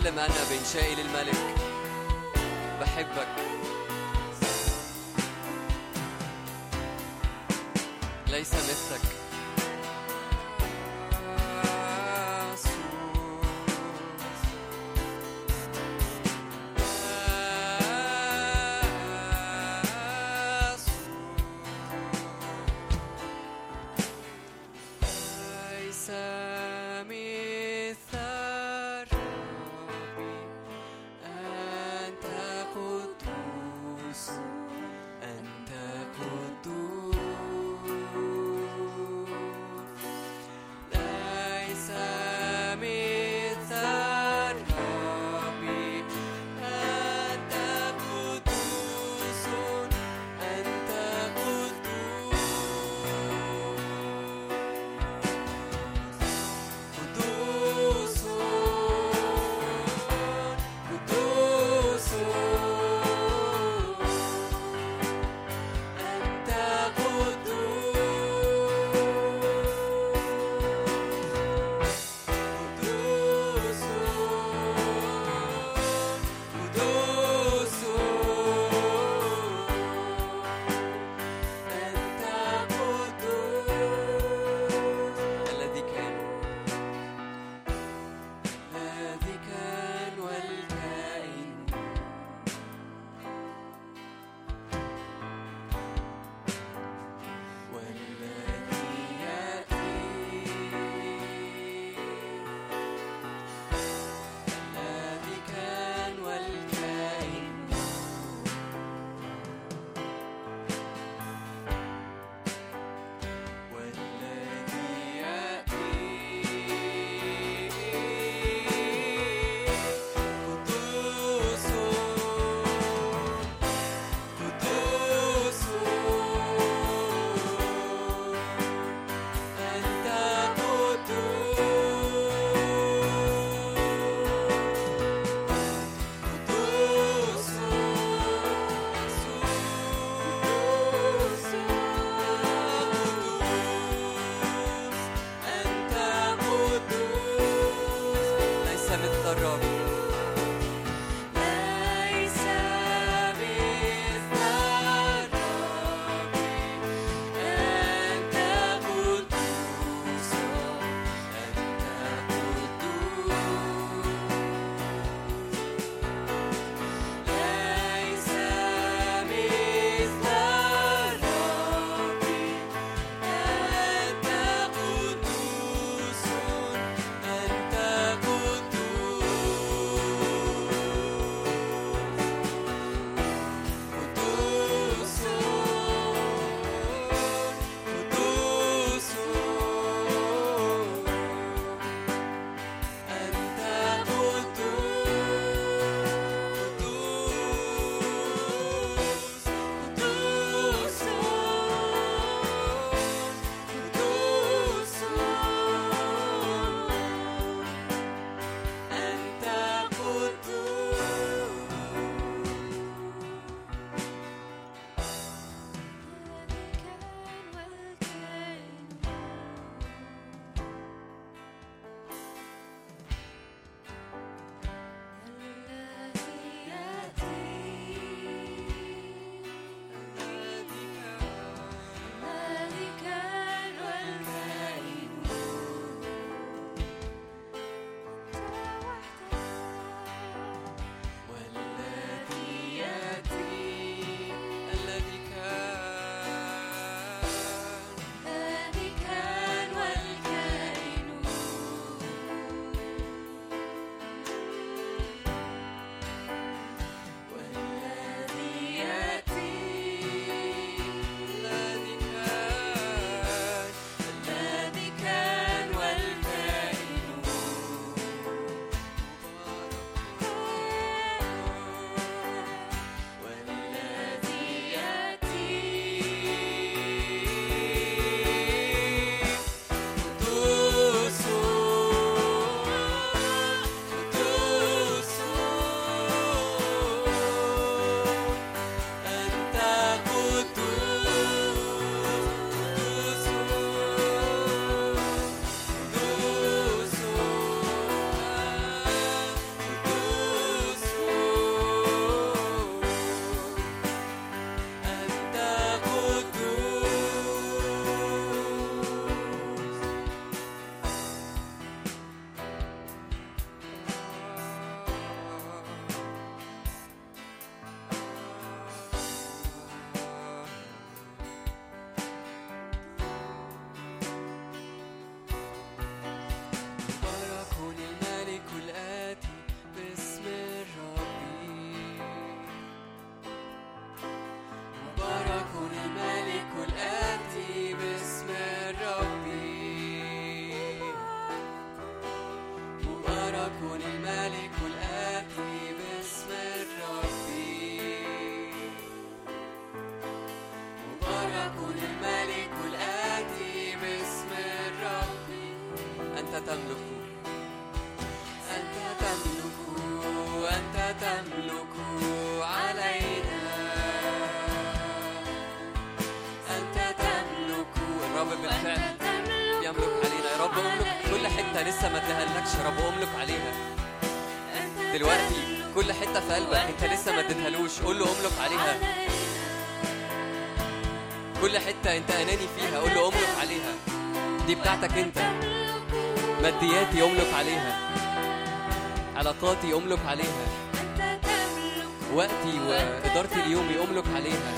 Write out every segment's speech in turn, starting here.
سلم أنا بإنشائي للملك. بحبك ليس مثلك. لسه ما ادهالكش يا رب املك عليها دلوقتي. كل حتة في قلبك انت لسه ما اديتهالوش قول له املك عليها. كل حتة انت اناني فيها قول له املك عليها، دي بتاعتك انت. مادياتي املك عليها، علاقاتي املك عليها، وقتي وإدارتي اليومي املك عليها.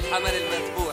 حمل المذبوح.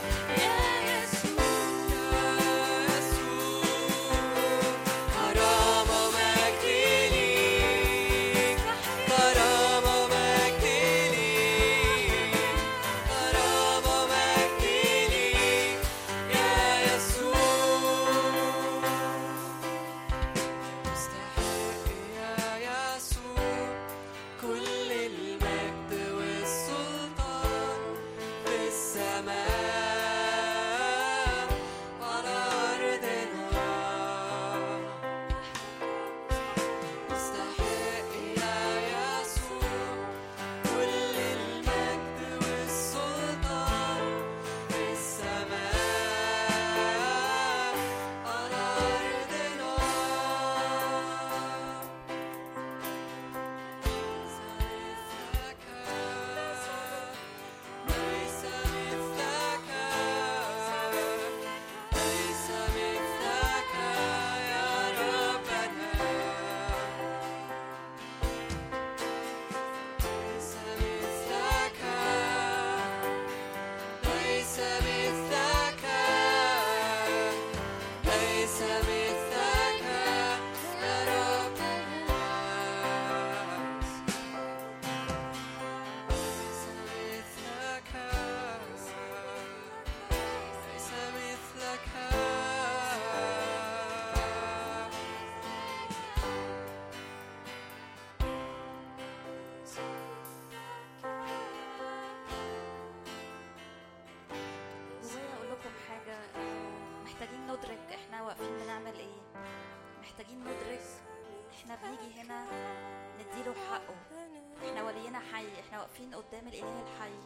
قدام الإله الحي.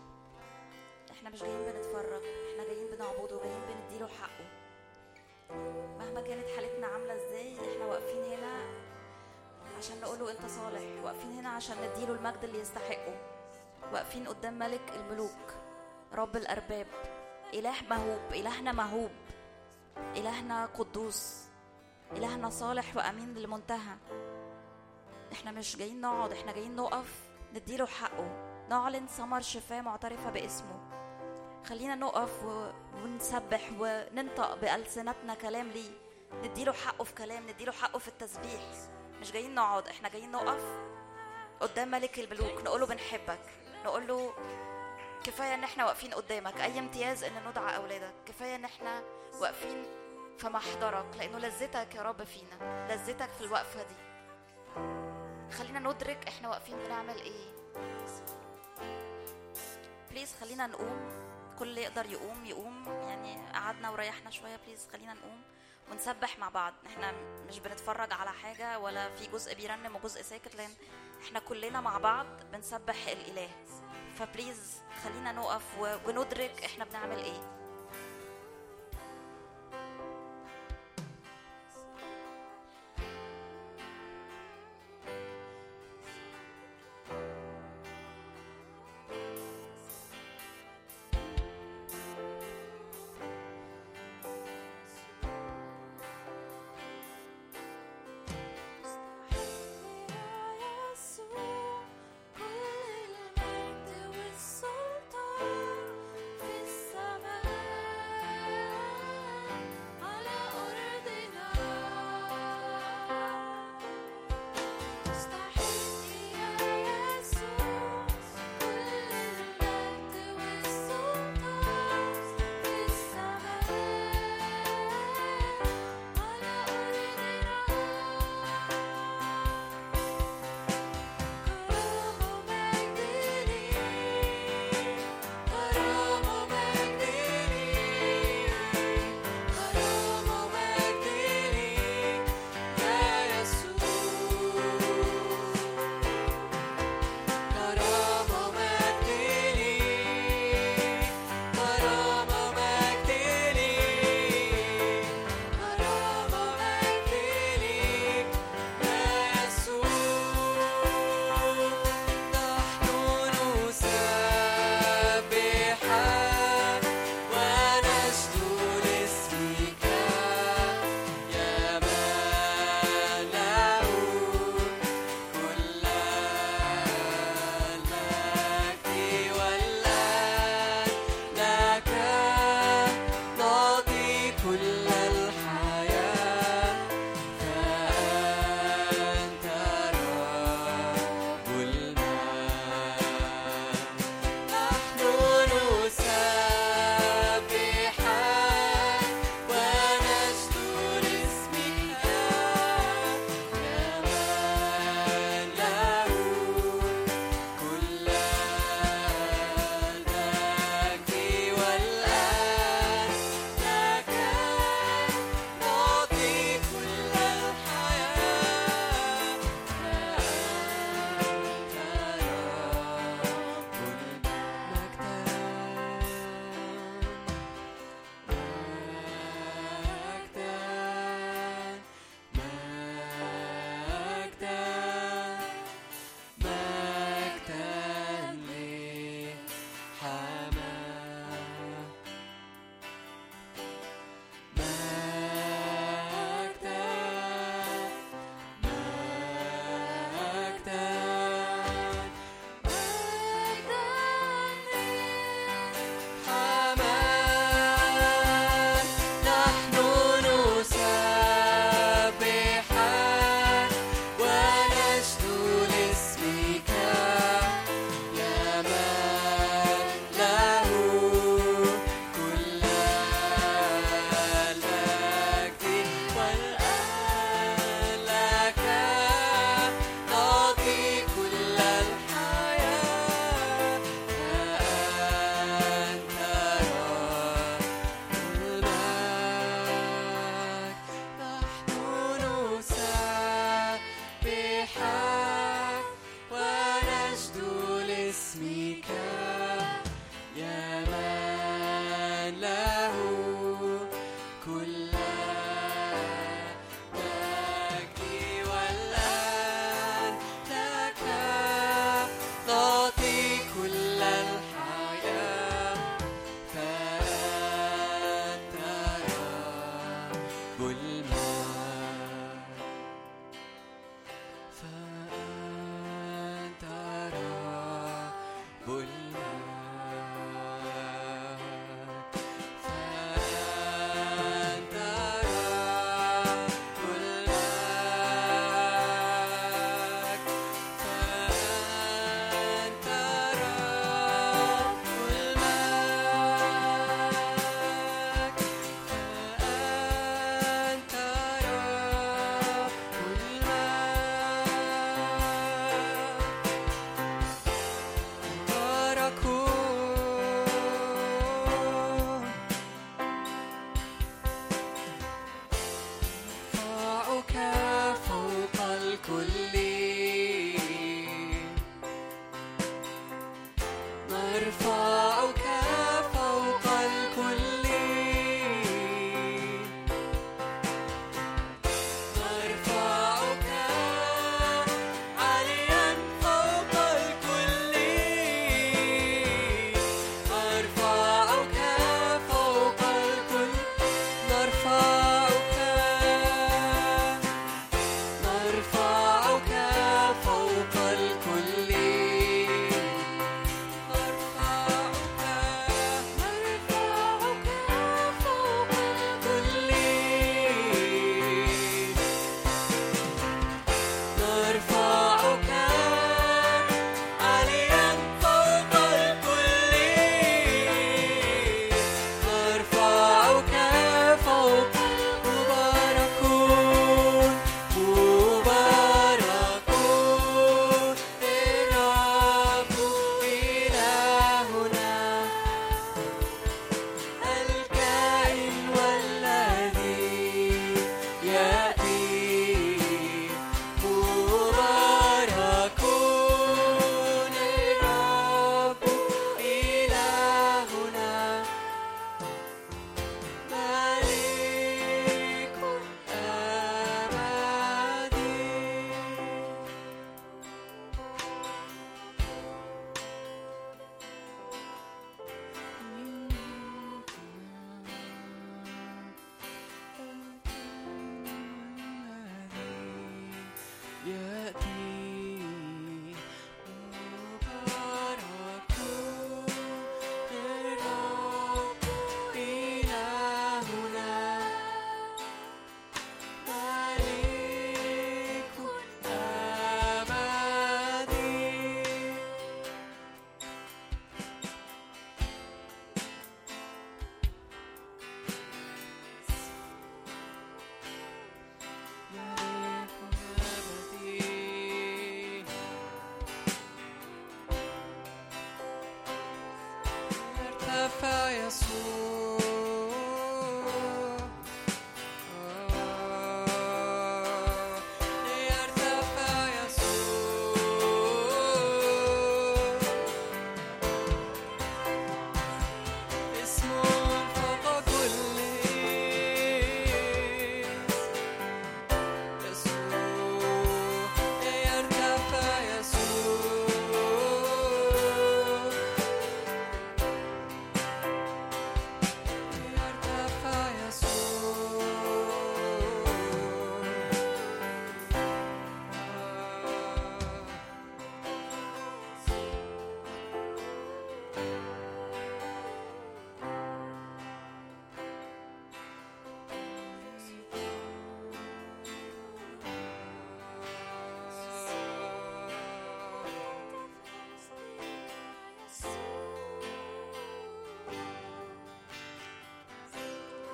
احنا مش جايين بنتفرج، احنا جايين بنعبده وجايين بنديله حقه. مهما كانت حالتنا عاملة ازاي احنا واقفين هنا عشان نقوله انت صالح، واقفين هنا عشان نديله المجد اللي يستحقه، واقفين قدام ملك الملوك رب الأرباب، إله مهوب، إلهنا مهوب، إلهنا قدوس، إلهنا صالح وأمين للمنتهى. احنا مش جايين نقعد، احنا جايين نقف نديله حقه، نعلن ثمر شفاء معترفة باسمه. خلينا نقف ونسبح وننطق بألسنتنا كلام ليه، نديله حقه في كلام، نديله حقه في التسبيح. مش جايين نقعد، احنا جايين نقف قدام ملك الملوك نقوله بنحبك، نقوله كفاية ان احنا واقفين قدامك، اي امتياز ان ندعى اولادك، كفاية ان احنا واقفين في محضرك، لانه لذتك يا رب فينا، لذتك في الوقفة دي. خلينا ندرك احنا واقفين بنعمل ايه. بليز خلينا نقوم، كل اللي يقدر يقوم، يعني قعدنا وريحنا شوية، بليز خلينا نقوم ونسبح مع بعض. احنا مش بنتفرج على حاجة ولا في جزء بيرنم وجزء ساكت، لان احنا كلنا مع بعض بنسبح الإله. فبليز خلينا نقف وندرك احنا بنعمل ايه. في السماء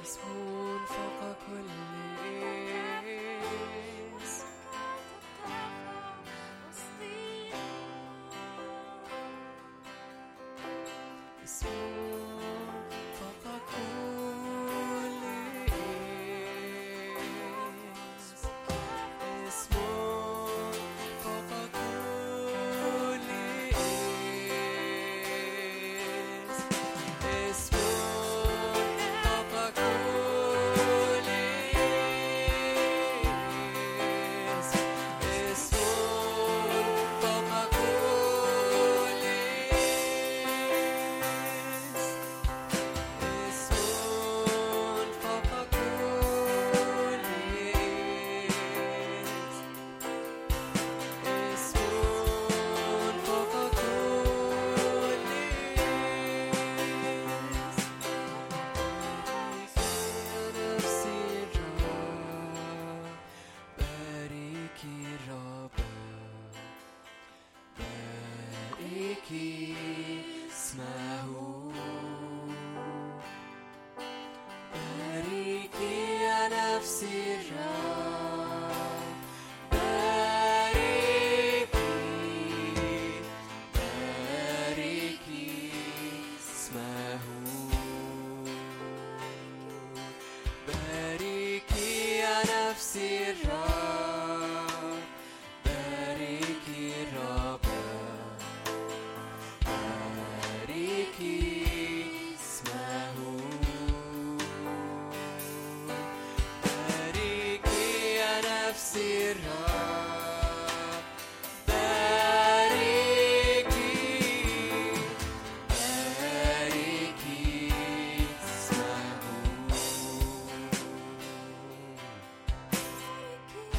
باركي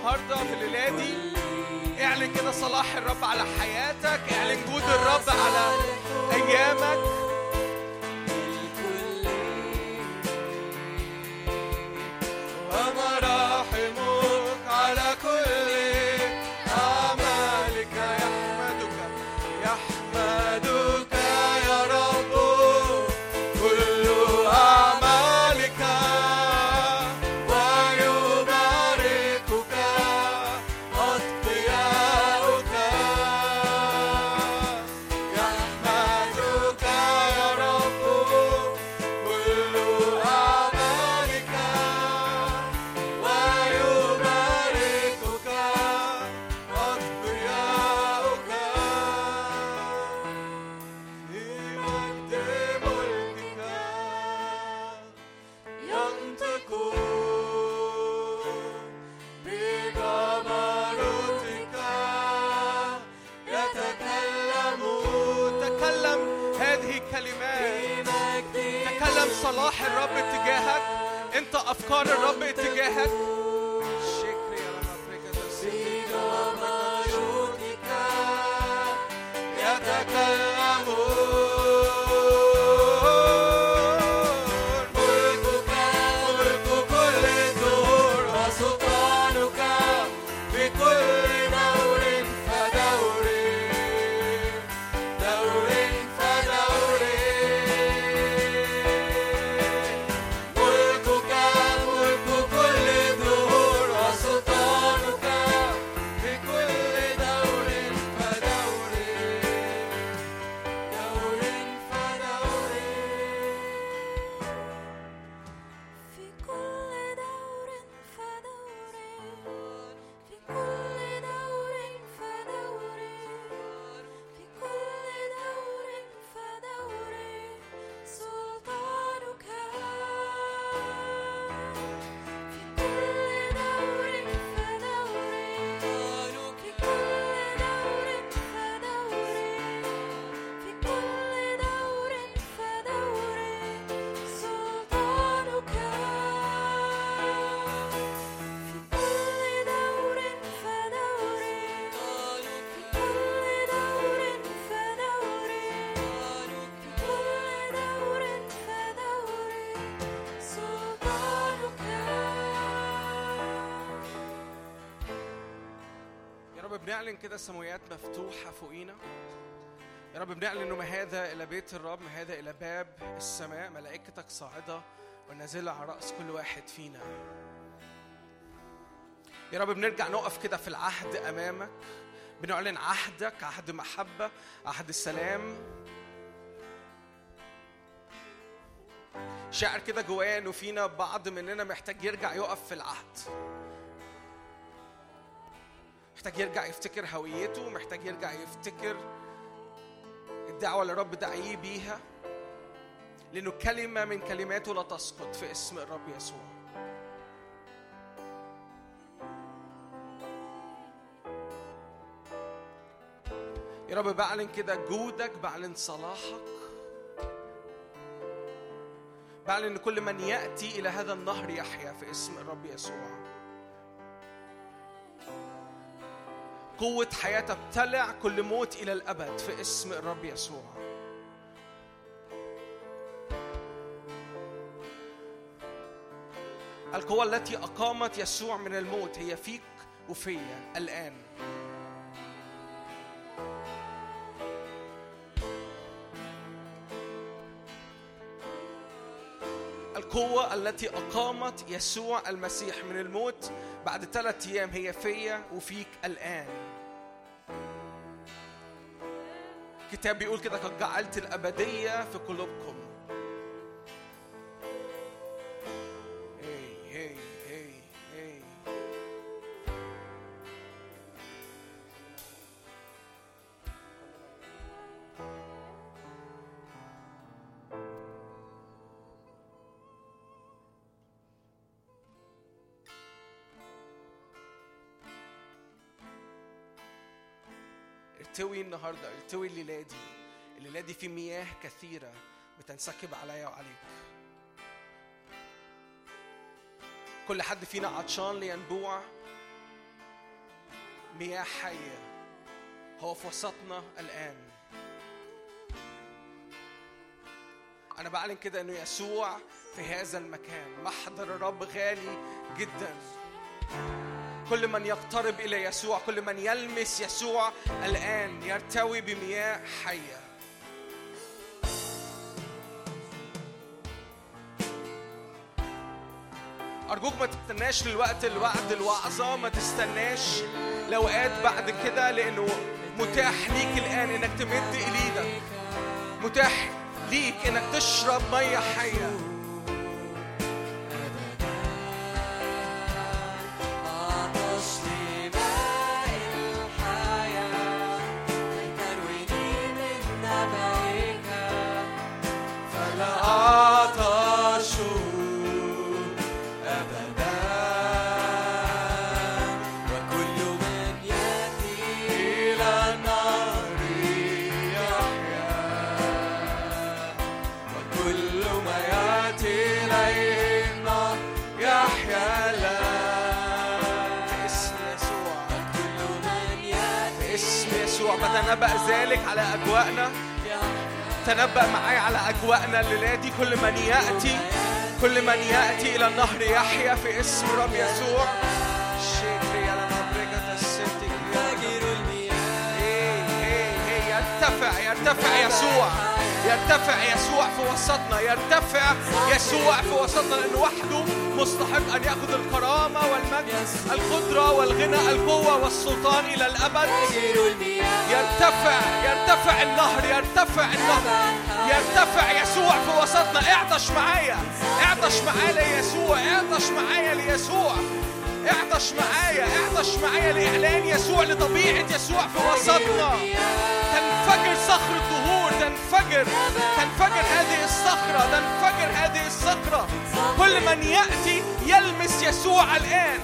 النهارده في الليله دي اعلن كده صلاح الرب على حياتك، اعلن جود الرب على ايامك. ومراحمك على كل أعمالك يحمدك يا رب كل أعمالك ويباركك أتقياؤك يحمدك يا رب كل أعمالك ويباركك أتقياؤك في مجد ملكك ينطقون بجبروتك يتكلمون. تكلم هذه الكلمات، تكلم صلاح الرب اتجاهك، انت افكار الرب اتجاهك. ملك كل الدهور وسلطانك بكل دور فدور دور فدور. ملك كل الدهور وسلطانك بكل دور فدور دور فدور. في كل دور فدور في كل دور فدور في كل دور فدور سلطانك في كل دور فدور في كل دور فدور في كل دور فدور سلطانك في كل دور فدور في كل دور فدور في كل دور فدور سلطانك. يا رب بنعلن كده سماويات مفتوحة فوقينا. يا رب بنعلن إنه ما هذا إلى بيت الرب، ما هذا إلى باب السماء، ملائكتك صاعدة ونازلة على رأس كل واحد فينا. يا رب بنرجع نقف كده في العهد أمامك، بنعلن عهدك، عهد محبة، عهد السلام. شاعر كده جوايا إنه فينا بعض مننا محتاج يرجع يقف في العهد، محتاج يرجع يفتكر هويته، محتاج يرجع يفتكر الدعوة اللي الرب دعيه بيها، لأنه كلمة من كلماته لا تسقط في اسم الرب يسوع. يا رب بعلن كده جودك، بعلن صلاحك، بعلن إن كل من يأتي إلى هذا النهر يحيا في اسم الرب يسوع. قوة حياة تبتلع كل موت إلى الأبد في اسم الرب يسوع. القوة التي أقامت يسوع من الموت هي فيك وفيا الآن. القوة التي أقامت يسوع المسيح من الموت بعد 3 أيام هي فيا وفيك الآن. الكتاب بيقول كده قد جعلت الأبدية في قلوبكم. ارتوي النهارده، ارتوي الليلة دي في مياه كثيرة بتنسكب عليا وعليك. كل حد فينا عطشان لينبوع مياه حية هو في وسطنا الآن. أنا بعلن كده إنه يسوع في هذا المكان. محضر الرب غالي جدا. كل من يقترب إلى يسوع، كل من يلمس يسوع الآن يرتوي بمياه حية. أرجوك ما تستناش للوقت الوعد الوعظة، ما تستناش لوقات بعد كده، لأنه متاح ليك الآن إنك تمد إيدك، متاح ليك إنك تشرب مية حية. تنبأ ذلك على أجواءنا. تنبأ معي على أجواءنا الليلة دي. كل من يأتي إلى النهر يحيا في اسم رب يسوع. يرتفع يسوع في وسطنا. يرتفع يسوع في وسطنا، لأنه وحده مستحق أن يأخذ الكرامة والمجد، القدرة والغنى، القوة والسلطان إلى الأبد. يرتفع النهر. يرتفع يسوع في وسطنا. اعطش معايا ليسوع. اعطش معايا لإعلان يسوع، لطبيعة يسوع في وسطنا. تنفجر صخر الدهور. تنفجر هذه الصخرة. كل من يأتي يلمس يسوع الآن.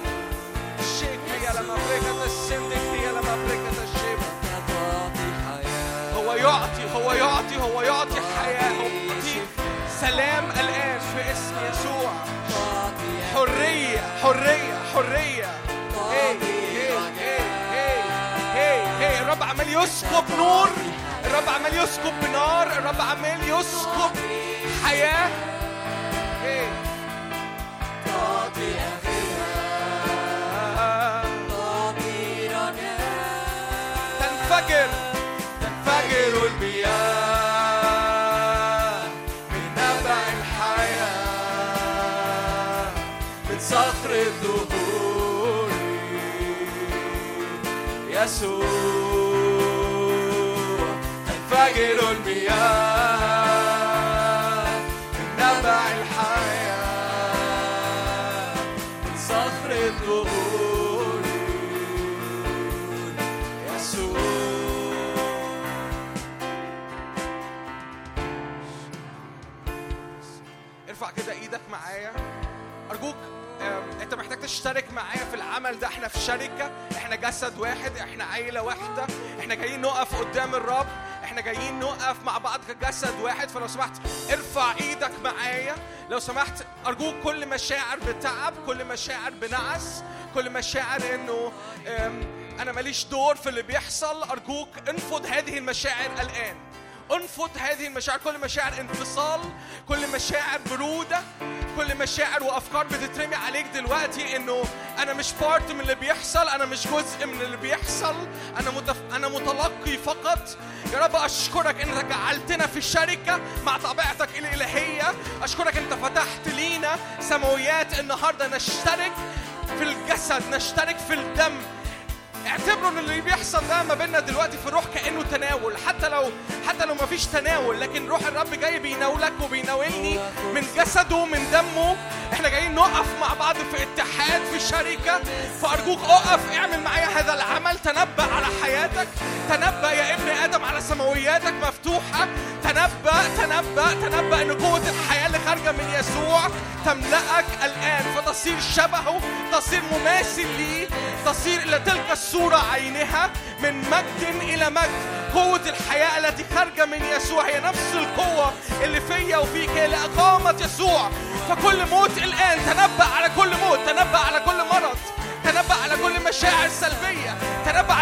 هو يعطي حياة. هو يعطي سلام الآن في اسم يسوع. حرية. الرب عمال يسكب نور، الرب عمال يسكب بنار، الرب عمال يسكب حياة. تنفجر المياه من نبع الحياة، من صخر الدهور يسوع. تنفجر المياه من نبع الحياة، من صخر الدهور يسوع. ارفع كده ايدك معايا ارجوك. انت محتاج تشترك معايا في العمل ده. احنا في شركة، احنا جسد واحد، احنا عيلة واحدة، احنا جايين نقف قدام الرب، احنا جايين نقف مع بعض كجسد واحد. فلو سمحت ارفع ايدك معايا لو سمحت. ارجوك كل مشاعر بتعب، كل مشاعر بنعس، كل مشاعر انه انا ماليش دور في اللي بيحصل، ارجوك انفض هذه المشاعر الان. انفض هذه المشاعر، كل مشاعر انفصال، كل مشاعر برودة، كل مشاعر وأفكار بتترمي عليك دلوقتي إنه أنا مش بارت من اللي بيحصل، أنا مش جزء من اللي بيحصل، أنا متلقي فقط. يا رب أشكرك إنك جعلتنا في الشركة مع طبيعتك الإلهية. أشكرك أنت فتحت لينا سماويات النهاردة نشترك في الجسد، نشترك في الدم. اعتبروا ان اللي بيحصل ده ما بيننا دلوقتي في الروح كأنه تناول، حتى لو ما فيش تناول، لكن روح الرب جاي بيناولك وبيناولني من جسده ومن دمه. احنا جايين نقف مع بعض في اتحاد، في شركة. فأرجوك اقف اعمل معايا هذا العمل. تنبأ على حياتك، تنبأ يا ابن آدم على سماوياتك مفتوحة. تنبأ ان قوة الحياة اللي خارجة من يسوع تملأك الآن، فتصير شبهه، تصير مماثل ليه، تصير إلى تلك الصورة عينها، من مجد إلى مجد. قوة الحياة التي خارجة من يسوع هي نفس القوة اللي فيا وفيك، هي اللي أقامت يسوع. فكل موت الآن تنبأ على كل موت، تنبأ على كل مرض، تنبأ على كل مشاعر سلبية، تنبأ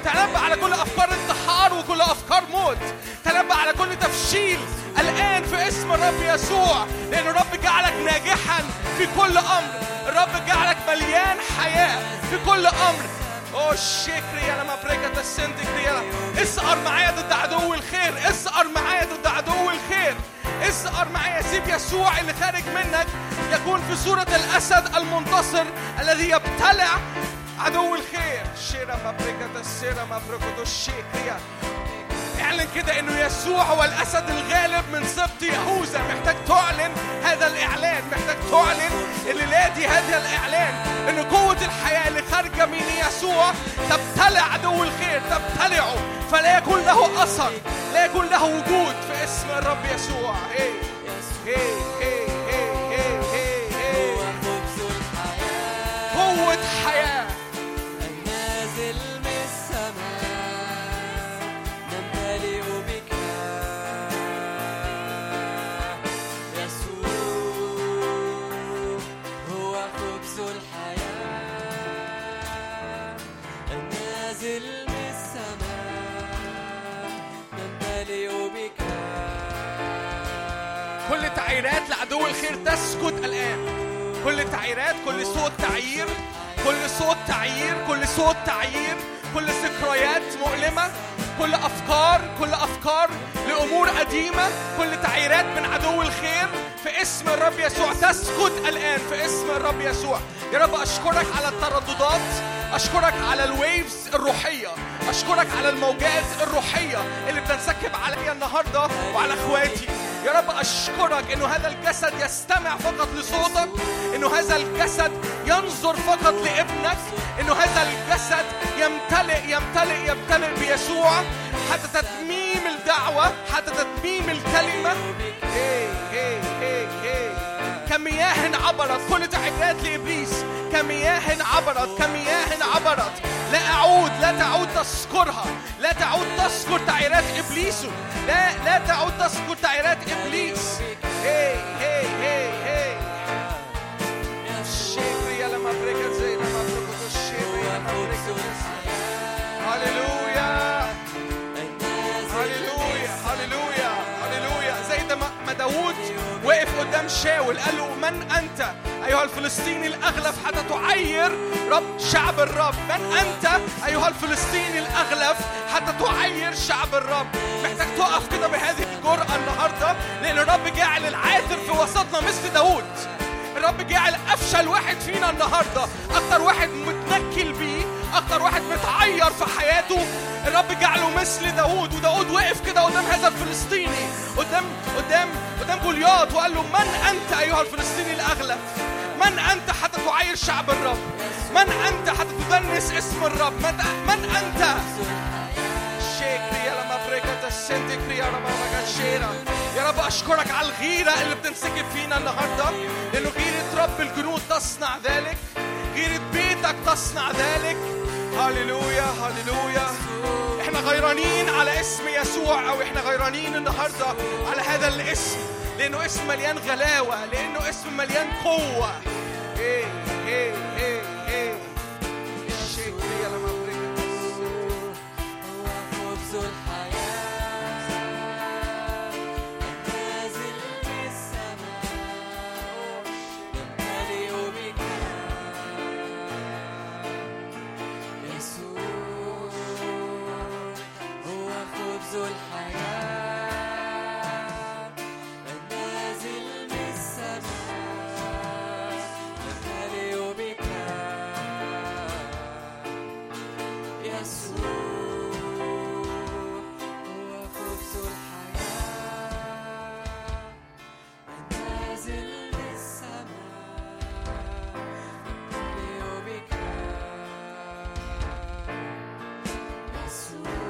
تنبأ على كل أفكار انتحار وكل أفكار موت. تنبأ على كل تفشيل الآن في اسم الرب يسوع، لأن الرب جعلك ناجحا في كل أمر. الرب جعلك مليان حياة في كل أمر. شكري يا لما بريكة السنتكري يا اسقر معايا ضد عدو الخير. اسقر معايا ضد عدو الخير. اسقر معايا. سيب يسوع اللي خارج منك يكون في صورة الأسد المنتصر الذي يبتلع عدو الخير. شيرا ما بريكة السيرا ما بريكة الشيكريا. اعلن كده انه يسوع هو الاسد الغالب من سبط يهوذا. محتاج تعلن هذا الاعلان. محتاج تعلن الليله دي هذا الاعلان ان قوه الحياه اللي خارجه من يسوع تبتلع عدو الخير، تبتلعه فلا يكون له اثر، لا يكون له وجود في اسم الرب يسوع. هي هي هي هي هي هي قوه حياه النازل من السماء نمتلئ بك يسوع، هو خبز الحياة النازل من السماء نمتلئ بك. كل تعييرات لعدو الخير تسكت الآن. كل تعييرات، كل صوت تعيير، كل صوت تعيير، كل صوت تعيير، كل ذكريات مؤلمة، كل أفكار لأمور قديمة، كل تعييرات من عدو الخير في اسم الرب يسوع تسكت الآن في اسم الرب يسوع. يا رب أشكرك على الترددات، أشكرك على الويفز الروحية، أشكرك على الموجات الروحية اللي بتنسكب عليا النهاردة وعلى أخواتي. يا رب أشكرك إنه هذا الجسد يستمع فقط لصوتك، إنه هذا الجسد ينظر فقط لابنك، إنه هذا الجسد يمتلئ بيسوع حتى تتميم الدعوة، حتى تتميم الكلمة. كمياه عبرت كل تعبيرات لإبليس، كمياه عبرت. لا تعود تذكرها، لا تعود تذكر تعبيرات إبليس، لا تعود تذكر تعبيرات إبليس. شيريا لما بريكت زي لما بريكت الشيريا لما بريكت. هاليلويا هاليلويا هاليلويا هاليلويا. زي ما داود وقف قدام شاول قال له: من أنت أيها الفلسطيني الأغلب حتى تعير رب شعب الرب؟ من أنت أيها الفلسطيني الأغلب حتى تعير شعب الرب؟ محتاج تقف كده بهذه الجرأة النهاردة، لأن الرب جعل العاثر في وسطنا مثل داود. الرب جعل أفشل واحد فينا النهاردة، أكتر واحد متنكل بيه، أكتر واحد متعير في حياته، الرب جعله مثل داود. وداود وقف كده قدام هذا الفلسطيني، قدام جولياث، وقال له: من أنت أيها الفلسطيني الأغلب؟ من أنت حتى تعير شعب الرب؟ من أنت حتى تدنس اسم الرب؟ من أنت؟ يا رب أشكرك على الغيرة اللي بتنسكب فينا النهاردة، لأنه غيرة رب الجنود تصنع ذلك، غيرة بيتك تصنع ذلك. هاليلويا هاليلويا. احنا غيرانين على اسم يسوع، او احنا غيرانين النهاردة على هذا الاسم، لأنه اسم مليان غلاوة، لأنه اسم مليان قوة. ايه ايه ايه ايه شكرا لما بريكت هو خبز الحياة النازل من السماء نمتلئ بك يسوع، هو خبز الحياة النازل من السماء نمتلئ بك يسوع، هو خبز الحياة النازل من السماء نمتلئ بك يسوع،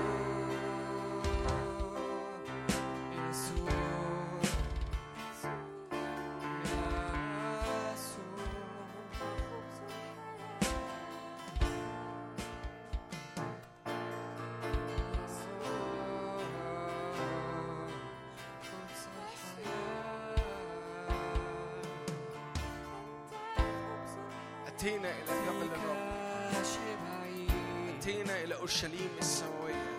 أتينا إلى جبل الرب، أتينا إلى أورشليم السماوية.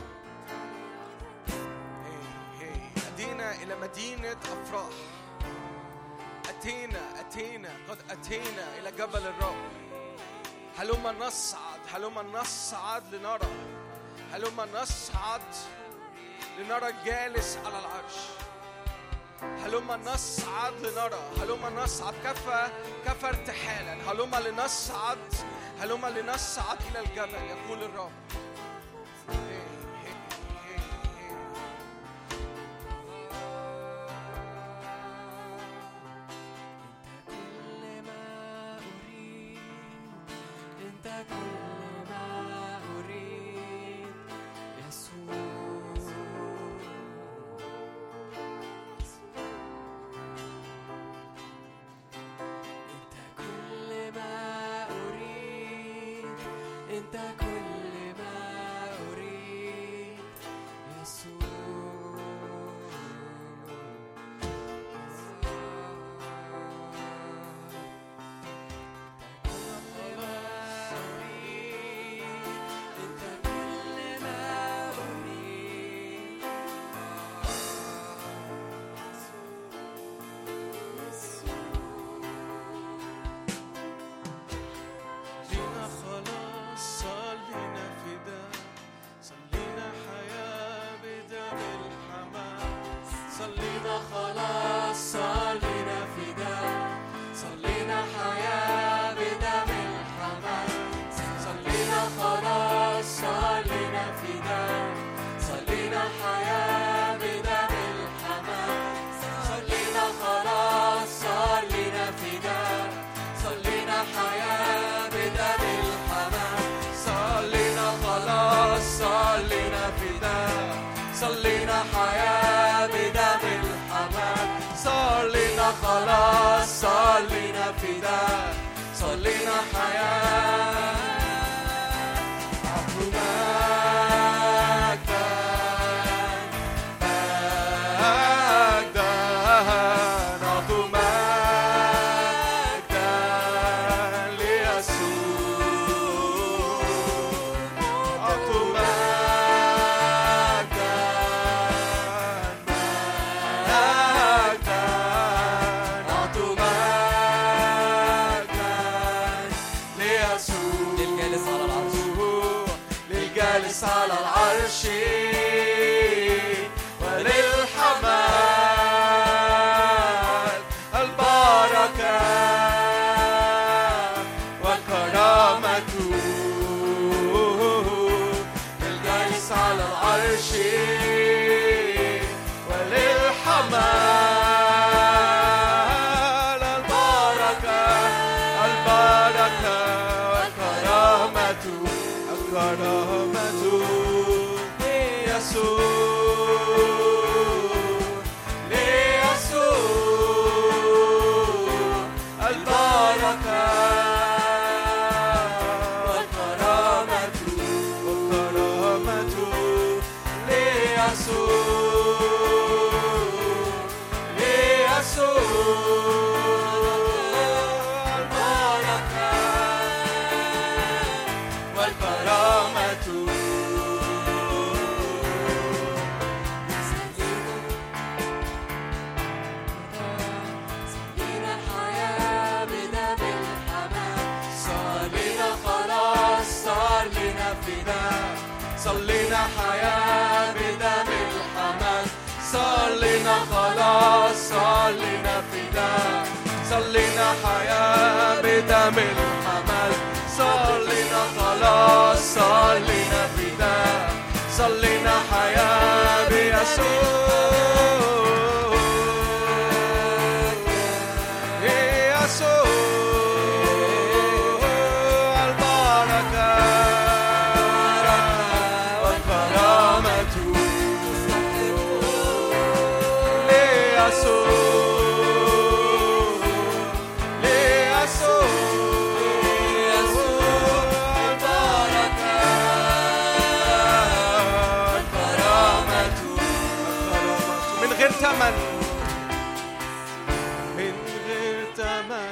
أتينا إلى مدينة أفراح. أتينا قد أتينا إلى جبل الرب. هلما نصعد لنرى. هلما نصعد لنرى الجالس على العرش. هلما نصعد لنرى. هلما نصعد. كفى ارتحالا. هلما لنصعد إلى الجبل يقول الرب.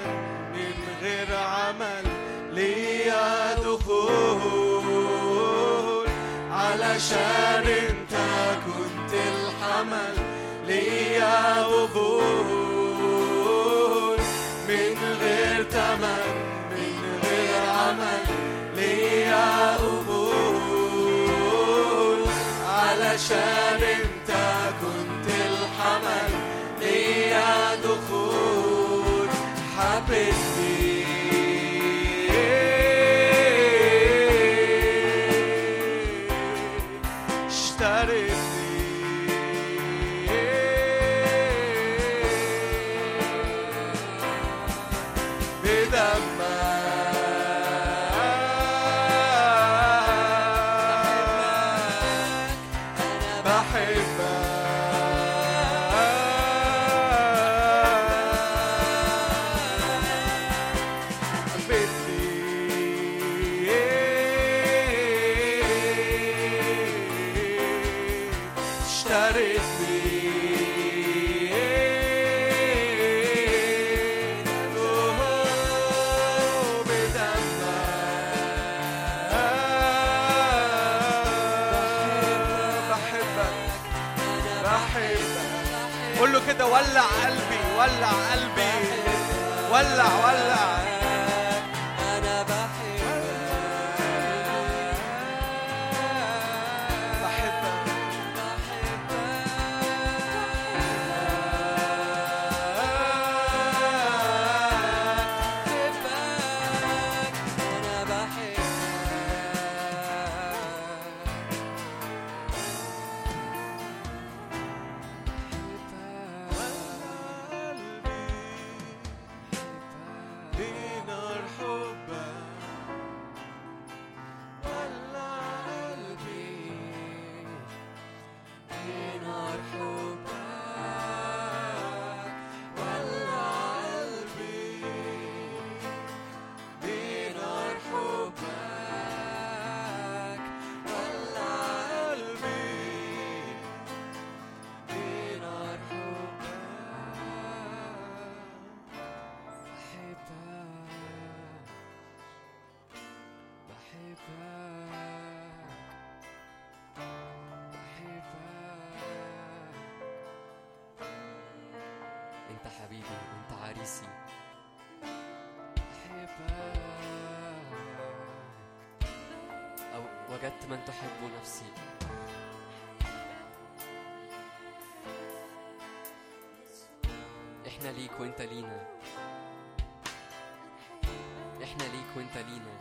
من غير عمل ليا دخول علشان انت كنت الحمل ليا قبول من غير تمن من غير عمل ليا قبول علشان انت كنت الحمل ليا دخول حبيبني كده ولع قلبي ولع قلبي ولع أنا انت حبيبي انت عريسي او وجدت من تحب نفسي احنا ليك وانت لينا احنا ليك وانت لينا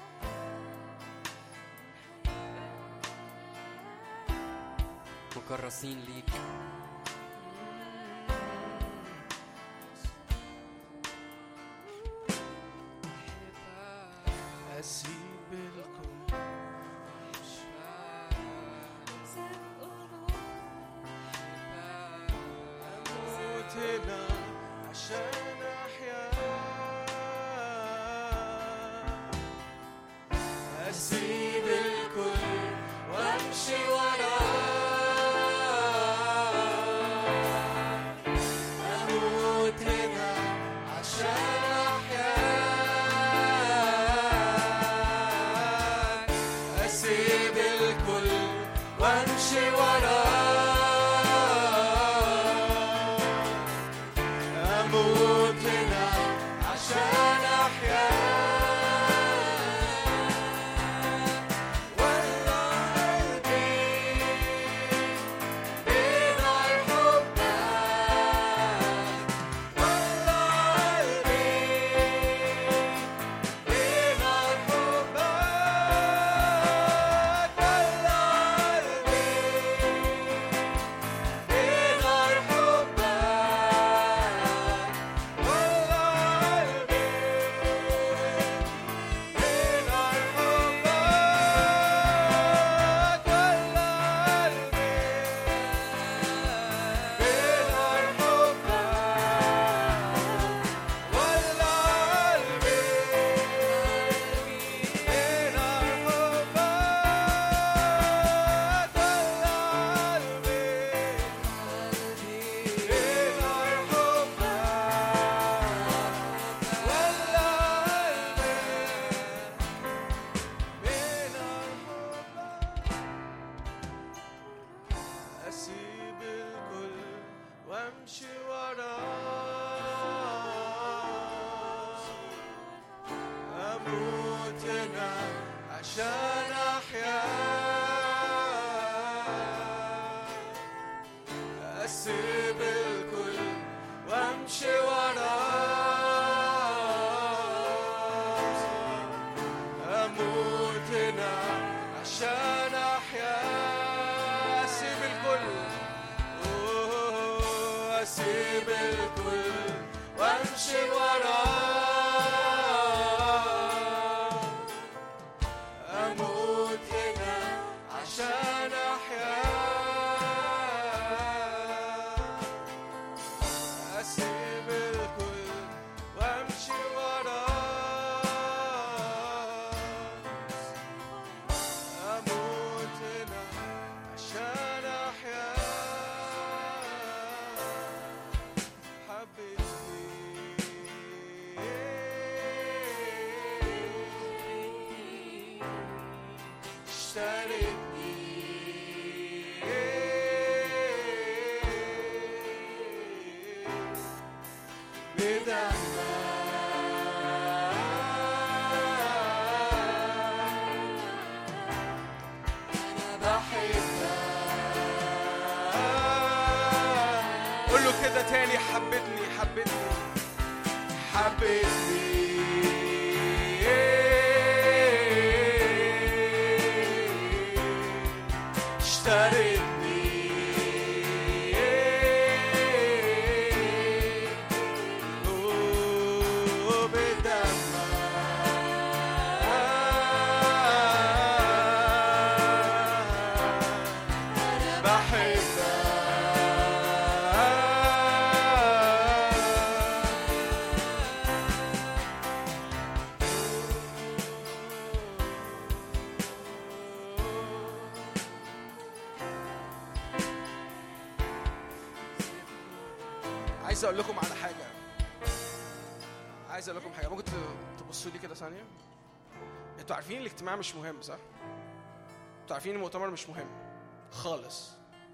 مكرسين ليك أسيب الكل أموت هنا عشان أحيا أسيب الكل وأمشي وراك أموت هنا عشان أحيا أسيب الكل وأمشي وراك أموت وامشي وراك، اموت هنا عشان احيا، اسيب الكل وامشي وراك، اموت هنا عشان احيا، اسيب الكل، اسيب الكل وامشي وراك، اموت هنا عشان احيا، اسيب الكل وامشي وراك، اموت هنا عشان احيا، قول له كده تاني، حبتني حبتني حبتني، اشتريتني بدمك، بحبك، عايز اقول لكم على حاجه، ممكن تبصوا لي كده ثانيه. انتوا عارفين الاجتماع مش مهم صح؟ انتوا عارفين المؤتمر مش مهم خالص؟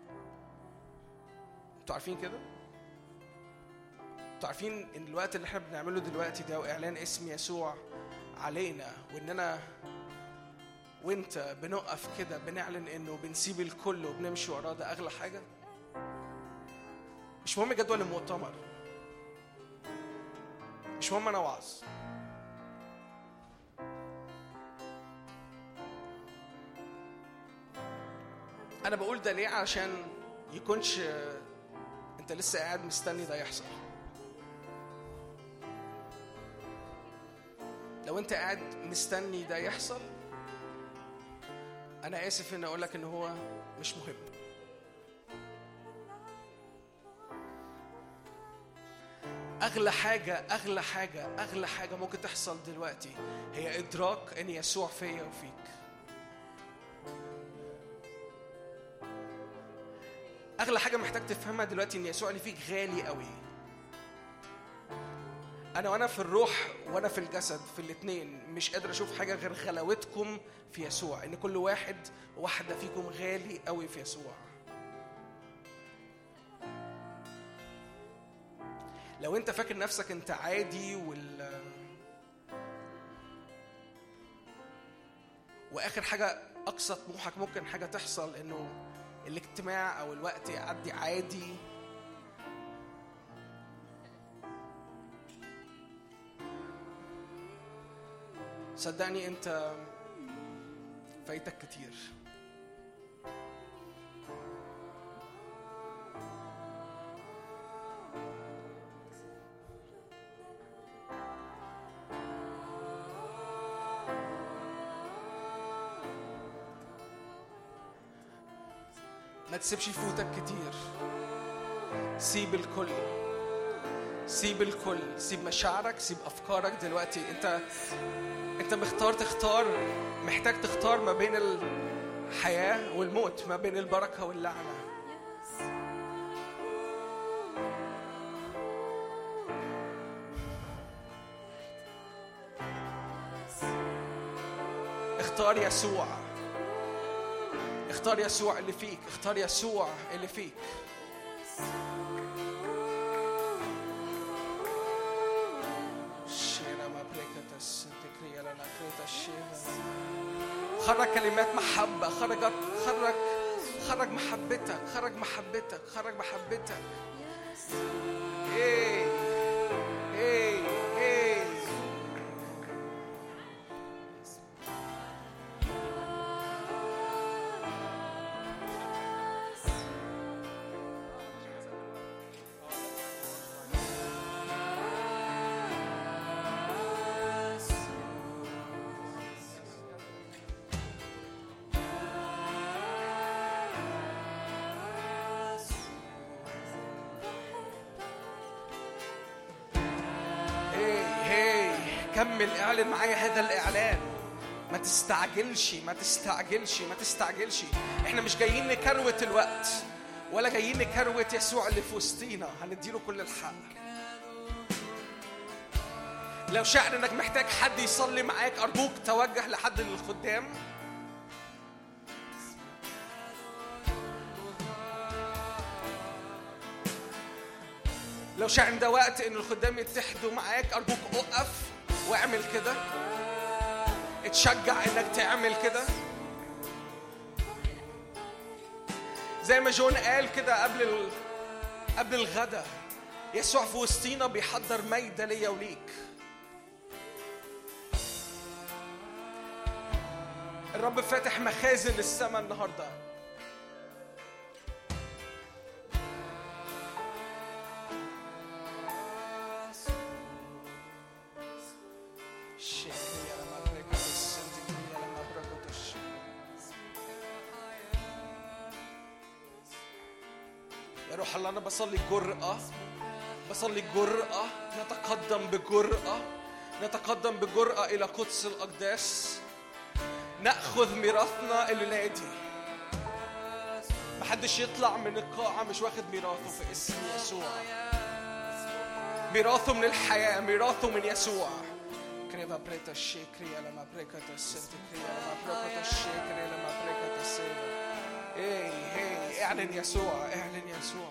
انتوا عارفين كده؟ انتوا عارفين ان الوقت اللي احنا بنعمله دلوقتي ده واعلان اسم يسوع علينا، واننا وانت بنقف كده بنعلن انه بنسيب الكل وبنمشي وراه، ده اغلى حاجه. مش مهم جدول المؤتمر، مش مهم انا وعظ، انا بقول ده ليه؟ عشان يكونش انت لسه قاعد مستني ده يحصل. لو انت قاعد مستني ده يحصل، انا اسف ان اقولك ان هو مش مهم. أغلى حاجة ممكن تحصل دلوقتي هي إدراك أن يسوع فيا وفيك. أغلى حاجة محتاج تفهمها دلوقتي أن يسوع اللي فيك غالي قوي. أنا وأنا في الروح وأنا في الجسد، في الاتنين مش قادر أشوف حاجة غير غلاوتكم في يسوع، أن كل واحد وواحدة فيكم غالي قوي في يسوع. لو انت فاكر نفسك انت عادي واخر حاجة اقصى طموحك ممكن حاجة تحصل انه الاجتماع او الوقت يعدي عادي، صدقني انت فايتك كتير. ما تسيبش يفوتك كتير. سيب الكل، سيب مشاعرك، سيب أفكارك دلوقتي. أنت محتاج تختار ما بين الحياة والموت، ما بين البركة واللعنة. اختار يسوع، اختار يسوع اللي فيك، اختار يسوع اللي فيك. خرج كلمات محبة، خرج محبتك، خرج محبتك، خرج محبتك. ايه ايه ايه كمل اعلن معايا هذا الاعلان. ما تستعجلش ما تستعجلش ما تستعجلش. احنا مش جايين نكروت الوقت ولا جايين نكروت يسوع اللي في وسطينا، هنديله كل الحق. لو شعر انك محتاج حد يصلي معاك ارجوك توجه لحد من الخدام. لو شعر ان ده وقت ان الخدام يتحدوا معاك ارجوك اقف واعمل كده، اتشجع انك تعمل كده زي ما جون قال كده قبل الغدا. يسوع في وسطينا بيحضر ميدة ليا وليك. الرب فاتح مخازن السماء النهارده. روح الله أنا بصلي جرأة نتقدم بجرأة إلى قدس الأقداس، نأخذ ميراثنا الليلة دي. محدش يطلع من القاعة مش واخد ميراثه في اسم يسوع. ميراثه من الحياة، ميراثه من يسوع. كريبا بريتا الشيكري لما بريكا السنتكري لما بريكا الشيكري لما بريكا السيدة. هي اعلن يسوع، اعلن يسوع.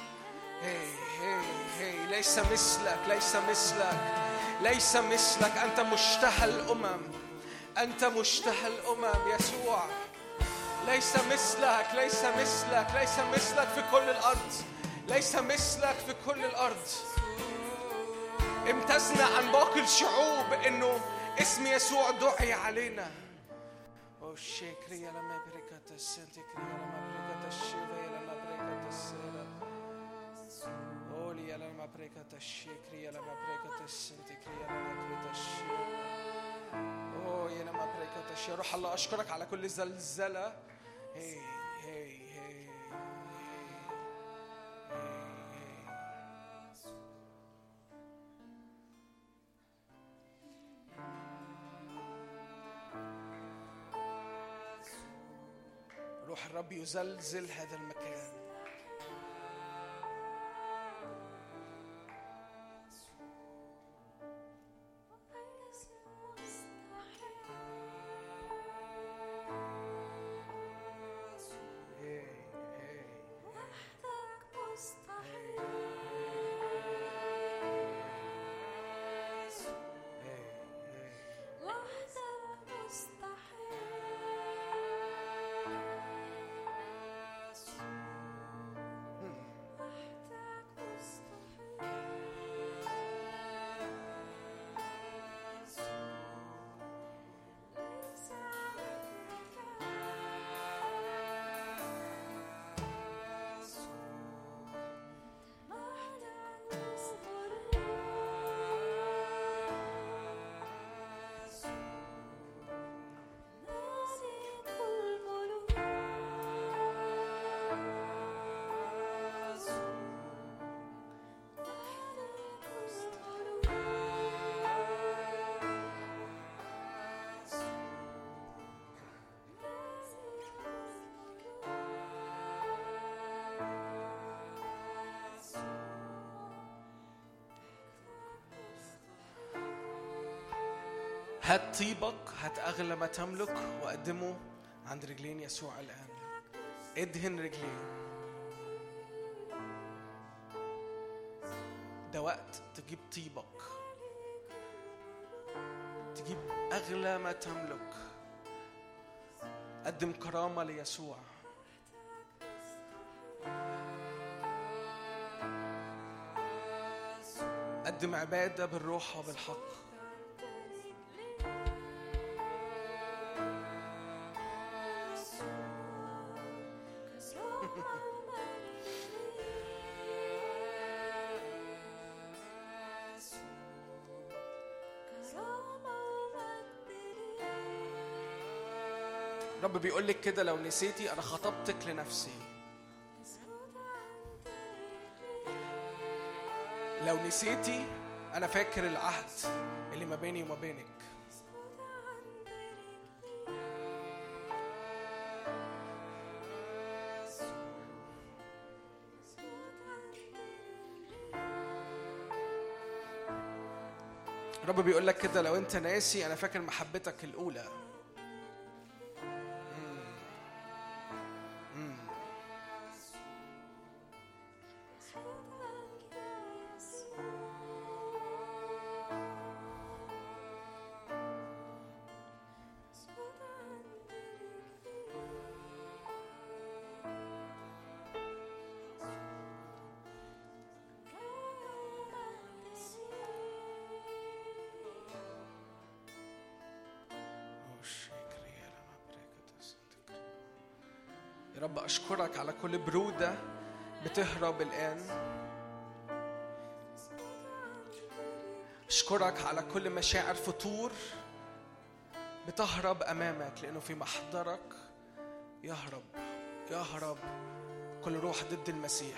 هي ليس مثلك، ليس مثلك، ليس مثلك. أنت مشتهى الأمم، أنت مشتهى الأمم يسوع. ليس مثلك، ليس مثلك، ليس مثلك في كل الأرض، ليس مثلك في كل الأرض. امتزنا عن باقي الشعوب إنه اسم يسوع دعي علينا. شكري لما بركة السنتكري لما بركة الشيبة لما بركة السيرة. أولي لما بركة الشكري لما بركة السنتكري لما بركة الشيبة. أوه لما بركة الشيبة. روح الله أشكرك على كل زلزلة. هي هي هي روح الرب يزلزل هذا المكان. هات طيبك، هات أغلى ما تملك وقدمه عند رجلين يسوع الآن. ادهن رجلين. ده وقت تجيب طيبك. تجيب أغلى ما تملك. قدم كرامة ليسوع. قدم عبادة بالروح وبالحق. رب بيقول لك كده، لو نسيتي أنا خطبتك لنفسي. لو نسيتي أنا فاكر العهد اللي ما بيني وما بينك. رب بيقول لك كده، لو أنت ناسي أنا فاكر محبتك الأولى. رب أشكرك على كل برودة بتهرب الآن. أشكرك على كل مشاعر فتور بتهرب أمامك، لأنه في محضرك يهرب كل روح ضد المسيح.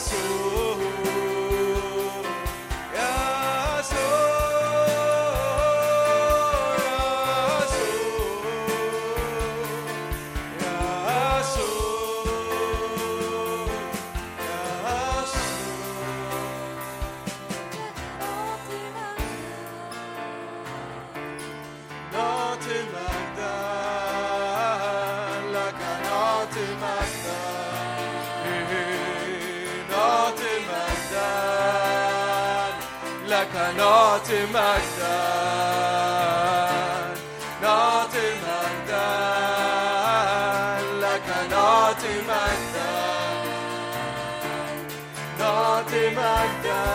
نعطي مجدا نعطي مجدا لك نعطي مجدا نعطي مجدا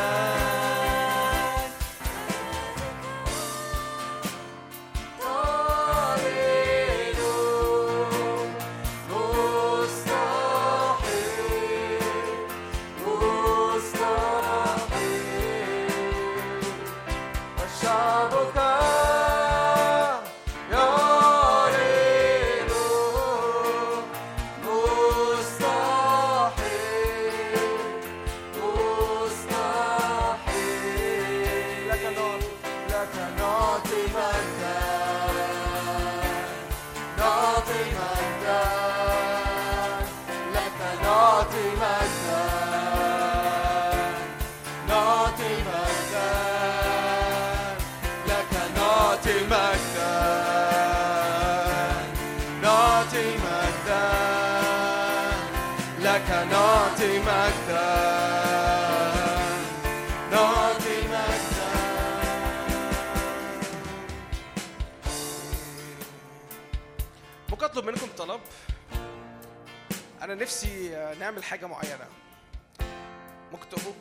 أطلب منكم طلب. أنا نفسي نعمل حاجة معينة. ممكن تقفوا؟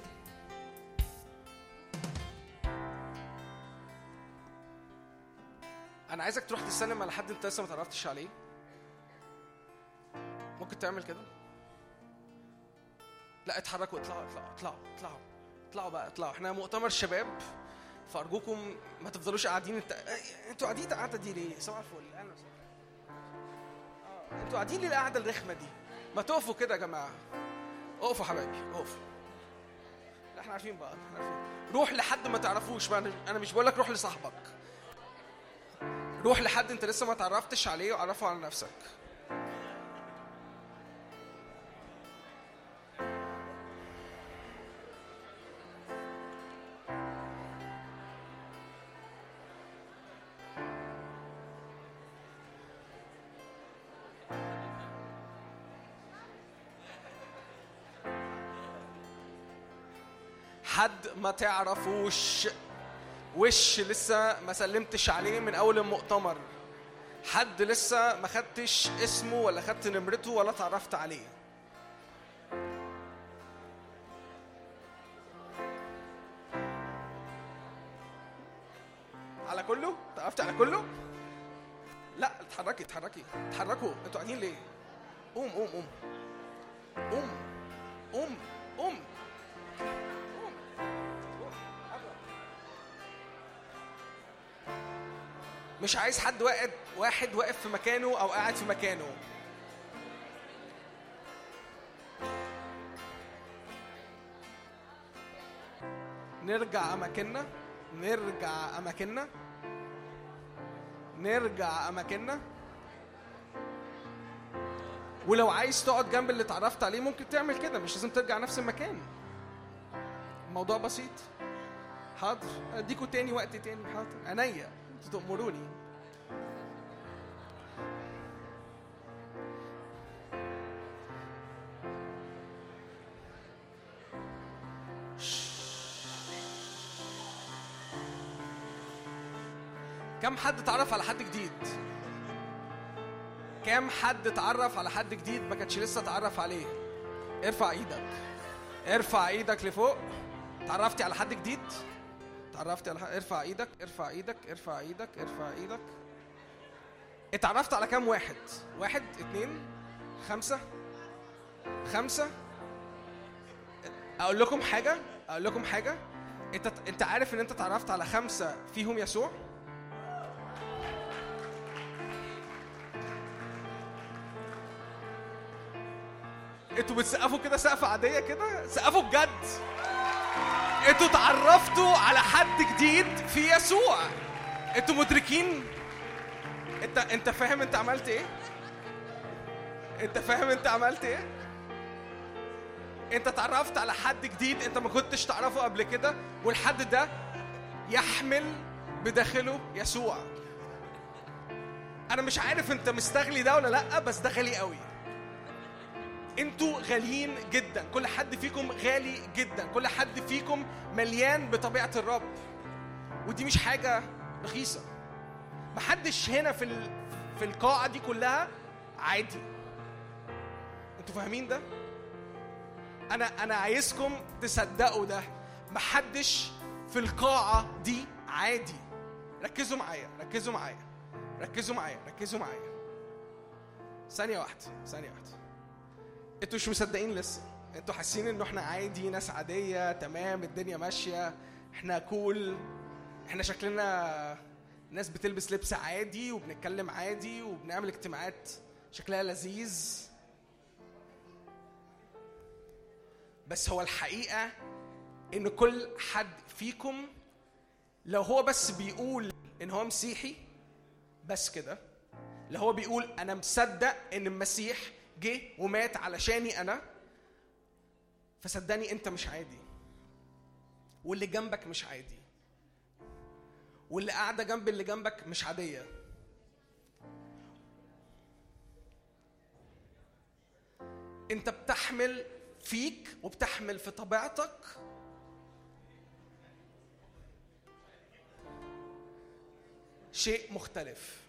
أنا عايزك تروح تسلم على حد أنت لسه ما تعرفتش عليه. ممكن تعمل كده؟ لا اتحركوا، اطلعوا بقى، اطلعوا. احنا مؤتمر شباب، فأرجوكم ما تفضلوش قاعدين. انتوا قاعدين القعدة دي ليه؟ صباح الفل. انتوا قاعدين ليه القعدة الرخمة دي؟ ما تقفوا كده يا جماعة. اقفوا حبايبي، اقفوا. لا احنا عارفين بقى، احنا عارفين. روح لحد ما تعرفوش. انا مش بقولك روح لصاحبك. روح لحد انت لسه ما تعرفتش عليه وعرفه على نفسك. حد ما تعرفوش، وش لسه ما سلمتش عليه من اول المؤتمر، حد لسه ما خدتش اسمه ولا خدت نمرته ولا تعرفت عليه. على كله؟ تعرفت على كله؟ لا اتحركوا، انتوا قاعدين ليه؟ قوم. مش عايز حد واحد واقف في مكانه او قاعد في مكانه. نرجع اماكننا. ولو عايز تقعد جنب اللي اتعرفت عليه ممكن تعمل كده، مش لازم ترجع نفس المكان. الموضوع بسيط. حاضر، اديكوا تاني وقت تاني. حاضر، عينيا، انتوا تأمروني. كم حد اتعرف على حد جديد؟ كم حد اتعرف على حد جديد ما كانش لسه اتعرف عليه؟ ارفع ايدك لفوق. تعرفتي على حد جديد؟ ارفع ايدك. اتعرفت على كم واحد؟ 1 2 5. اقول لكم حاجة. انت عارف ان انت اتعرفت على 5 فيهم يسوع؟ انتوا بتسقفوا كده سقفة عادية كده؟ سقفوا بجد. انتوا تعرفتوا على حد جديد في يسوع. انتوا مدركين؟ انت فاهم انت عملت ايه؟ انت فاهم انت عملت ايه؟ انت تعرفت على حد جديد انت ما كنتش تعرفه قبل كده، والحد ده يحمل بداخله يسوع. انا مش عارف انت مستغلي ده ولا لا، بس ده غالي قوي. انتوا غاليين جدا، كل حد فيكم غالي جدا، كل حد فيكم مليان بطبيعة الرب، ودي مش حاجة رخيصة. محدش هنا في القاعة دي كلها عادي. انتوا فاهمين ده؟ انا عايزكم تصدقوا ده. محدش في القاعة دي عادي. ركزوا معايا ركزوا معايا ركزوا معايا ركزوا معايا. ثانية واحدة. انتوا مش مصدقين لسه. انتوا حاسين انه احنا عادي، ناس عادية، تمام، الدنيا ماشية، احنا كول، احنا شكلنا ناس بتلبس لبس عادي وبنتكلم عادي وبنعمل اجتماعات شكلها لذيذ. بس هو الحقيقة ان كل حد فيكم لو هو بس بيقول ان هو مسيحي بس كده، لو هو بيقول انا مصدق ان المسيح جه ومات علشاني انا، فصدقني انت مش عادي، واللي جنبك مش عادي، واللي قاعدة جنب اللي جنبك مش عادية. انت بتحمل فيك وبتحمل في طبيعتك شيء مختلف.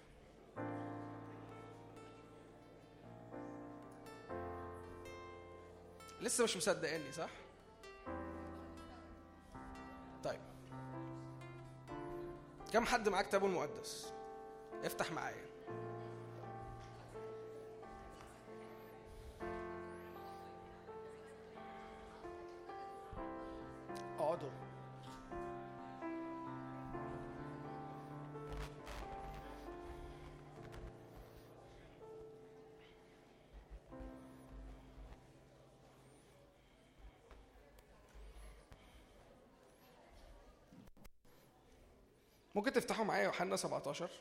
لسه مش مصدقيني صح؟ طيب، كم حد معاه كتابه المقدس؟ افتح معايا. اقعدوا. ممكن تفتحوا معايا يوحنا 17.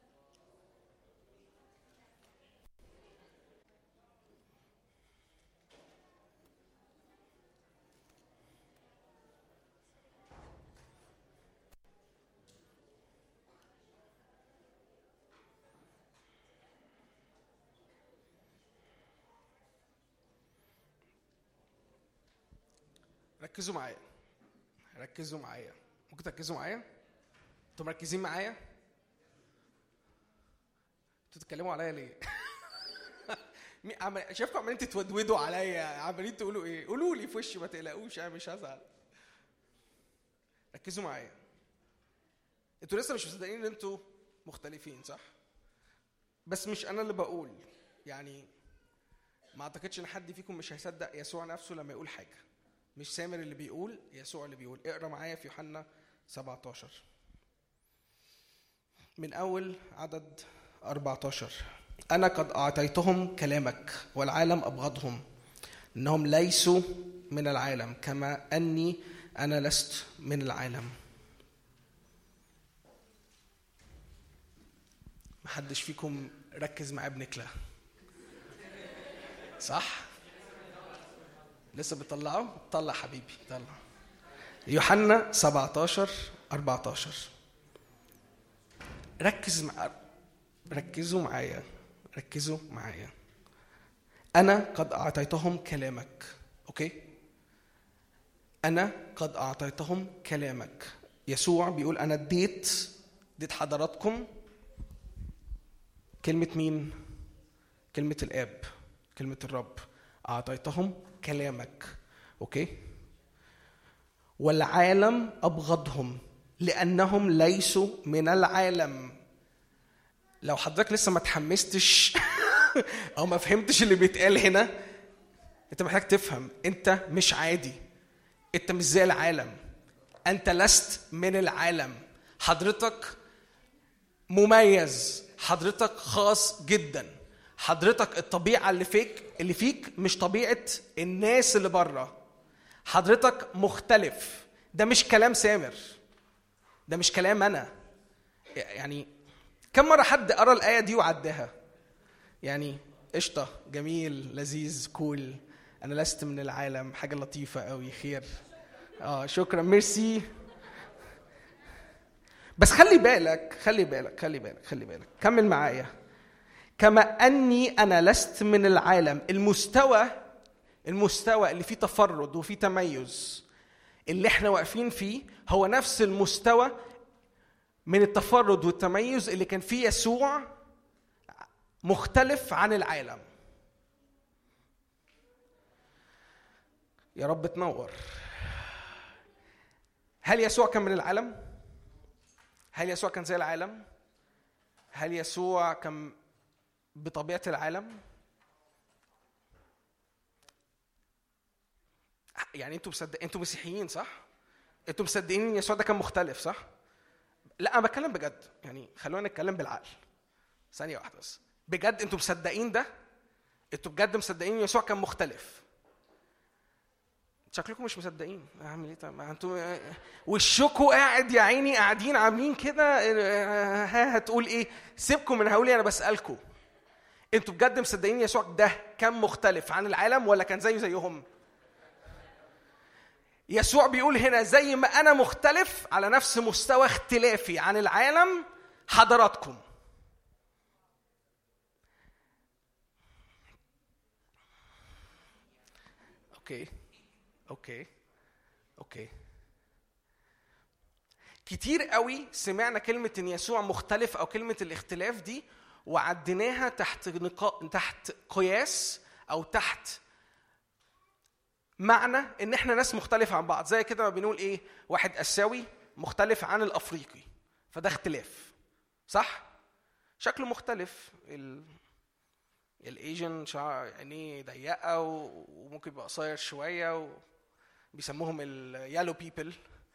ركزوا معايا ركزوا معايا. ممكن تركزوا معايا؟ انتوا مركزين معايا؟ انتوا تتكلموا عليا ليه؟ شايفكم عمالين تتودودوا عليا، عمالين تقولوا ايه؟ قولوا لي في وشي، ما تقلقوش، انا مش هزعل. ركزوا معايا. انتوا لسه مش مصدقين ان انتوا مختلفين صح؟ بس مش انا اللي بقول، يعني ما اعتقدش ان حد فيكم مش هيصدق يسوع نفسه لما يقول حاجه. مش سامر اللي بيقول، يسوع اللي بيقول. اقرا معايا في يوحنا 17 من أول عدد 14. أنا قد أعطيتهم كلامك والعالم أبغضهم، إنهم ليسوا من العالم كما أني أنا لست من العالم. محدش فيكم ركز معاه بنكلة صح؟ لسه بتطلعوا؟ طلع حبيبي طلع. يوحنا 17 14. ركزوا معايا. أنا قد أعطيتهم كلامك. أوكي؟ أنا قد أعطيتهم كلامك. يسوع بيقول أنا اديت حضراتكم كلمة مين؟ كلمة الآب، كلمة الرب. أعطيتهم كلامك. أوكي؟ والعالم أبغضهم لأنهم ليسوا من العالم. لو حضرتك لسه ما تحمستش أو ما فهمتش اللي بيتقال هنا، أنت محتاج تفهم. أنت مش عادي، أنت مش زي العالم، أنت لست من العالم. حضرتك مميز، حضرتك خاص جدا، حضرتك الطبيعة اللي فيك اللي فيك مش طبيعة الناس اللي بره. حضرتك مختلف. ده مش كلام سامر، ده مش كلام أنا. يعني كم مرة حد قرأ الآية دي وعدها؟ يعني قشطة، جميل، لذيذ، كول، أنا لست من العالم، حاجة لطيفة قوي، خير، شكرا، ميرسي. بس خلي بالك، كمل معايا. كما أني أنا لست من العالم. المستوى اللي فيه تفرد وفيه تميز اللي احنا واقفين فيه هو نفس المستوى من التفرد والتميز اللي كان فيه يسوع مختلف عن العالم. يا رب تنور. هل يسوع كان من العالم؟ هل يسوع كان زي العالم؟ هل يسوع كان بطبيعة العالم؟ يعني انتوا مسيحيين صح؟ انتوا مصدقين ان يسوع ده كان مختلف صح؟ لا انا بتكلم بجد، يعني خلونا نتكلم بالعقل. ثانية واحدة بس. بجد انتوا مصدقين ده؟ انتوا بجد مصدقين ان يسوع كان مختلف؟ شكلكم مش مصدقين. اعمل ايه طيب؟ انتوا وشكوا قاعد يا عيني قاعدين عاملين كده. هتقول ايه؟ سيبكم من هقولي، انا بسألكم انتوا بجد مصدقين يسوع ده كان مختلف عن العالم ولا كان زيهم؟ يسوع بيقول هنا زي ما انا مختلف على نفس مستوى اختلافي عن العالم حضراتكم. اوكي. كتير قوي سمعنا كلمة ان يسوع مختلف او كلمة الاختلاف دي وعديناها تحت قياس او تحت معنى ان احنا ناس مختلفة عن بعض. زي كده ما بنقول ايه؟ واحد اسيوي مختلف عن الافريقي، فده اختلاف صح؟ شكله مختلف. الايجن يعني ضيقه وممكن يبقى قصير شويه وبيسموهم اليالو بيبل.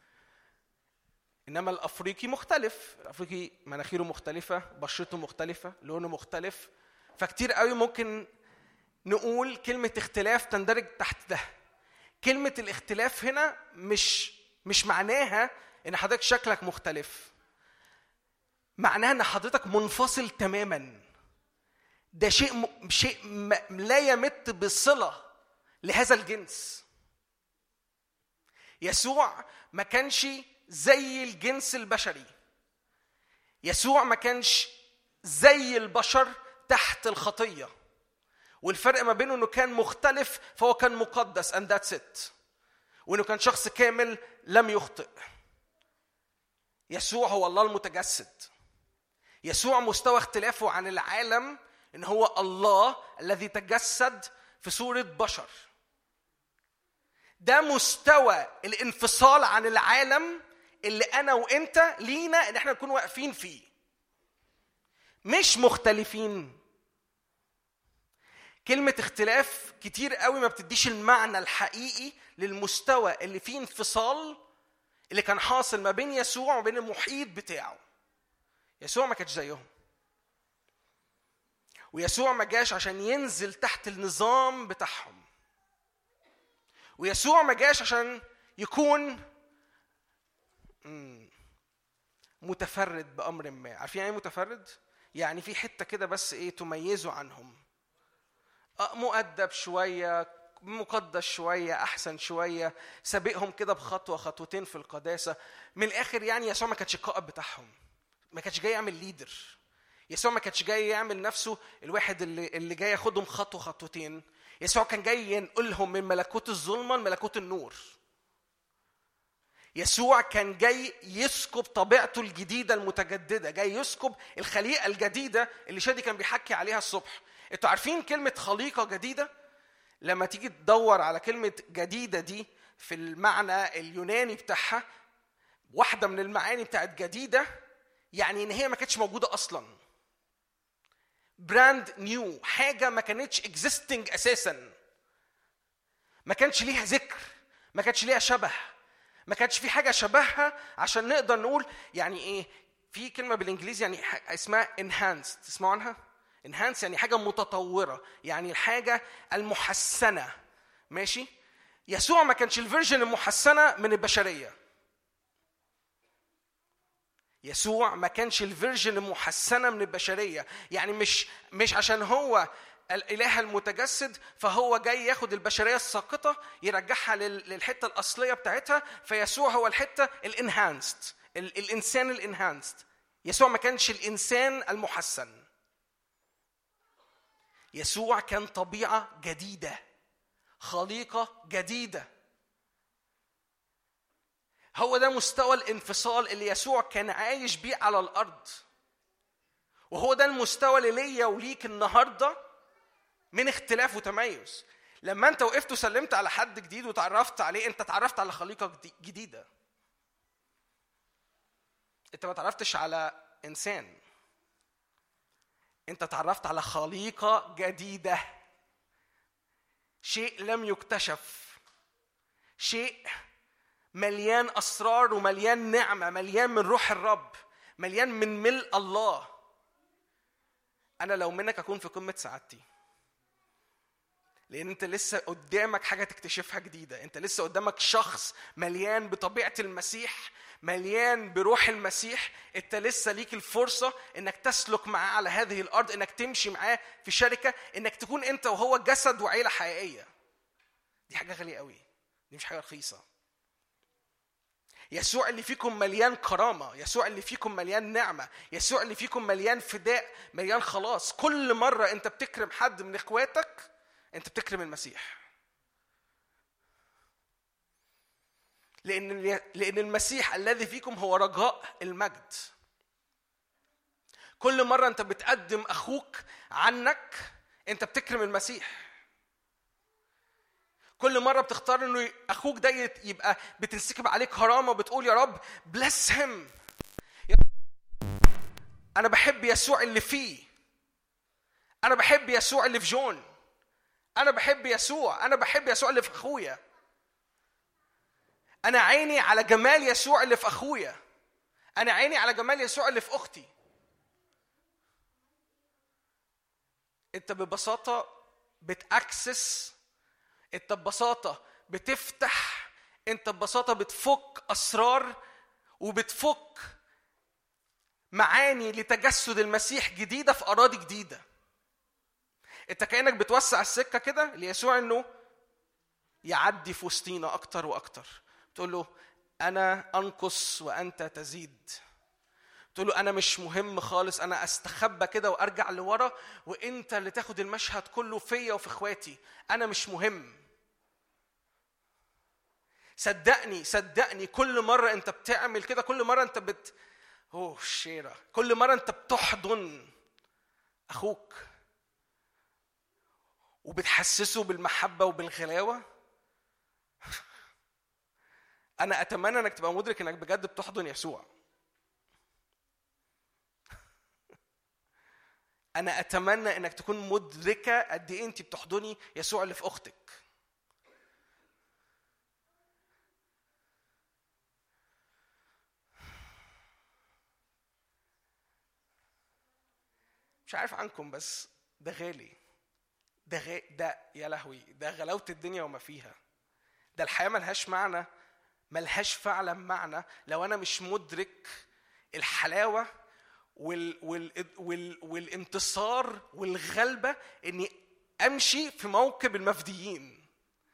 انما الافريقي مختلف. الافريقي مناخيره مختلفه، بشرته مختلفه، لونه مختلف. فكتير قوي ممكن نقول كلمه اختلاف تندرج تحت ده. كلمه الاختلاف هنا مش معناها ان حضرتك شكلك مختلف، معناها ان حضرتك منفصل تماما. ده شيء لا يمت بصلة لهذا الجنس. يسوع ما كانش زي الجنس البشري. يسوع ما كانش زي البشر تحت الخطية. والفرق ما بينه انه كان مختلف فهو كان مقدس and that's it. وانه كان شخص كامل لم يخطئ. يسوع هو الله المتجسد. يسوع مستوى اختلافه عن العالم إن هو الله الذي تجسد في صورة بشر. ده مستوى الانفصال عن العالم اللي أنا وإنت لينا إن احنا نكون واقفين فيه، مش مختلفين. كلمة اختلاف كتير قوي ما بتديش المعنى الحقيقي للمستوى اللي فيه انفصال اللي كان حاصل ما بين يسوع وبين المحيط بتاعه. يسوع ما كانش زيهم. ويسوع ما جاش عشان ينزل تحت النظام بتاعهم. ويسوع ما جاش عشان يكون متفرد بأمر ما. عارفين يعني متفرد؟ يعني في حتة كده بس ايه تميزه عنهم. مؤدب شوية، مقدس شوية، أحسن شوية، سابقهم كده بخطوة خطوتين في القداسة. من الآخر يعني يسوع ما كانش القائد بتاعهم. ما كانش جاي يعمل ليدر. يسوع ما كانش جاي يعمل نفسه الواحد اللي جاي ياخدهم خطوة خطوتين. يسوع كان جاي ينقلهم من ملكوت الظلمة لملكوت النور. يسوع كان جاي يسكب طبيعته الجديدة المتجددة، جاي يسكب الخليقة الجديدة اللي شادي كان بيحكي عليها الصبح. انتوا عارفين كلمة خليقة جديدة؟ لما تيجي تدور على كلمة جديدة دي في المعنى اليوناني بتاعها، واحدة من المعاني بتاعت جديدة يعني ان هي ما كانتش موجودة اصلا. براند نيو، حاجة ما كانتش existing اساسا، ما كانش ليها ذكر، ما كانش ليها شبه، ما كانش في حاجة شبهها عشان نقدر نقول يعني ايه. في كلمة بالانجليزي يعني اسمها enhanced، تسمعوا عنها؟ enhance يعني حاجة متطورة، يعني الحاجة المحسنة. ماشي؟ يسوع ما كانش الفيرجن المحسنة من البشرية. يسوع ما كانش الفيرجن المحسنة من البشرية، يعني مش عشان هو الإله المتجسد فهو جاي ياخد البشرية الساقطة يرجعها للحتة الأصلية بتاعتها، فيسوع هو الحتة الانهانست، الإنسان الانهانست. يسوع ما كانش الإنسان المحسن. يسوع كان طبيعة جديدة، خليقة جديدة. هو ده مستوى الانفصال اللي يسوع كان عايش بيه على الأرض، وهو ده المستوى اللي ليا وليك النهاردة من اختلاف وتميز. لما انت وقفت وسلمت على حد جديد وتعرفت عليه، انت تعرفت على خليقة جديدة. انت ما تعرفتش على انسان، انت تعرفت على خليقة جديدة، شيء لم يكتشف، شيء مليان أسرار ومليان نعمة، مليان من روح الرب، مليان من ملء الله. أنا لو منك أكون في قمة سعادتي، لأن أنت لسه قدامك حاجة تكتشفها جديدة. أنت لسه قدامك شخص مليان بطبيعة المسيح، مليان بروح المسيح. أنت لسه ليك الفرصة أنك تسلك معاه على هذه الأرض، أنك تمشي معاه في شركة، أنك تكون أنت وهو جسد وعيلة حقيقية. دي حاجة غالية قوي، دي مش حاجة رخيصة. يسوع اللي فيكم مليان كرامة، يسوع اللي فيكم مليان نعمة، يسوع اللي فيكم مليان فداء، مليان خلاص. كل مرة أنت بتكرم حد من إخواتك أنت بتكرم المسيح، لأن المسيح الذي فيكم هو رجاء المجد. كل مرة أنت بتقدم أخوك عنك أنت بتكرم المسيح. كل مرة بتختار إنه أخوك ده يبقى بتنسكب عليه كرامة وبتقول يا رب bless him. أنا بحب يسوع اللي فيه، أنا بحب يسوع اللي في جون، أنا بحب يسوع، أنا بحب يسوع اللي في أخويا. أنا عيني على جمال يسوع اللي في أخويا، أنا عيني على جمال يسوع اللي في أختي. أنت ببساطة بتأكسس، أنت ببساطة بتفتح، أنت ببساطة بتفك أسرار وبتفك معاني لتجسد المسيح جديدة في أراضي جديدة. أنت كأنك بتوسع السكة كده ليسوع إنه يعدي في وسطينا أكتر وأكتر. تقول له أنا أنقص وأنت تزيد. تقول له أنا مش مهم خالص، أنا أستخبى كده وأرجع لورا وأنت اللي تاخد المشهد كله فيا وفي إخواتي. أنا مش مهم. صدقني كل مرة أنت بتعمل كده، كل مرة أنت شيرة، كل مرة أنت بتحضن أخوك وبتحسسه بالمحبة وبالغلاوة. أنا أتمنى أنك تبقى مدرك أنك بجد بتحضن يسوع. أنا أتمنى أنك تكون مدركة قد إيه أنت بتحضني يسوع اللي في أختك. مش عارف عنكم بس ده غالي، ده يا لهوي، ده غلاوة الدنيا وما فيها. ده الحياة ملهاش معنى، ملهاش فعلا معنى لو أنا مش مدرك الحلاوة والانتصار والغلبة، إني أمشي في موكب المفديين،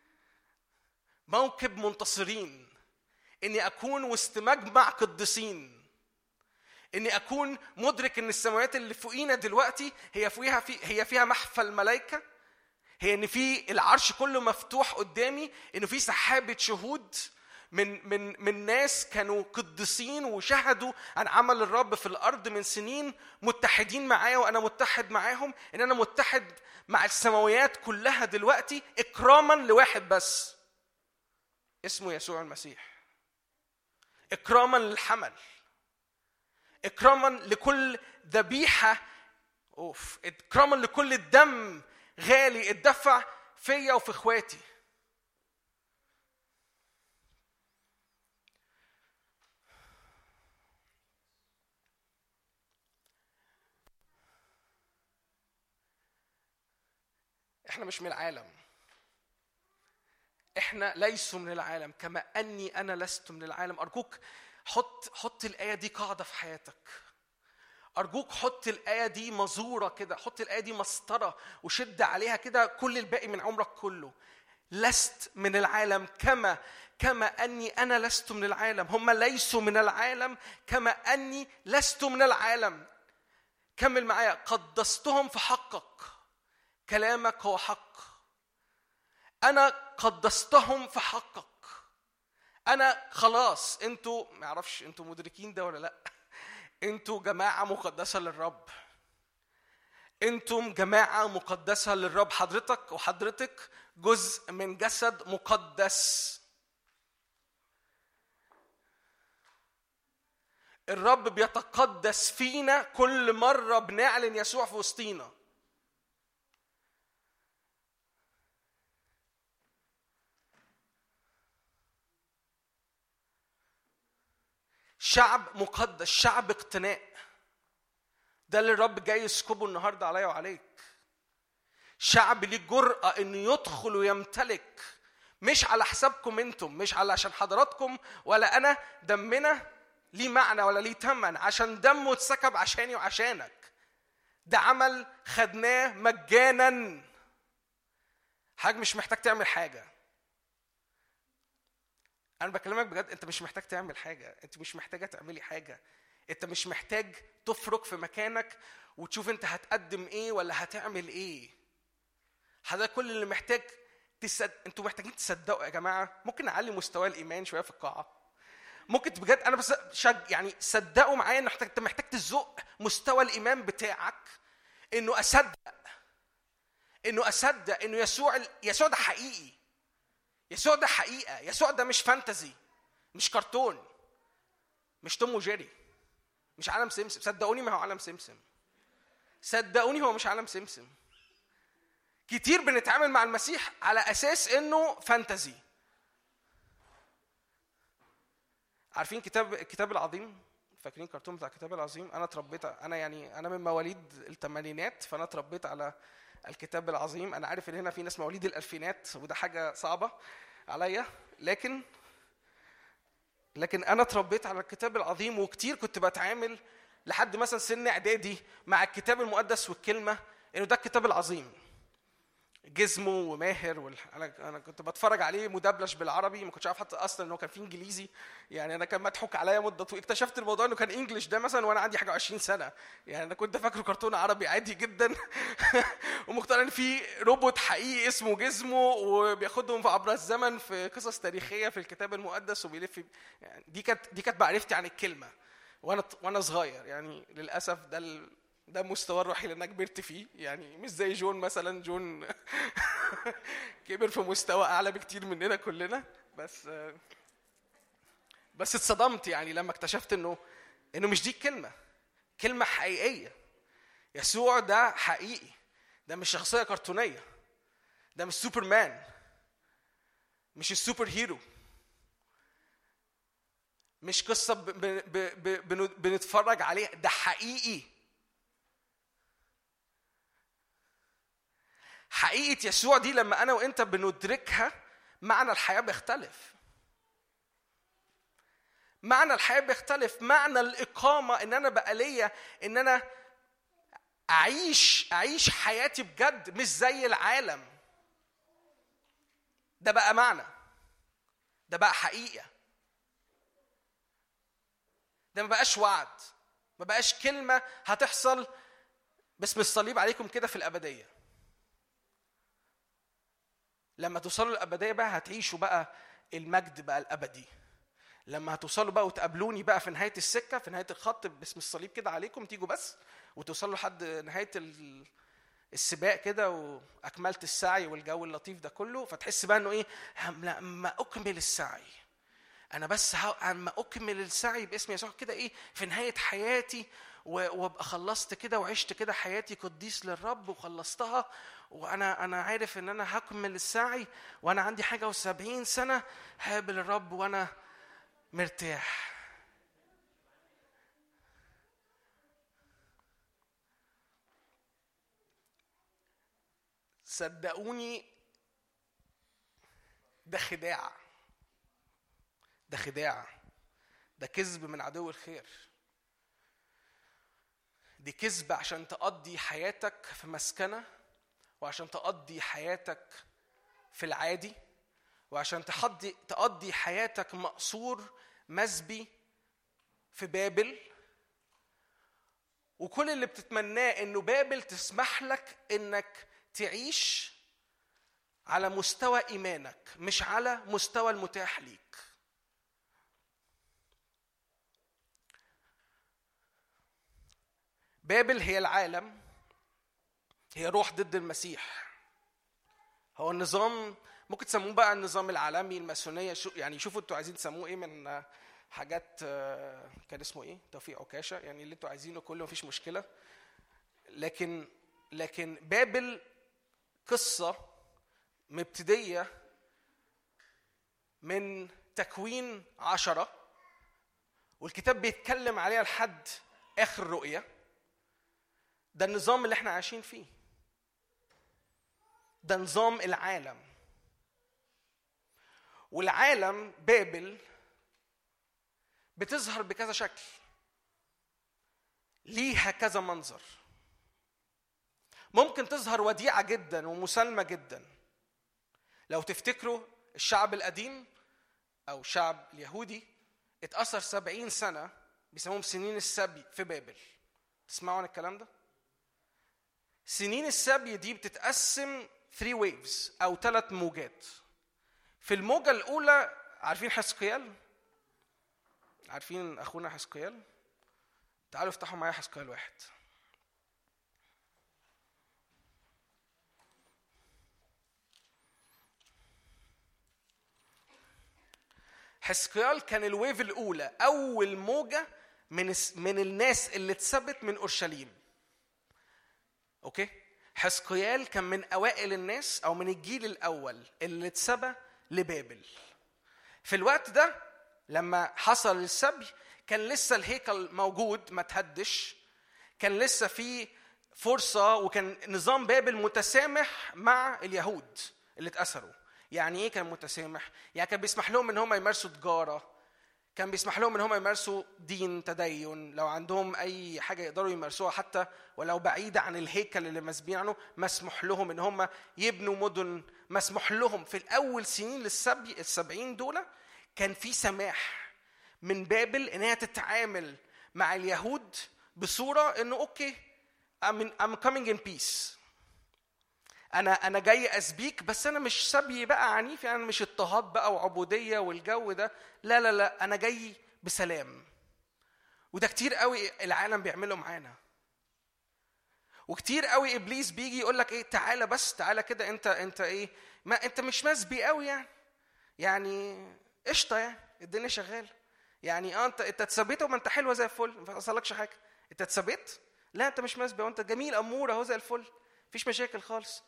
موكب منتصرين، إني أكون وسط مجمع قديسين، إني أكون مدرك إن السماوات اللي فوقينا دلوقتي هي فيها محفل ملائكة، هي إن في العرش كله مفتوح قدامي، إنه في سحابة شهود من ناس كانوا قديسين وشهدوا عن عمل الرب في الأرض من سنين، متحدين معايا وأنا متحد معاهم، إن أنا متحد مع السماويات كلها دلوقتي إكراما لواحد بس اسمه يسوع المسيح. إكراما للحمل، إكراما لكل ذبيحة، إكراما لكل الدم غالي اتدفع فيا وفي إخواتي. احنا مش من العالم، احنا ليسوا من العالم كما اني انا لست من العالم. ارجوك حط الايه دي قاعده في حياتك. ارجوك حط الايه دي مزوره كده، حط الايه دي مسطره وشد عليها كده كل الباقي من عمرك كله. لست من العالم كما اني انا لست من العالم. هم ليسوا من العالم كما اني لست من العالم. كمل معايا. قدستهم في حقك، كلامك هو حق. انا قدستهم في حقك. انا خلاص، انتوا ما اعرفش انتوا مدركين ده ولا لا، انتوا جماعه مقدسه للرب. انتم جماعه مقدسه للرب. حضرتك وحضرتك جزء من جسد مقدس. الرب بيتقدس فينا كل مره بنعلن يسوع في وسطينا. شعب مقدس، شعب اقتناء. ده اللي الرب جاي يسكبه النهارده عليا وعليك. شعب ليه جرأة انه يدخل ويمتلك، مش على حسابكم انتم، مش على عشان حضراتكم ولا انا دمنا ليه معنى ولا ليه ثمن، عشان دمه اتسكب عشاني وعشانك. ده عمل خدناه مجانا. حاجة مش محتاج تعمل حاجة. أنا بكلمك بجد، أنت مش محتاج تعمل حاجة، أنت مش محتاجة تعملي حاجة، أنت مش محتاج تفرق في مكانك وتشوف أنت هتقدم إيه ولا هتعمل إيه. هذا كل اللي محتاج أنتوا محتاجين تصدقوا يا جماعة. ممكن نعلي مستوى الإيمان شوية في القاعة؟ ممكن بجد أنا بس يعني صدقوا معايا إنه أنت محتاج تزق مستوى الإيمان بتاعك، إنه أصدق إنه يسوع ده حقيقي. يسوع ده حقيقة. يسوع ده مش فانتزي، مش كرتون، مش توم وجيري، مش عالم سمسم. صدقوني ما هو عالم سمسم. صدقوني هو مش عالم سمسم. كتير بنتعامل مع المسيح على أساس إنه فانتزي. عارفين الكتاب العظيم؟ فاكرين الكرتون بتاع الكتاب العظيم؟ أنا من مواليد الثمانينات، فأنا اتربيت على الكتاب العظيم. أنا عارف إن هنا في ناس مواليد الألفينات وده حاجة صعبة عليا، لكن أنا اتربيت على الكتاب العظيم. وكتير كنت بتعامل لحد مثلا سن إعدادي مع الكتاب المقدس والكلمة إنه ده الكتاب العظيم. جزمه وماهر انا كنت بتفرج عليه مدبلج بالعربي، ما كنتش عارف حتى اصلا انه كان فيه انجليزي. يعني انا كان مضحوك عليا مده طويله. اكتشفت الموضوع انه كان انجليش ده مثلا وانا عندي حاجه 20 سنه. يعني انا كنت فاكره كرتون عربي عادي جدا ومقتنع ان في روبوت حقيقي اسمه جزمه وبياخدهم عبر الزمن في قصص تاريخيه في الكتاب المقدس وبيلف. يعني دي كانت معرفتي عن الكلمه وانا صغير. يعني للاسف ده مستوى الروحي اللي انا كبرت فيه. يعني مش زي جون مثلا. جون كبر في مستوى اعلى بكتير مننا كلنا. بس اتصدمت يعني لما اكتشفت انه مش دي كلمة حقيقية. يسوع ده حقيقي. ده مش شخصية كرتونية. ده مش سوبرمان، مش السوبر هيرو، مش قصة بنتفرج عليها. ده حقيقي. حقيقة يسوع دي لما أنا وإنت بندركها معنى الحياة بيختلف. معنى الحياة بيختلف. معنى الإقامة إن أنا بقى ليا إن أنا أعيش حياتي بجد مش زي العالم. ده بقى معنى. ده بقى حقيقة. ده ما بقاش وعد، ما بقاش كلمة هتحصل باسم الصليب عليكم كده في الأبدية. لما توصلوا الأبدية بقى هتعيشوا بقى المجد بقى الأبدي. لما هتوصلوا بقى وتقابلوني بقى في نهاية السكة، في نهاية الخط باسم الصليب كده عليكم، تيجوا بس وتوصلوا لحد نهاية السباق كده وأكملت السعي والجو اللطيف ده كله، فتحس بقى إنه إيه، لما أكمل السعي أنا بس أما أكمل السعي باسم يسوع كده إيه في نهاية حياتي وابقى خلصت كده وعشت كده حياتي قديس للرب وخلصتها، وانا عارف ان انا هكمل السعي وانا عندي حاجه و70 سنه هقابل الرب وانا مرتاح. صدقوني ده خداع، ده خداع، ده كذب من عدو الخير. دي كذب عشان تقضي حياتك في مسكنة، وعشان تقضي حياتك في العادي، وعشان تقضي حياتك مقصور مسبي في بابل. وكل اللي بتتمناه انه بابل تسمح لك انك تعيش على مستوى ايمانك، مش على مستوى المتاح ليك. بابل هي العالم، هي روح ضد المسيح. هو النظام، ممكن تسموه بقى النظام العالمي، الماسونية، يعني شوفوا انتوا عايزين تسموه ايه من حاجات. كان اسمه ايه؟ توفيق عكاشة، يعني اللي انتوا عايزينه كله مفيش مشكلة. لكن بابل قصة مبتدية من تكوين 10، والكتاب بيتكلم عليها لحد آخر رؤية. ده النظام اللي احنا عايشين فيه، ده نظام العالم. والعالم بابل بتظهر بكذا شكل، ليها كذا منظر. ممكن تظهر وديعة جدا ومسالمة جدا. لو تفتكروا الشعب القديم أو الشعب اليهودي اتأثر 70 سنة، بيسموهم سنين السبي في بابل. تسمعوا عن الكلام ده؟ سنين السبي دي بتتقسم 3 waves أو 3 موجات. في الموجة الأولى، عارفين حزقيال؟ عارفين أخونا حزقيال؟ تعالوا افتحوا معايا حزقيال 1. حزقيال كان الويف الأولى، أول موجة من الناس اللي اتثبت من أورشليم. أوكي؟ حزقيال كان من أوائل الناس أو من الجيل الأول اللي اتسبى لبابل. في الوقت ده لما حصل السبي كان لسه الهيكل موجود ما تهدش، كان لسه في فرصة، وكان نظام بابل متسامح مع اليهود اللي اتأثروا. يعني ايه كان متسامح؟ يعني كان بيسمح لهم ان هم يمارسوا تجارة، كان بيسمح لهم ان هم يمارسوا دين تدين، لو عندهم اي حاجة يقدروا يمارسوها حتى ولو بعيدة عن الهيكل اللي مسبين عنه. مسموح لهم ان هم يبنوا مدن، مسموح لهم. في الاول سنين للسبي 70 دول كان في سماح من بابل انها تتعامل مع اليهود بصورة انه اوكي I'm coming in peace. انا جاي اسبيك، بس انا مش سبي بقى عنيف، يعني مش اضطهاد بقى وعبودية والجو ده. لا لا لا، انا جاي بسلام. وده كتير قوي العالم بيعمله معانا. وكتير قوي ابليس بيجي يقول لك ايه، تعالى بس، تعالى كده، انت ايه، ما انت مش مسبي قوي يعني قشطه، يعني الدنيا شغاله، يعني انت اتثبت وما انت حلوه زي الفل، ما حصلكش حاجه. انت اتثبت؟ لا انت مش مسبي، وانت جميل امور اهو زي الفل، مفيش مشاكل خالص.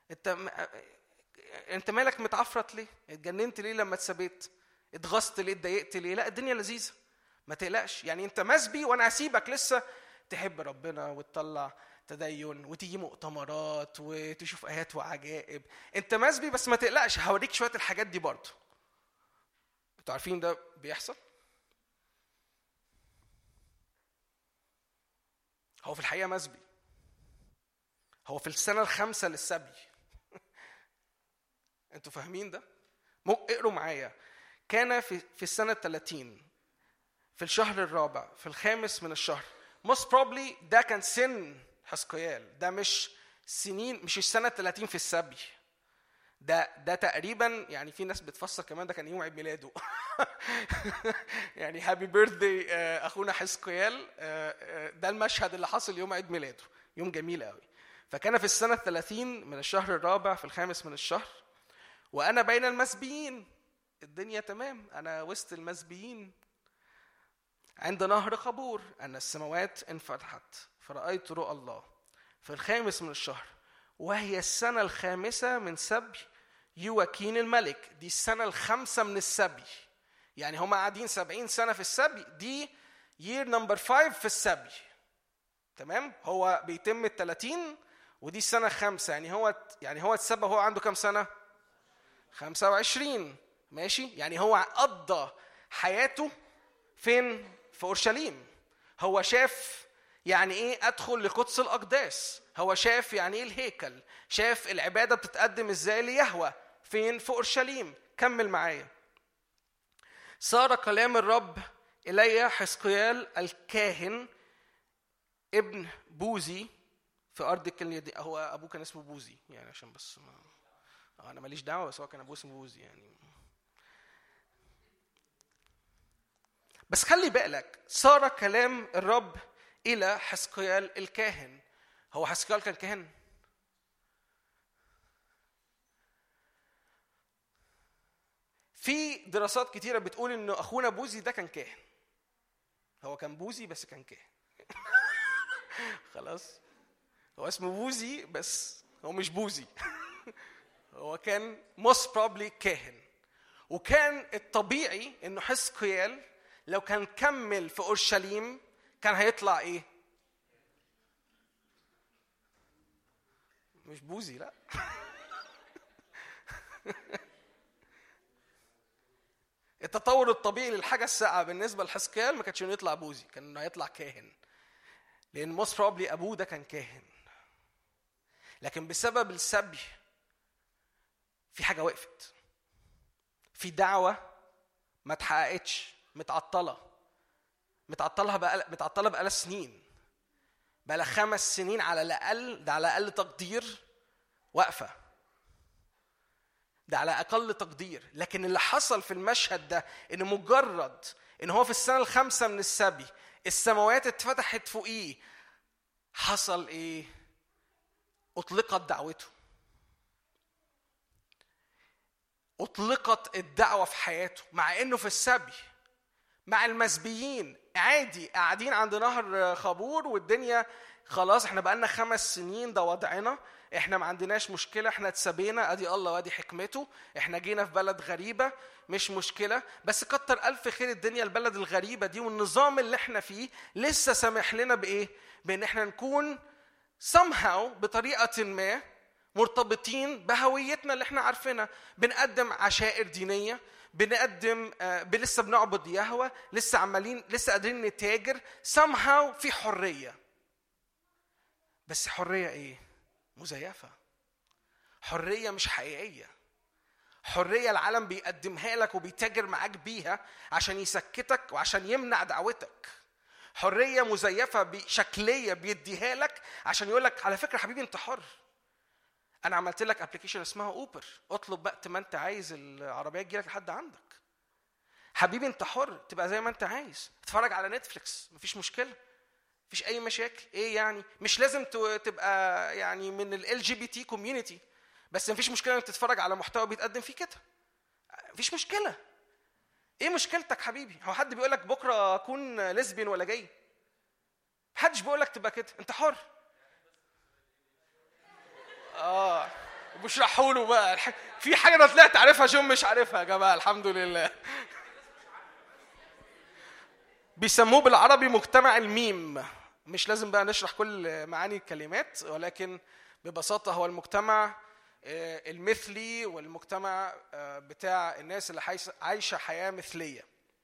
انت مالك متعفرت ليه؟ اتجننت ليه لما اتثبت؟ اتغصت ليه؟ اتضايقت ليه؟ لا الدنيا لذيذه، ما تقلقش. يعني انت مسبي وانا هسيبك لسه تحب ربنا وتطلع تدين وتيجي مؤتمرات وتشوف آيات وعجائب. انت مسبي بس ما تقلقش، هوريك شويه الحاجات دي برضه. انتوا عارفين ده بيحصل؟ هو في الحقيقه مسبي، هو في السنه الخامسة للسبي. انتوا فاهمين ده؟ اقروا معايا. كان في السنه 30 في الشهر الرابع في الخامس من الشهر. most probably ده كان سن حزقيال، ده مش سنين، مش السنه 30 في السبي. ده تقريبا، يعني في ناس بتفسر كمان ده كان يوم عيد ميلاده. يعني هابي بيرثدي اخونا حزقيال. ده المشهد اللي حصل يوم عيد ميلاده، يوم جميل قوي. فكان في السنه 30 من الشهر الرابع في الخامس من الشهر، وانا بين المسبيين. الدنيا تمام، انا وسط المسبيين عند نهر خبور، أن السماوات انفتحت فرأيت رؤى الله في الخامس من الشهر، وهي السنة الخامسة من سبي يواكين الملك. دي السنة الخامسة من السبي، يعني هم قاعدين 70 سنة في السبي، دي year number 5 في السبي. تمام؟ هو بيتم 30 ودي السنة 5، يعني هو اتسبى هو عنده كام سنة؟ 25. ماشي، يعني هو قضى حياته فين؟ في أورشليم. هو شاف يعني ايه ادخل لقدس الأقداس، هو شاف يعني ايه الهيكل، شاف العبادة بتتقدم ازاي ليهوه فين؟ في أورشليم. كمل معايا. صار كلام الرب إلي حزقيال الكاهن ابن بوزي في أرض الكلدانيين. هو أبوه كان اسمه بوزي يعني، عشان بس أنا ماليش دعوة، بس هو كان أبوه اسمه بوزي يعني. بس خلي بالك، صار كلام الرب إلى حزقيال الكاهن. هو حزقيال كان كاهن؟ في دراسات كتيرة بتقول إنه أخونا بوزي ده كان كاهن. هو كان بوزي بس كان كاهن. خلاص، هو اسمه بوزي بس هو مش بوزي. هو كان most probably كاهن. وكان الطبيعي إنه حزقيال لو كان كمل في أورشليم كان هيطلع إيه؟ مش بوزي، لا. التطور الطبيعي للحاجة الساقعة بالنسبة لحزقيال ما كانش إنه يطلع بوزي، كان إنه هيطلع كاهن، لأن most probably أبوه ده كان كاهن. لكن بسبب السبي في حاجة وقفت، في دعوة ما اتحققتش، متعطلة بقى سنين، بقى 5 سنين على الأقل، ده على أقل تقدير واقفة، ده على أقل تقدير. لكن اللي حصل في المشهد ده إن مجرد إن هو في السنة 5 من السبي السماوات اتفتحت فوقيه، حصل إيه؟ أطلقت دعوته، أطلقت الدعوة في حياته، مع إنه في السبي مع المسبيين عادي قاعدين عند نهر خابور والدنيا خلاص، احنا بقالنا 5 سنين ده وضعنا، احنا ما عندناش مشكلة، احنا اتسبينا، ادي الله وادي حكمته، احنا جينا في بلد غريبة مش مشكلة، بس كتر ألف خير الدنيا البلد الغريبة دي والنظام اللي احنا فيه لسه سامح لنا بإيه؟ بأن احنا نكون somehow بطريقة ما مرتبطين بهويتنا اللي احنا عارفينها، بنقدم عشائر دينية، بنقدم لسه بنعبد يهوه، لسه قادرين نتاجر، somehow في حرية. بس حرية ايه؟ مزيفة، حرية مش حقيقية، حرية العالم بيقدمها لك وبيتاجر معاك بيها عشان يسكتك وعشان يمنع دعوتك. حرية مزيفة بشكلية بيديها لك عشان يقولك على فكرة حبيبي انت حر، انا عملت لك ابلكيشن اسمها اوبر، اطلب وقت ما انت عايز العربيه تجيلك لحد عندك. حبيبي انت حر تبقى زي ما انت عايز، تتفرج على نتفليكس مفيش مشكله، مفيش اي مشاكل. ايه يعني مش لازم تبقى يعني من ال LGBT كوميونتي، بس مفيش مشكله انك تتفرج على محتوى بيتقدم فيه كده، مفيش مشكله. ايه مشكلتك حبيبي؟ هو حد بيقول لك بكره اكون ليزبيان ولا جاي؟ محدش بيقول لك تبقى كده، انت حر. بشرحوا له بقى في حاجه انا طلعت عارفها شو مش عارفها يا جماعه، الحمد لله. بيسموه بالعربي مجتمع الميم، مش لازم بقى نشرح كل معاني الكلمات، ولكن ببساطه هو المجتمع المثلي والمجتمع بتاع الناس اللي عايشه حياه مثليه.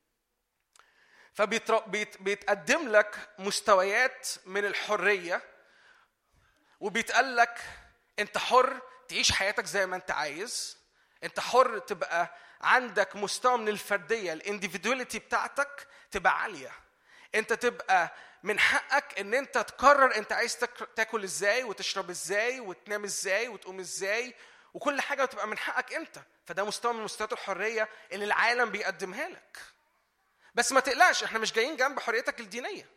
فبيتقدم لك مستويات من الحريه، وبيتقال لك انت حر تعيش حياتك زي ما انت عايز، انت حر تبقى عندك مستوى من الفرديه، الانديفيدواليتي بتاعتك تبقى عاليه، انت تبقى من حقك ان انت تقرر انت عايز تاكل ازاي وتشرب ازاي وتنام ازاي وتقوم ازاي، وكل حاجه تبقى من حقك انت. فده مستوى من مستويات الحريه اللي العالم بيقدمها لك. بس ما تقلقش، احنا مش جايين جنب حريتك الدينيه.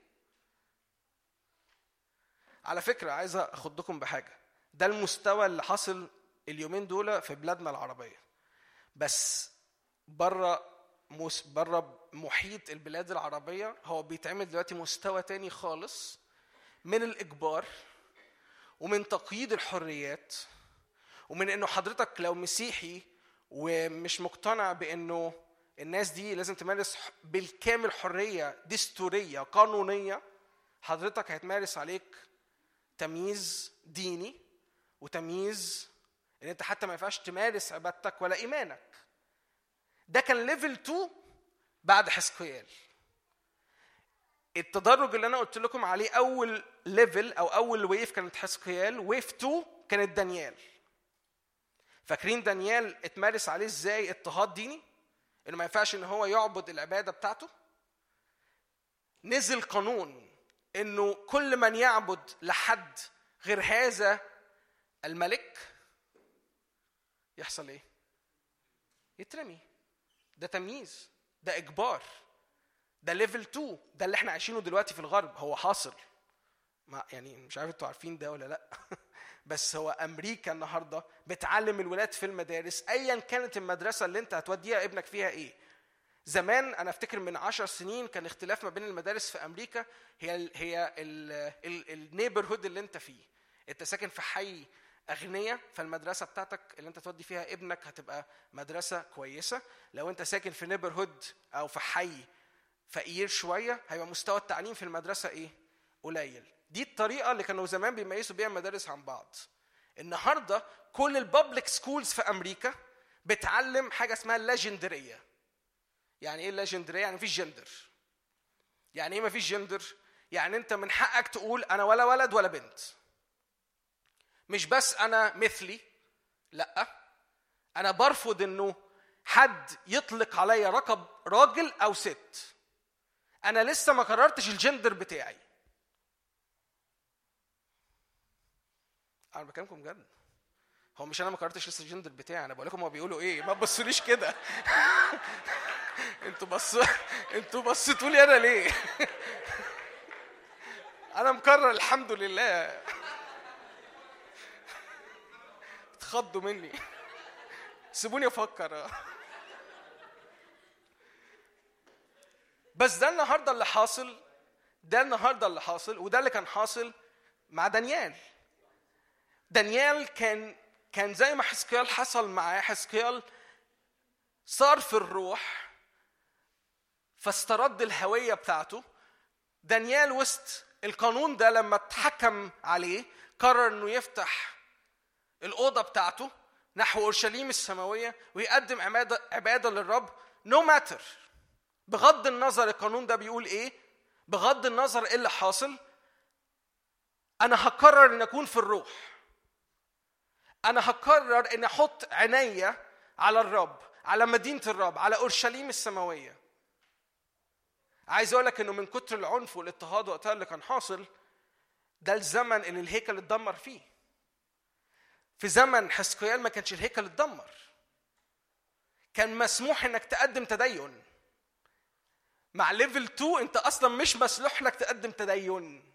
على فكره عايز اخدكم بحاجه، ده المستوى اللي حاصل اليومين دول في بلادنا العربية، بس بره محيط البلاد العربية هو بيتعمل دلوقتي مستوى تاني خالص من الإجبار ومن تقييد الحريات، ومن إنه حضرتك لو مسيحي ومش مقتنع بإنه الناس دي لازم تمارس بالكامل حرية دستورية قانونية، حضرتك هيتمارس عليك تمييز ديني وتمييز ان انت حتى ما ينفعش تمارس عبادتك ولا ايمانك. ده كان ليفل 2 بعد حزقيال. التدرج اللي انا قلت لكم عليه اول ليفل او اول ويف كانت حزقيال، ويف 2 كانت دانيال. فاكرين دانيال اتمارس عليه ازاي اضطهاد ديني، انه ما ينفعش ان هو يعبد العباده بتاعته. نزل قانون انه كل من يعبد لحد غير هذا الملك يحصل ايه؟ يترمي. ده تمييز، ده اجبار، ده ليفل 2. ده اللي احنا عايشينه دلوقتي في الغرب. هو حاصل، ما يعني مش عارف انتوا عارفين ده ولا لا بس هو امريكا النهارده بتعلم الولاد في المدارس ايا كانت المدرسه اللي انت هتوديها ابنك فيها ايه. زمان انا افتكر من 10 سنين كان اختلاف ما بين المدارس في امريكا هي النيبرهود اللي انت فيه. انت ساكن في حي اغنياء، فالمدرسه بتاعتك اللي انت تودي فيها ابنك هتبقى مدرسه كويسه. لو انت ساكن في نيبرهود او في حي فقير شويه هيبقى مستوى التعليم في المدرسه ايه؟ قليل. دي الطريقه اللي كانوا زمان بيميزوا بيها المدارس عن بعض. النهارده كل البابليك سكولز في امريكا بتعلم حاجه اسمها الليجندريه. يعني ايه الليجندريه؟ يعني مفيش جندر. يعني ايه مفيش جندر؟ يعني انت من حقك تقول انا ولا ولد ولا بنت. مش بس انا مثلي، لا، انا برفض انه حد يطلق عليا رقب راجل او ست. انا لسه ما قررتش الجندر بتاعي. انا بكلمكم جد. هو مش انا ما قررتش لسه الجندر بتاعي، انا بقول لكم هو بيقولوا ايه. ما تبصوليش كده انتوا بصيتوا لي انا ليه؟ انا مقرر الحمد لله. اتخضوا مني، سيبوني افكر. بس ده النهارده اللي حاصل، ده النهارده اللي حاصل، وده اللي كان حاصل مع دانيال. دانيال كان زي ما حزقيال حصل معاه. حزقيال صار في الروح فاسترد الهوية بتاعته. دانيال وسط القانون ده لما اتحكم عليه قرر انه يفتح الأوضة بتاعته نحو أورشليم السماوية ويقدم عبادة للرب no matter. بغض النظر القانون ده بيقول ايه، بغض النظر ايه اللي حاصل، انا هقرر ان اكون في الروح. انا هقرر ان احط عينيا على الرب، على مدينة الرب، على أورشليم السماوية. عايز اقول لك انه من كتر العنف والاضطهاد وقتها اللي كان حاصل، ده الزمن اللي الهيكل اتدمر فيه. في زمن حزقيال ما كانش الهيكل اتدمر، كان مسموح انك تقدم تدين. مع ليفل 2 انت اصلا مش مسموح لك تقدم تدين.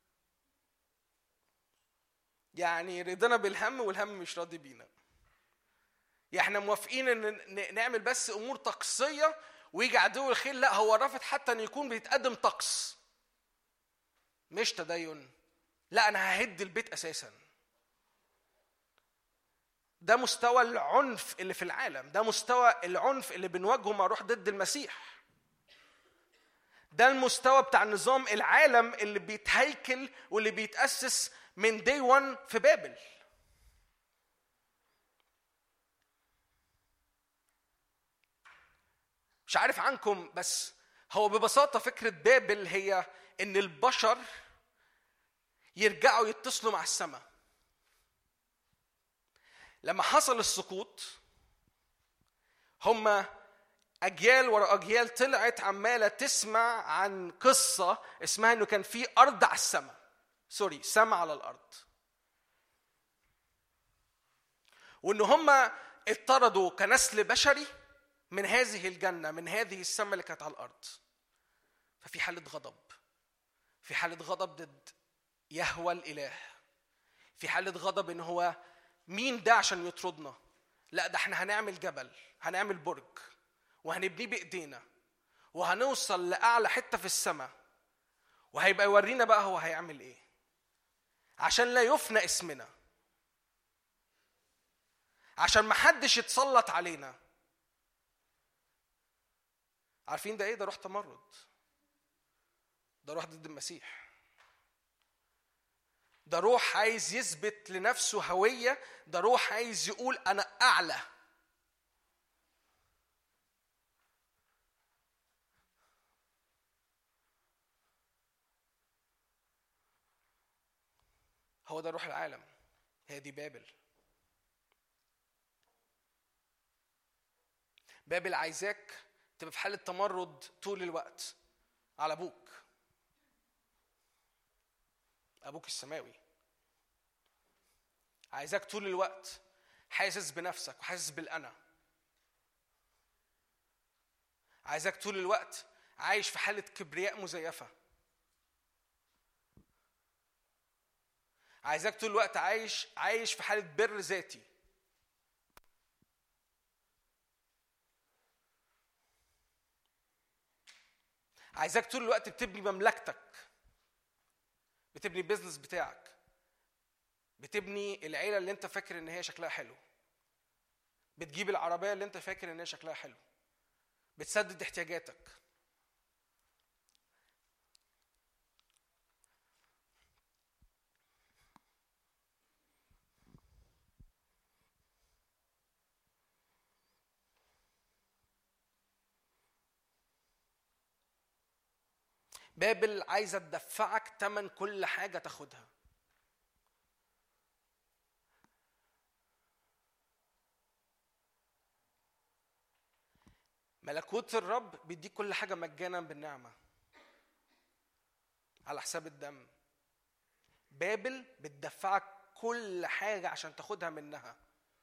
يعني رضينا بالهم والهم مش راضي بينا. يعني احنا موافقين ان نعمل بس امور طقسيه ويجي عدو الخير، لا، هو رافض حتى ان يكون بيتقدم طقس مش تدين. لا، انا ههد البيت اساسا. ده مستوى العنف اللي في العالم، ده مستوى العنف اللي بنواجهه مع روح ضد المسيح. ده المستوى بتاع نظام العالم اللي بيتهيكل واللي بيتأسس من day one في بابل. مش عارف عنكم، بس هو ببساطة فكرة بابل هي ان البشر يرجعوا يتصلوا مع السماء. لما حصل السقوط هم أجيال ورا أجيال طلعت عمالة تسمع عن قصة اسمها إنه كان في أرض على السماء، سماء على الأرض، وإن هم اضطردوا كنسل بشري من هذه الجنة، من هذه السماء اللي كانت على الأرض. ففي حالة غضب، في حالة غضب ضد يهوى الإله، في حالة غضب إن هو مين ده عشان يطردنا؟ لا، ده احنا هنعمل جبل، هنعمل برج وهنبنيه بإيدينا وهنوصل لأعلى حتة في السماء، وهيبقى يورينا بقى هو هيعمل ايه عشان لا يفنى اسمنا، عشان ما حدش يتسلط علينا. عارفين ده ايه؟ ده روح تمرد، ده روح ضد المسيح. ده روح عايز يثبت لنفسه هوية، ده روح عايز يقول أنا أعلى. هو ده روح العالم، هي دي بابل. بابل عايزاك تبقى في حالة تمرد طول الوقت على أبوك السماوي. عايزاك طول الوقت حاسس بنفسك وحاسس بالأنا. عايزاك طول الوقت عايش في حالة كبرياء مزيفة. عايزاك طول الوقت عايش في حالة بر ذاتي. عايزاك طول الوقت بتبني مملكتك، بتبني بيزنس بتاعك، بتبني العيلة اللي انت فاكر ان هي شكلها حلو، بتجيب العربية اللي انت فاكر ان هي شكلها حلو، بتسدد احتياجاتك. بابل عايزة تدفعك تمن كل حاجة تاخدها. ملكوت الرب بيديك كل حاجة مجانا بالنعمة على حساب الدم. بابل بتدفعك كل حاجة عشان تاخدها منها.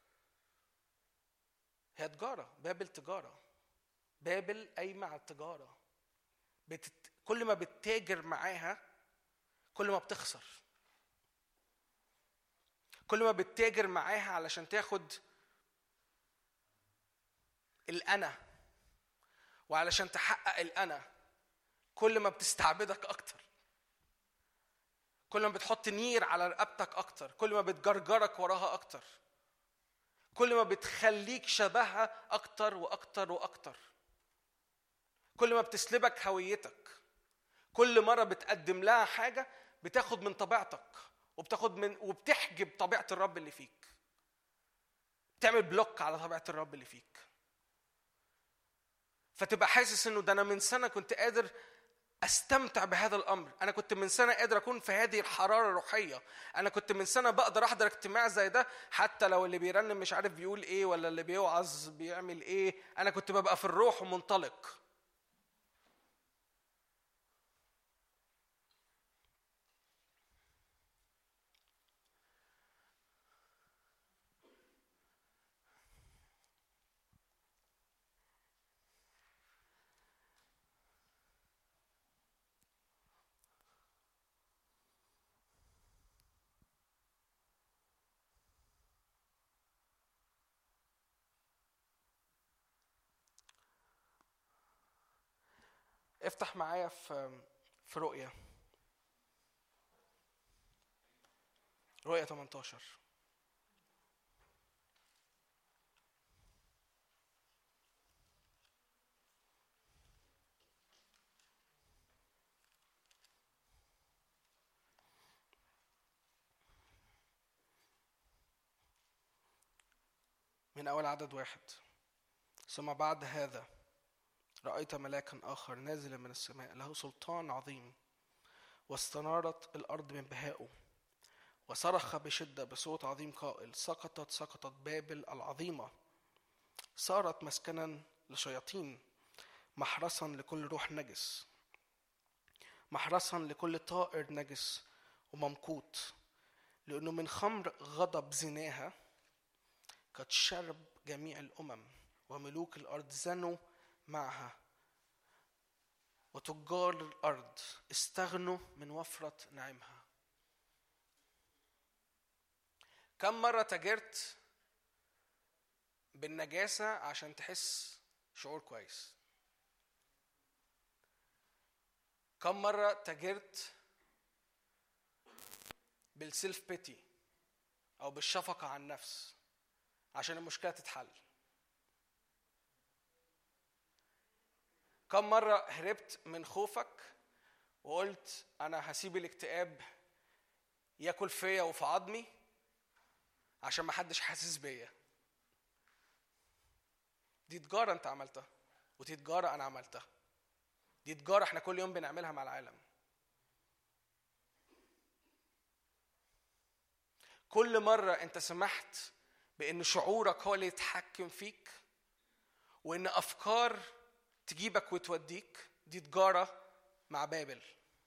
هي تجارة، بابل تجارة. بابل قايمة على التجارة. كل ما بتتاجر معاها كل ما بتخسر. كل ما بتتاجر معاها علشان تاخد الأنا وعلشان تحقق الأنا كل ما بتستعبدك أكتر. كل ما بتحط نير على رقبتك أكتر، كل ما بتجرجرك وراها أكتر، كل ما بتخليك شبهها أكتر وأكتر وأكتر، كل ما بتسلبك هويتك. كل مرة بتقدم لها حاجة بتاخد من طبيعتك وبتحجب طبيعة الرب اللي فيك، بتعمل بلوك على طبيعة الرب اللي فيك. فتبقى حاسس انه ده انا من سنة كنت قادر استمتع بهذا الامر، انا كنت من سنة قادر اكون في هذه الحرارة الروحية، انا كنت من سنة بقدر احضر اجتماع زي ده حتى لو اللي بيرنم مش عارف بيقول ايه ولا اللي بيوعظ بيعمل ايه، انا كنت ببقى في الروح ومنطلق. افتح معايا في رؤية 18. من أول عدد 1. ثم بعد هذا رأيت ملاكا آخر نازلا من السماء له سلطان عظيم، واستنارت الأرض من بهائه، وصرخ بشدة بصوت عظيم قائل: سقطت بابل العظيمة، صارت مسكنا لشياطين، محرسا لكل روح نجس، محرسا لكل طائر نجس وممقوت، لأنه من خمر غضب زناها قد شرب جميع الأمم، وملوك الأرض زنوا معها، وتجار الأرض استغنوا من وفرة نعمها. كم مرة تاجرت بالنجاسة عشان تحس شعور كويس؟ كم مرة تاجرت بالسيلف بيتي أو بالشفقة على النفس عشان المشكلة تتحل؟ كم مرة هربت من خوفك وقلت أنا هسيب الاكتئاب ياكل فيا وفي عظمي عشان ما حدش حاسس بيا. دي تجارة انت عملتها، ودي تجارة انا عملتها. دي تجارة احنا كل يوم بنعملها مع العالم. كل مرة انت سمحت بان شعورك هو اللي يتحكم فيك وان افكار تجيبك وتوديك، دي تجارة مع بابل.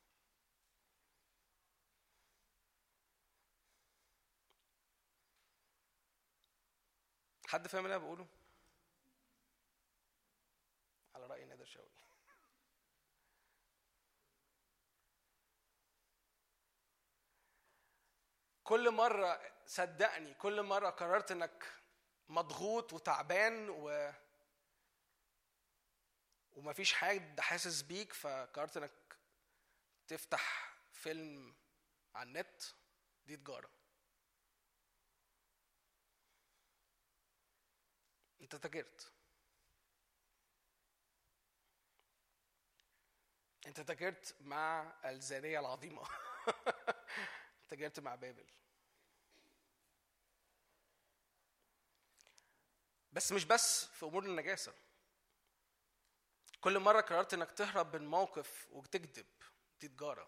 حد فاهم اللي انا بقوله؟ على رأي نادر شوقي. كل مرة صدقني، كل مرة قررت انك مضغوط وتعبان ومفيش حد حاسس بيك، فقررت انك تفتح فيلم على النت، دي تجارة. انت تاجرت. انت تاجرت مع الزانية العظيمة. تاجرت مع بابل. بس مش بس في امور النجاسة. كل مرة قررت انك تهرب من موقف وتكذب، دي تجارة.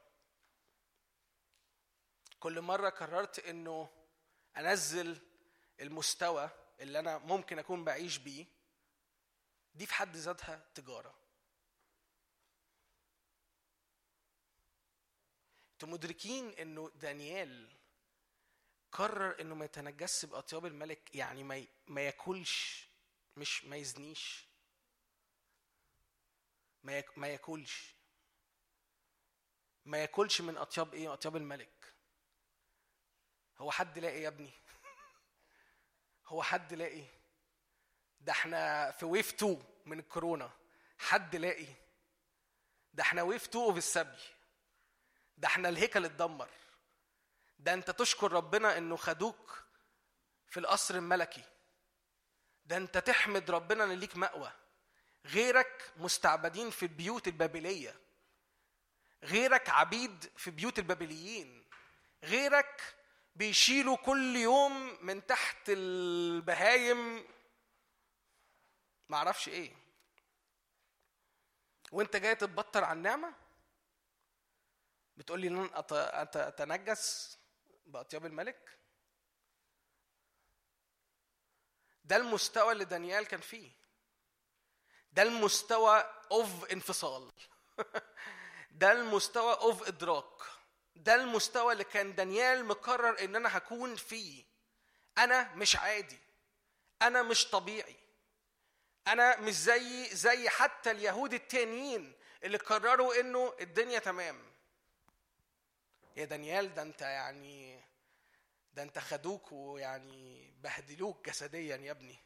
كل مرة قررت انه انزل المستوى اللي انا ممكن اكون بعيش بيه، دي في حد ذاتها تجارة. انتوا مدركين انه دانيال قرر انه ما يتنجسش باطياب الملك، يعني ما ياكلش، مش ما يزنيش، ما ياكلش من اطياب ايه؟ اطياب الملك. هو حد لاقي يا ابني؟ هو حد لاقي؟ ده احنا في ويف 2 من الكورونا. حد لاقي؟ ده احنا ويف 2 في السبي. ده احنا الهيكل اتدمر. ده انت تشكر ربنا انه خدوك في القصر الملكي. ده انت تحمد ربنا ان ليك مأوى. غيرك مستعبدين في البيوت البابلية، غيرك عبيد في بيوت البابليين، غيرك بيشيلوا كل يوم من تحت البهايم معرفش ايه، وانت جاي تتبطر عن النعمة. بتقولي لن أتنجس بأطياب الملك. ده المستوى اللي دانيال كان فيه. ده المستوى اوف انفصال. ده المستوى اوف ادراك. ده المستوى اللي كان دانيال مقرر ان انا هكون فيه. انا مش عادي، انا مش طبيعي، انا مش زي حتى اليهود التانيين اللي قرروا انه الدنيا تمام. يا دانيال، ده انت خدوك ويعني بهدلوك جسديا يا ابني.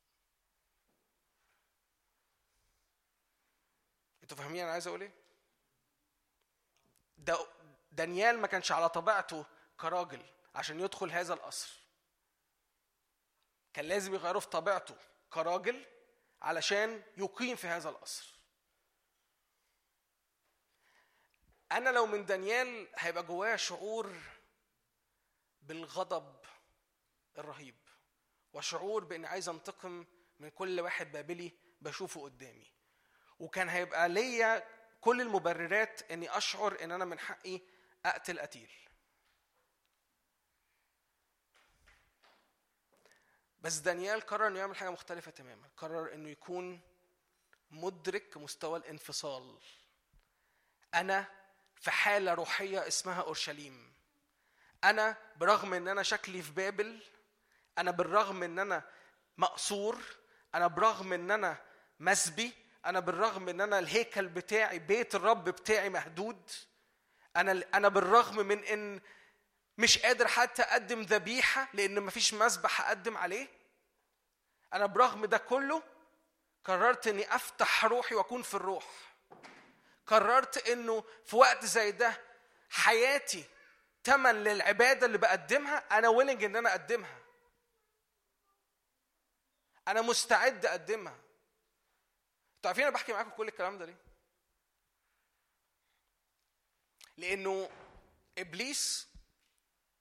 انتوا فاهمين انا عايز اقول ايه؟ دانيال ما كانش على طبيعته كراجل عشان يدخل هذا القصر. كان لازم يغيره في طبيعته كراجل علشان يقيم في هذا القصر. أنا لو من دانيال هيبقى جوايا شعور بالغضب الرهيب، وشعور بأني عايز أنتقم من كل واحد بابلي بشوفه قدامي، وكان هيبقى ليا كل المبررات أني أشعر أن أنا من حقي أقتل قتيل. بس دانيال قرر أنه يعمل حاجة مختلفة تماما. قرر أنه يكون مدرك مستوى الانفصال. أنا في حالة روحية اسمها أورشليم. أنا برغم أن أنا شكلي في بابل، أنا بالرغم أن أنا مقصور، أنا برغم أن أنا مسبي، أنا بالرغم أن أنا الهيكل بتاعي بيت الرب بتاعي مهدود، أنا بالرغم من أن مش قادر حتى أقدم ذبيحة لأن مفيش مذبح أقدم عليه، أنا برغم ده كله قررت أني أفتح روحي وأكون في الروح. قررت أنه في وقت زي ده حياتي تمن للعبادة اللي بقدمها، أنا willing أن أنا أقدمها، أنا مستعد أقدمها. تعرفين أنا بحكي معاكم كل الكلام ده ليه؟ لأنه إبليس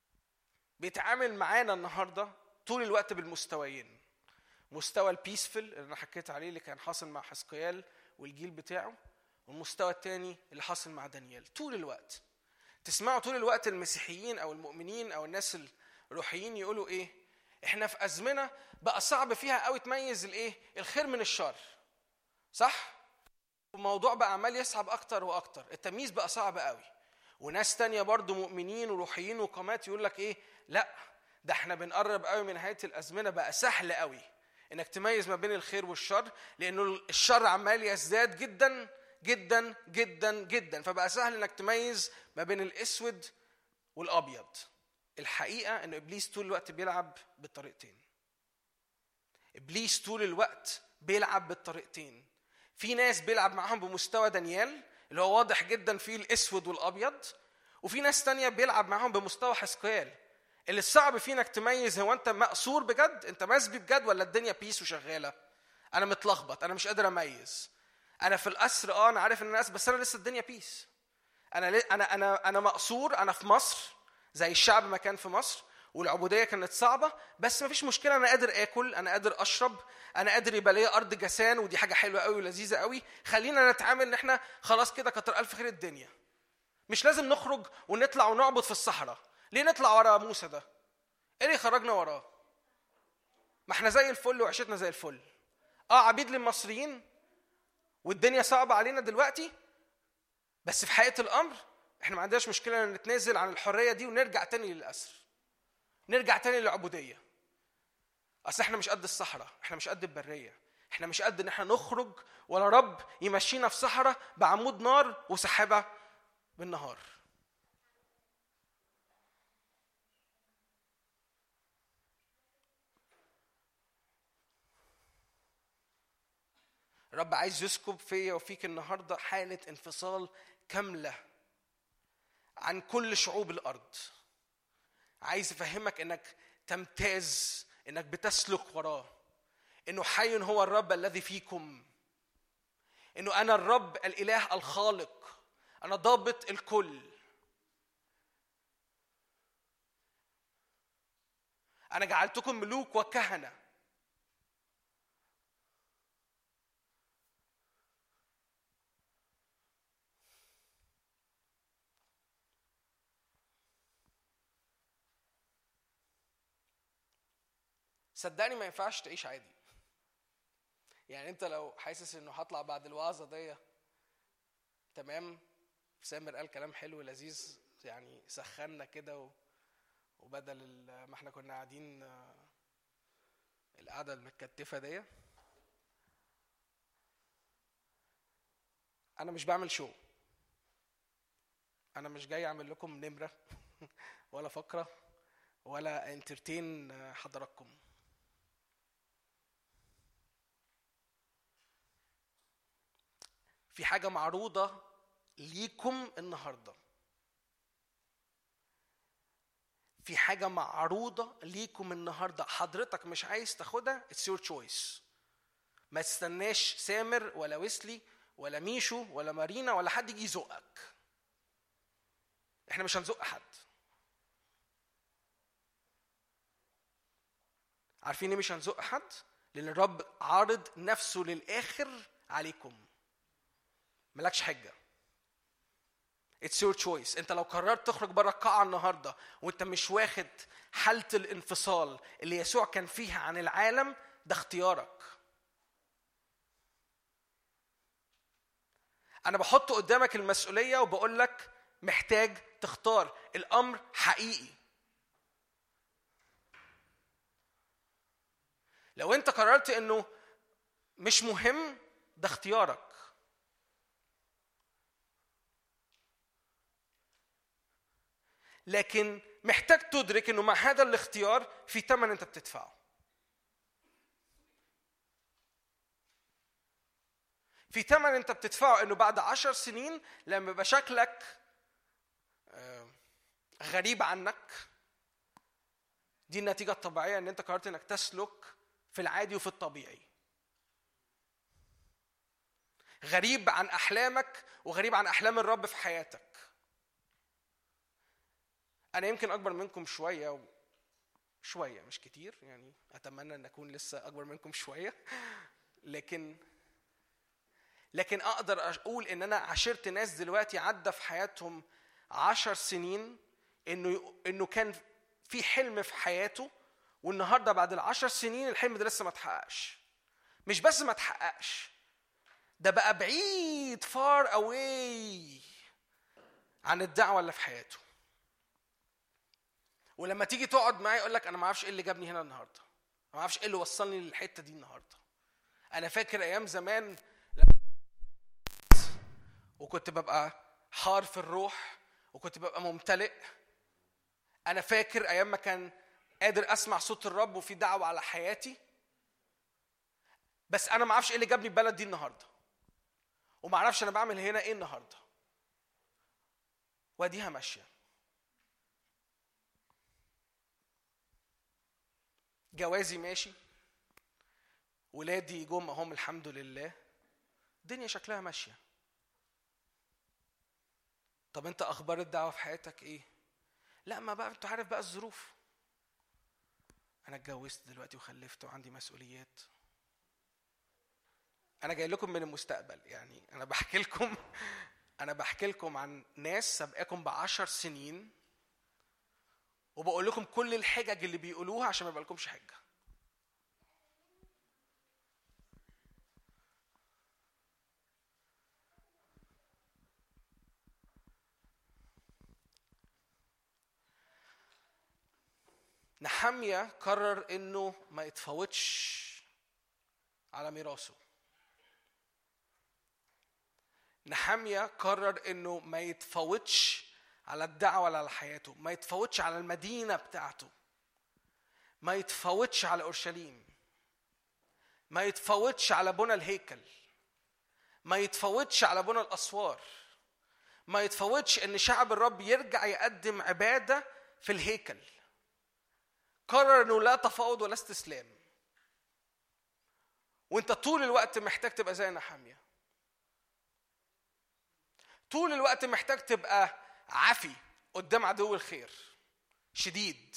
بيتعامل معانا النهارده طول الوقت بالمستويين. مستوى البيسفل اللي انا حكيت عليه اللي كان حاصل مع حزقيال والجيل بتاعه، والمستوى الثاني اللي حاصل مع دانيال. طول الوقت تسمعوا طول الوقت المسيحيين او المؤمنين او الناس الروحيين يقولوا ايه؟ احنا في ازمنه بقى صعب فيها قوي تميز الايه؟ الخير من الشر. صح؟ الموضوع بقى عمال يصعب اكتر واكتر، التمييز بقى صعب قوي. وناس تانية برضو مؤمنين وروحيين وقامات يقول لك ايه؟ لا ده احنا بنقرب قوي من نهايه الازمنه، بقى سهل قوي انك تميز ما بين الخير والشر، لانه الشر عمال يزداد جدا جدا جدا جدا، فبقى سهل انك تميز ما بين الاسود والابيض. الحقيقه ان ابليس طول الوقت بيلعب بالطريقتين. ابليس طول الوقت بيلعب بالطريقتين. في ناس بيلعب معاهم بمستوى دانيال اللي هو واضح جدا فيه الاسود والابيض، وفي ناس تانية بيلعب معاهم بمستوى حزقيال اللي الصعب فيه انك تميز هو انت مقصور بجد، انت مسبي بجد، ولا الدنيا بيس وشغاله. انا متلخبط، انا مش قادر اميز. انا في الاسر انا عارف ان انا بس انا لسه الدنيا بيس. انا مقصور، انا في مصر زي الشعب ما كان في مصر، والعبوديه كانت صعبه، بس ما فيش مشكله، انا قادر اكل، انا قادر اشرب، انا قادر يبقى ليا ارض جسان، ودي حاجه حلوه قوي ولذيذه قوي. خلينا نتعامل ان احنا خلاص كده كتر الف خير الدنيا، مش لازم نخرج ونطلع ونعبد في الصحراء. ليه نطلع ورا موسى ده؟ ايه اللي خرجنا وراه؟ ما احنا زي الفل وعيشتنا زي الفل. عبيد للمصريين والدنيا صعبه علينا دلوقتي، بس في حقيقه الامر احنا ما عندناش مشكله ان نتنازل عن الحريه دي ونرجع تاني للاسر، نرجع تاني للعبوديه. اصل احنا مش قد الصحراء، احنا مش قد البريه، احنا مش قد ان احنا نخرج ولا رب يمشينا في صحراء بعمود نار وسحابه بالنهار. رب عايز يسكب فيا وفيك النهارده حاله انفصال كامله عن كل شعوب الارض. عايز افهمك انك تمتاز، انك بتسلك وراه، انه حي هو الرب الذي فيكم، انه انا الرب الاله الخالق، انا ضابط الكل، انا جعلتكم ملوك وكهنه. صدقني ما ينفعش تعيش عادي. يعني انت لو حاسس انه هطلع بعد الوعظه دي تمام، سامر قال كلام حلو لذيذ يعني سخنا كده، وبدل ما احنا كنا قاعدين القعده المتكتفه دي، انا مش بعمل شو، انا مش جاي اعمل لكم نمره ولا فقره ولا انترتين حضراتكم. في حاجة معروضة ليكم النهاردة، في حاجة معروضة ليكم النهاردة. حضرتك مش عايز تاخدها، it's your choice. ما تستناش سامر ولا ويسلي ولا ميشو ولا مارينا ولا حد يجي يزقك. احنا مش هنزق حد. عارفين ليه مش هنزق حد؟ لأن الرب عارض نفسه للآخر عليكم، ملكش حجة. It's your choice. انت لو قررت تخرج بره القاعة النهاردة وانت مش واخد حالة الانفصال اللي يسوع كان فيها عن العالم، ده اختيارك. انا بحط قدامك المسؤولية وبقول لك محتاج تختار. الامر حقيقي. لو انت قررت انه مش مهم، ده اختيارك. لكن محتاج تدرك انه مع هذا الاختيار في ثمن انت بتدفعه. في ثمن انت بتدفعه، انه بعد 10 سنين لما يبقى شكلك غريب عنك، دي النتيجة الطبيعية ان انت قررت انك تسلك في العادي وفي الطبيعي. غريب عن احلامك وغريب عن احلام الرب في حياتك. أنا يمكن أكبر منكم شوية شوية مش كتير، يعني أتمنى أن أكون لسه أكبر منكم شوية، لكن أقدر أقول إن أنا عاشرت ناس دلوقتي عدى في حياتهم 10 سنين إنه كان في حلم في حياته، والنهاردة بعد 10 سنين الحلم ده لسه ما تحققش. مش بس ما تحققش، ده بقى بعيد far away عن الدعوة اللي في حياته. ولما تيجي تقعد معي يقول لك أنا ما أعرفش إيه اللي جابني هنا النهاردة، ما أعرفش إيه اللي وصلني للحتة دي النهاردة. أنا فاكر أيام زمان وكنت ببقى حار في الروح وكنت ببقى ممتلئ. أنا فاكر أيام ما كان قادر أسمع صوت الرب وفي دعوة على حياتي، بس أنا ما أعرفش إيه اللي جابني البلد دي النهاردة، وما أعرفش أنا بعمل هنا إيه النهاردة، واديها ماشية. جوازي ماشي، ولادي جم هم الحمد لله، الدنيا شكلها ماشية. طب انت اخبار الدعوة في حياتك ايه؟ لا ما بقى انت عارف بقى الظروف. انا اتجوزت دلوقتي وخلفت وعندي مسؤوليات. انا جاي لكم من المستقبل، يعني انا بحكي لكم عن ناس سبقاكم ب10 سنين، وبقول لكم كل الحجج اللي بيقولوها عشان ما يبقى لكمش حجة. نحميا قرر انه ما يتفاوتش على ميراثه. نحميا قرر انه ما يتفاوتش على الدعوة ولا على حياته، ما يتفاوتش على المدينة بتاعته، ما يتفاوتش على أورشليم، ما يتفاوتش على بنى الهيكل، ما يتفاوتش على بنى الأسوار، ما يتفاوتش ان شعب الرب يرجع يقدم عبادة في الهيكل. قرر انه لا تفاوض ولا استسلام. وانت طول الوقت محتاج تبقى زي نحميا، طول الوقت محتاج تبقى عافي قدام عدو الخير، شديد.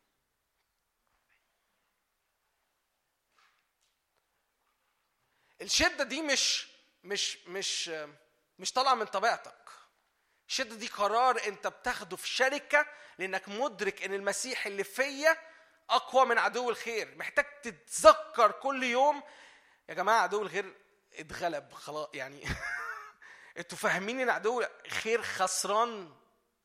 الشدة دي مش طالعة من طبيعتك. الشدة دي قرار انت بتاخده في شركة، لانك مدرك ان المسيح اللي فيا اقوى من عدو الخير. محتاج تتذكر كل يوم يا جماعة عدو الخير اتغلب خلاص، يعني انتوا فاهمين ان عدو الخير خسران.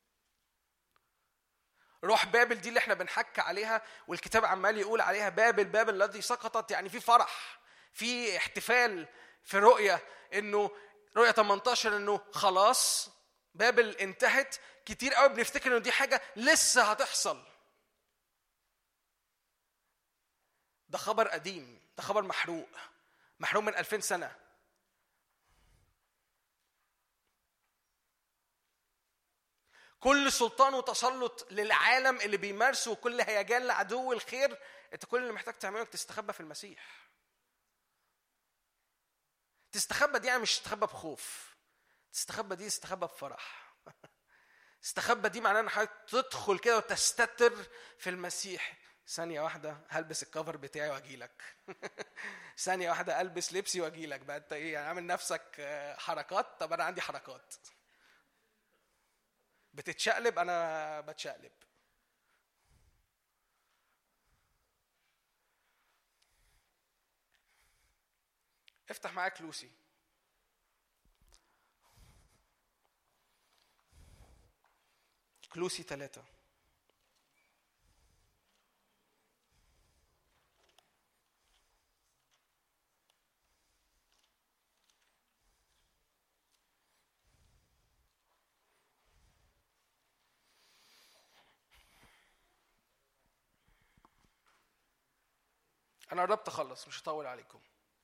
روح بابل دي اللي احنا بنحكي عليها والكتاب عمال يقول عليها بابل الذي سقطت، يعني في فرح، في احتفال في انه رؤية 18 انه خلاص بابل انتهت. كتير قوي بنفتكر انه دي حاجة لسه هتحصل. ده خبر قديم، ده خبر محروق من 2000 سنة. كل سلطان وتسلط للعالم اللي بيمارسه وكل هيجان لعدو الخير، انت كل اللي محتاج تعمله انك تستخبى في المسيح. تستخبى دي يعني مش تستخبى بخوف، تستخبى دي استخبى بفرح. استخبى دي معناه ان حضرتك تدخل كده وتستتر في المسيح. ثانية واحدة هلبس الكفر بتاعي واجيلك. ثانية واحدة البس لبسي واجيلك. بقى انت ايه يعني؟ عامل نفسك حركات. طب انا عندي حركات. بتتشقلب، انا بتشقلب. افتح معاك كلوسي. كلوسي 3. انا قربت اخلص، مش هطول عليكم.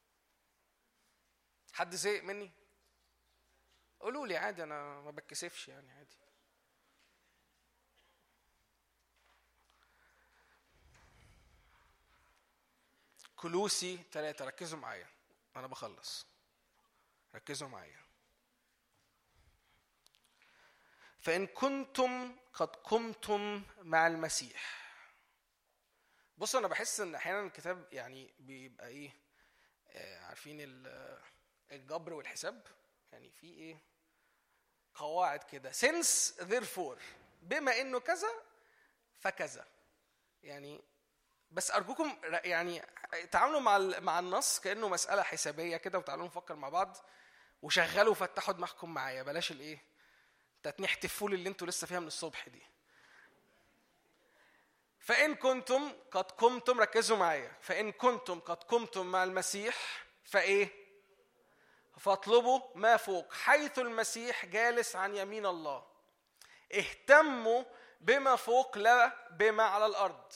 حد زهق مني؟ قولوا لي عادي، انا ما بتكسفش يعني، عادي. كلوسي 3. ركزوا معايا انا بخلص، ركزوا معايا. فإن كنتم قد قمتم مع المسيح بصوا انا بحس ان احيانا الكتاب يعني بيبقى ايه، عارفين الجبر والحساب، يعني في ايه قواعد كده، since therefore، بما انه كذا فكذا يعني. بس ارجوكم يعني تعاملوا مع النص كانه مساله حسابيه كده، وتعالوا نفكر مع بعض وشغلوا وفتحوا دماغكم معايا، بلاش الايه تتنيح الفول اللي انتوا لسه فيها من الصبح دي. فإن كنتم قد قمتم، ركزوا معايا، فإن كنتم قد قمتم مع المسيح فإيه؟ فاطلبوا ما فوق حيث المسيح جالس عن يمين الله. اهتموا بما فوق لا بما على الأرض،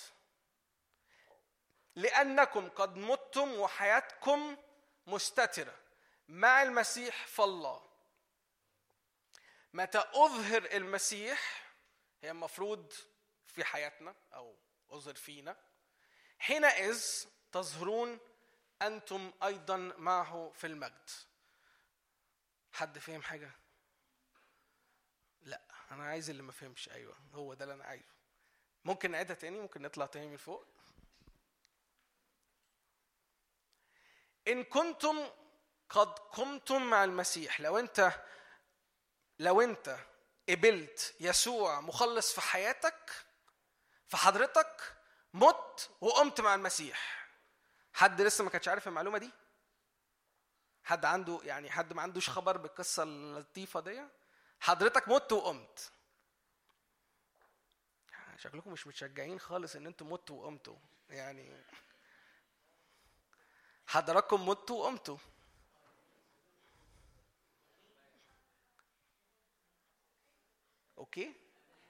لأنكم قد متم وحياتكم مستترة مع المسيح فالله. متى أظهر المسيح، هي المفروض في حياتنا أو أظهر فينا، حينئذ تظهرون أنتم أيضا معه في المجد. حد فهم حاجة؟ لا، أنا عايز اللي ما فهمش. أيوة هو ده اللي أنا عايزه. ممكن نعيدها تاني، ممكن نطلع تاني من فوق. إن كنتم قد قمتم مع المسيح، لو أنت قبلت يسوع مخلص في حياتك، فحضرتك مت وقمت مع المسيح. حد لسه ما كانش عارف المعلومة دي؟ حد عنده يعني حد ما عندوش خبر بالقصة اللطيفة دي؟ حضرتك مت وقمت. شكلكم مش متشجعين خالص ان انتم متوا وقمتوا، يعني حضراتكم متوا وقمتوا. اوكي،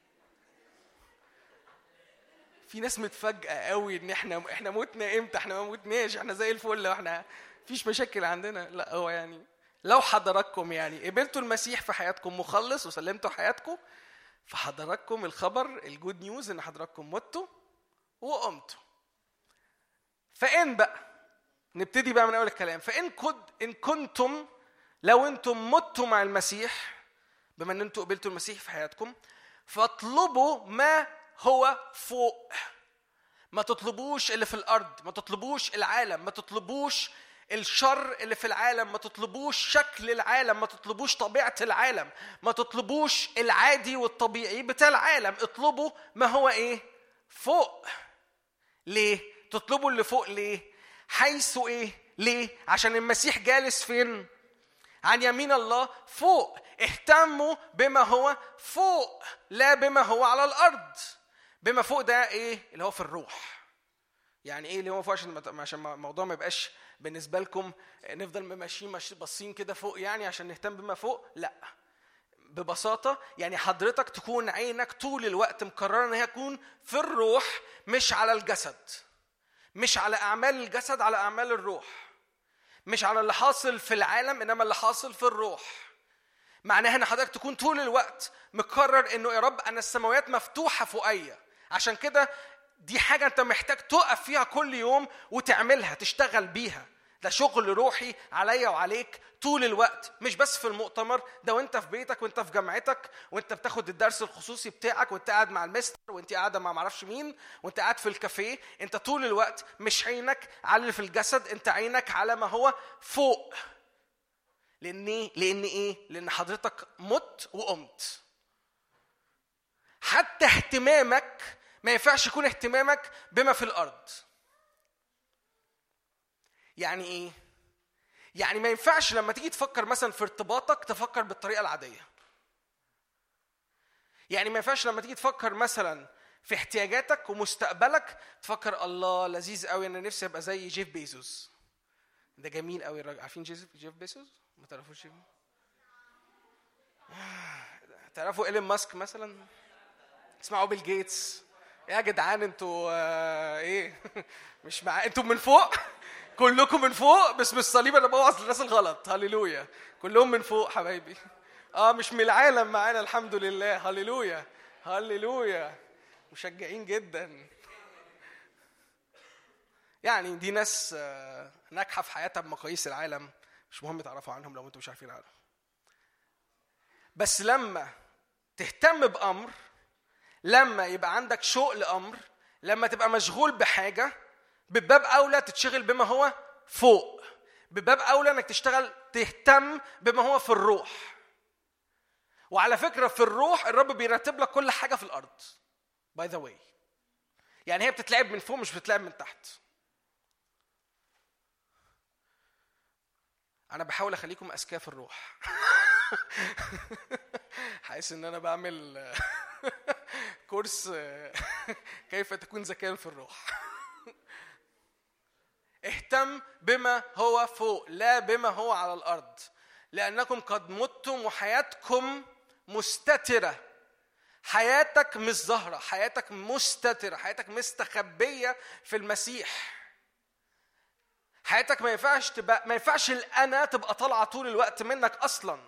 في ناس متفاجئه قوي ان احنا متنا امتى، احنا ما متناش، احنا زي الفل، واحنا مفيش مشاكل عندنا. لا، هو يعني لو حضراتكم يعني قبلتوا المسيح في حياتكم مخلص وسلمتوا حياتكم، فحضراتكم الخبر الجود نيوز ان حضراتكم متوا وقمتوا. فإن بقى نبتدي بقى من اول الكلام. إن كنتم، لو انتم متوا مع المسيح، بما ان انتم قبلتوا المسيح في حياتكم، فاطلبوا ما هو فوق. ما تطلبوش اللي في الارض، ما تطلبوش العالم، ما تطلبوش الشر اللي في العالم، ما تطلبوش شكل العالم، ما تطلبوش طبيعة العالم، ما تطلبوش العادي والطبيعي بتاع العالم. اطلبوا ما هو ايه؟ فوق. ليه تطلبوا اللي فوق؟ ليه؟ حيث ايه؟ ليه؟ عشان المسيح جالس فين؟ عن يمين الله فوق. اهتموا بما هو فوق لا بما هو على الارض. بما فوق ده ايه؟ اللي هو في الروح. يعني ايه اللي هو فوق؟ عشان الموضوع ما يبقاش بالنسبه لكم نفضل ماشيين باصين كده فوق يعني عشان نهتم بما فوق. لا، ببساطه يعني حضرتك تكون عينك طول الوقت مقرره ان هي تكون في الروح، مش على الجسد، مش على اعمال الجسد، على اعمال الروح، مش على اللي حاصل في العالم انما اللي حاصل في الروح. معناها ان حضرتك تكون طول الوقت مقرر انه يا رب انا السماوات مفتوحه فوقيا. عشان كده دي حاجه انت محتاج تقف فيها كل يوم وتعملها، تشتغل بيها. ده شغل روحي عليا وعليك طول الوقت، مش بس في المؤتمر ده، وانت في بيتك، وانت في جامعتك، وانت بتاخد الدرس الخصوصي بتاعك، وانت قاعد مع المستر، وانت قاعده مع معرفش مين، وانت قاعد في الكافيه. انت طول الوقت مش عينك على اللي في الجسد، انت عينك على ما هو فوق. لان ايه؟ لان حضرتك مت وقمت. حتى اهتمامك ما ينفعش يكون اهتمامك بما في الارض. يعني ايه؟ يعني ما ينفعش لما تيجي تفكر مثلا في ارتباطك تفكر بالطريقه العاديه. يعني ما ينفعش لما تيجي تفكر مثلا في احتياجاتك ومستقبلك تفكر الله لذيذ قوي انا نفسي ابقى زي جيف بيزوس. ده جميل قوي الراجل. عارفين جيف بيزوس؟ ما تعرفوش؟ تعرفوا إيلون ماسك مثلا؟ اسمعوا بيل جيتس. يا جدعان انتوا ايه؟ مش مع انتوا من فوق؟ كلكم من فوق باسم الصليب. انا بوعظ الناس الغلط. هللويا. كلهم من فوق حبايبي. مش من العالم معانا الحمد لله. هللويا هللويا. مشجعين جدا. يعني دي ناس ناجحه في حياتها بمقاييس العالم، مش مهم تعرفوا عنهم لو انتم مش عارفين عنهم. بس لما تهتم بأمر، لما يبقى عندك شوق لأمر، لما تبقى مشغول بحاجة بباب أولى تتشغل بما هو فوق، بباب أولى انك تهتم بما هو في الروح. وعلى فكرة في الروح الرب بيرتب لك كل حاجة في الأرض by the way، يعني هي بتتلعب من فوق مش بتتلعب من تحت. أنا بحاول أخليكم أذكياء في الروح. حاسس إن أنا بعمل كورس كيف تكون ذكيا في الروح. اهتم بما هو فوق لا بما هو على الأرض، لأنكم قد متم وحياتكم مستترة. حياتك مش ظاهرة، حياتك مستترة، حياتك مستخبية في المسيح. حياتك ما ينفعش الأنا تبقى طالعة طول الوقت منك أصلا.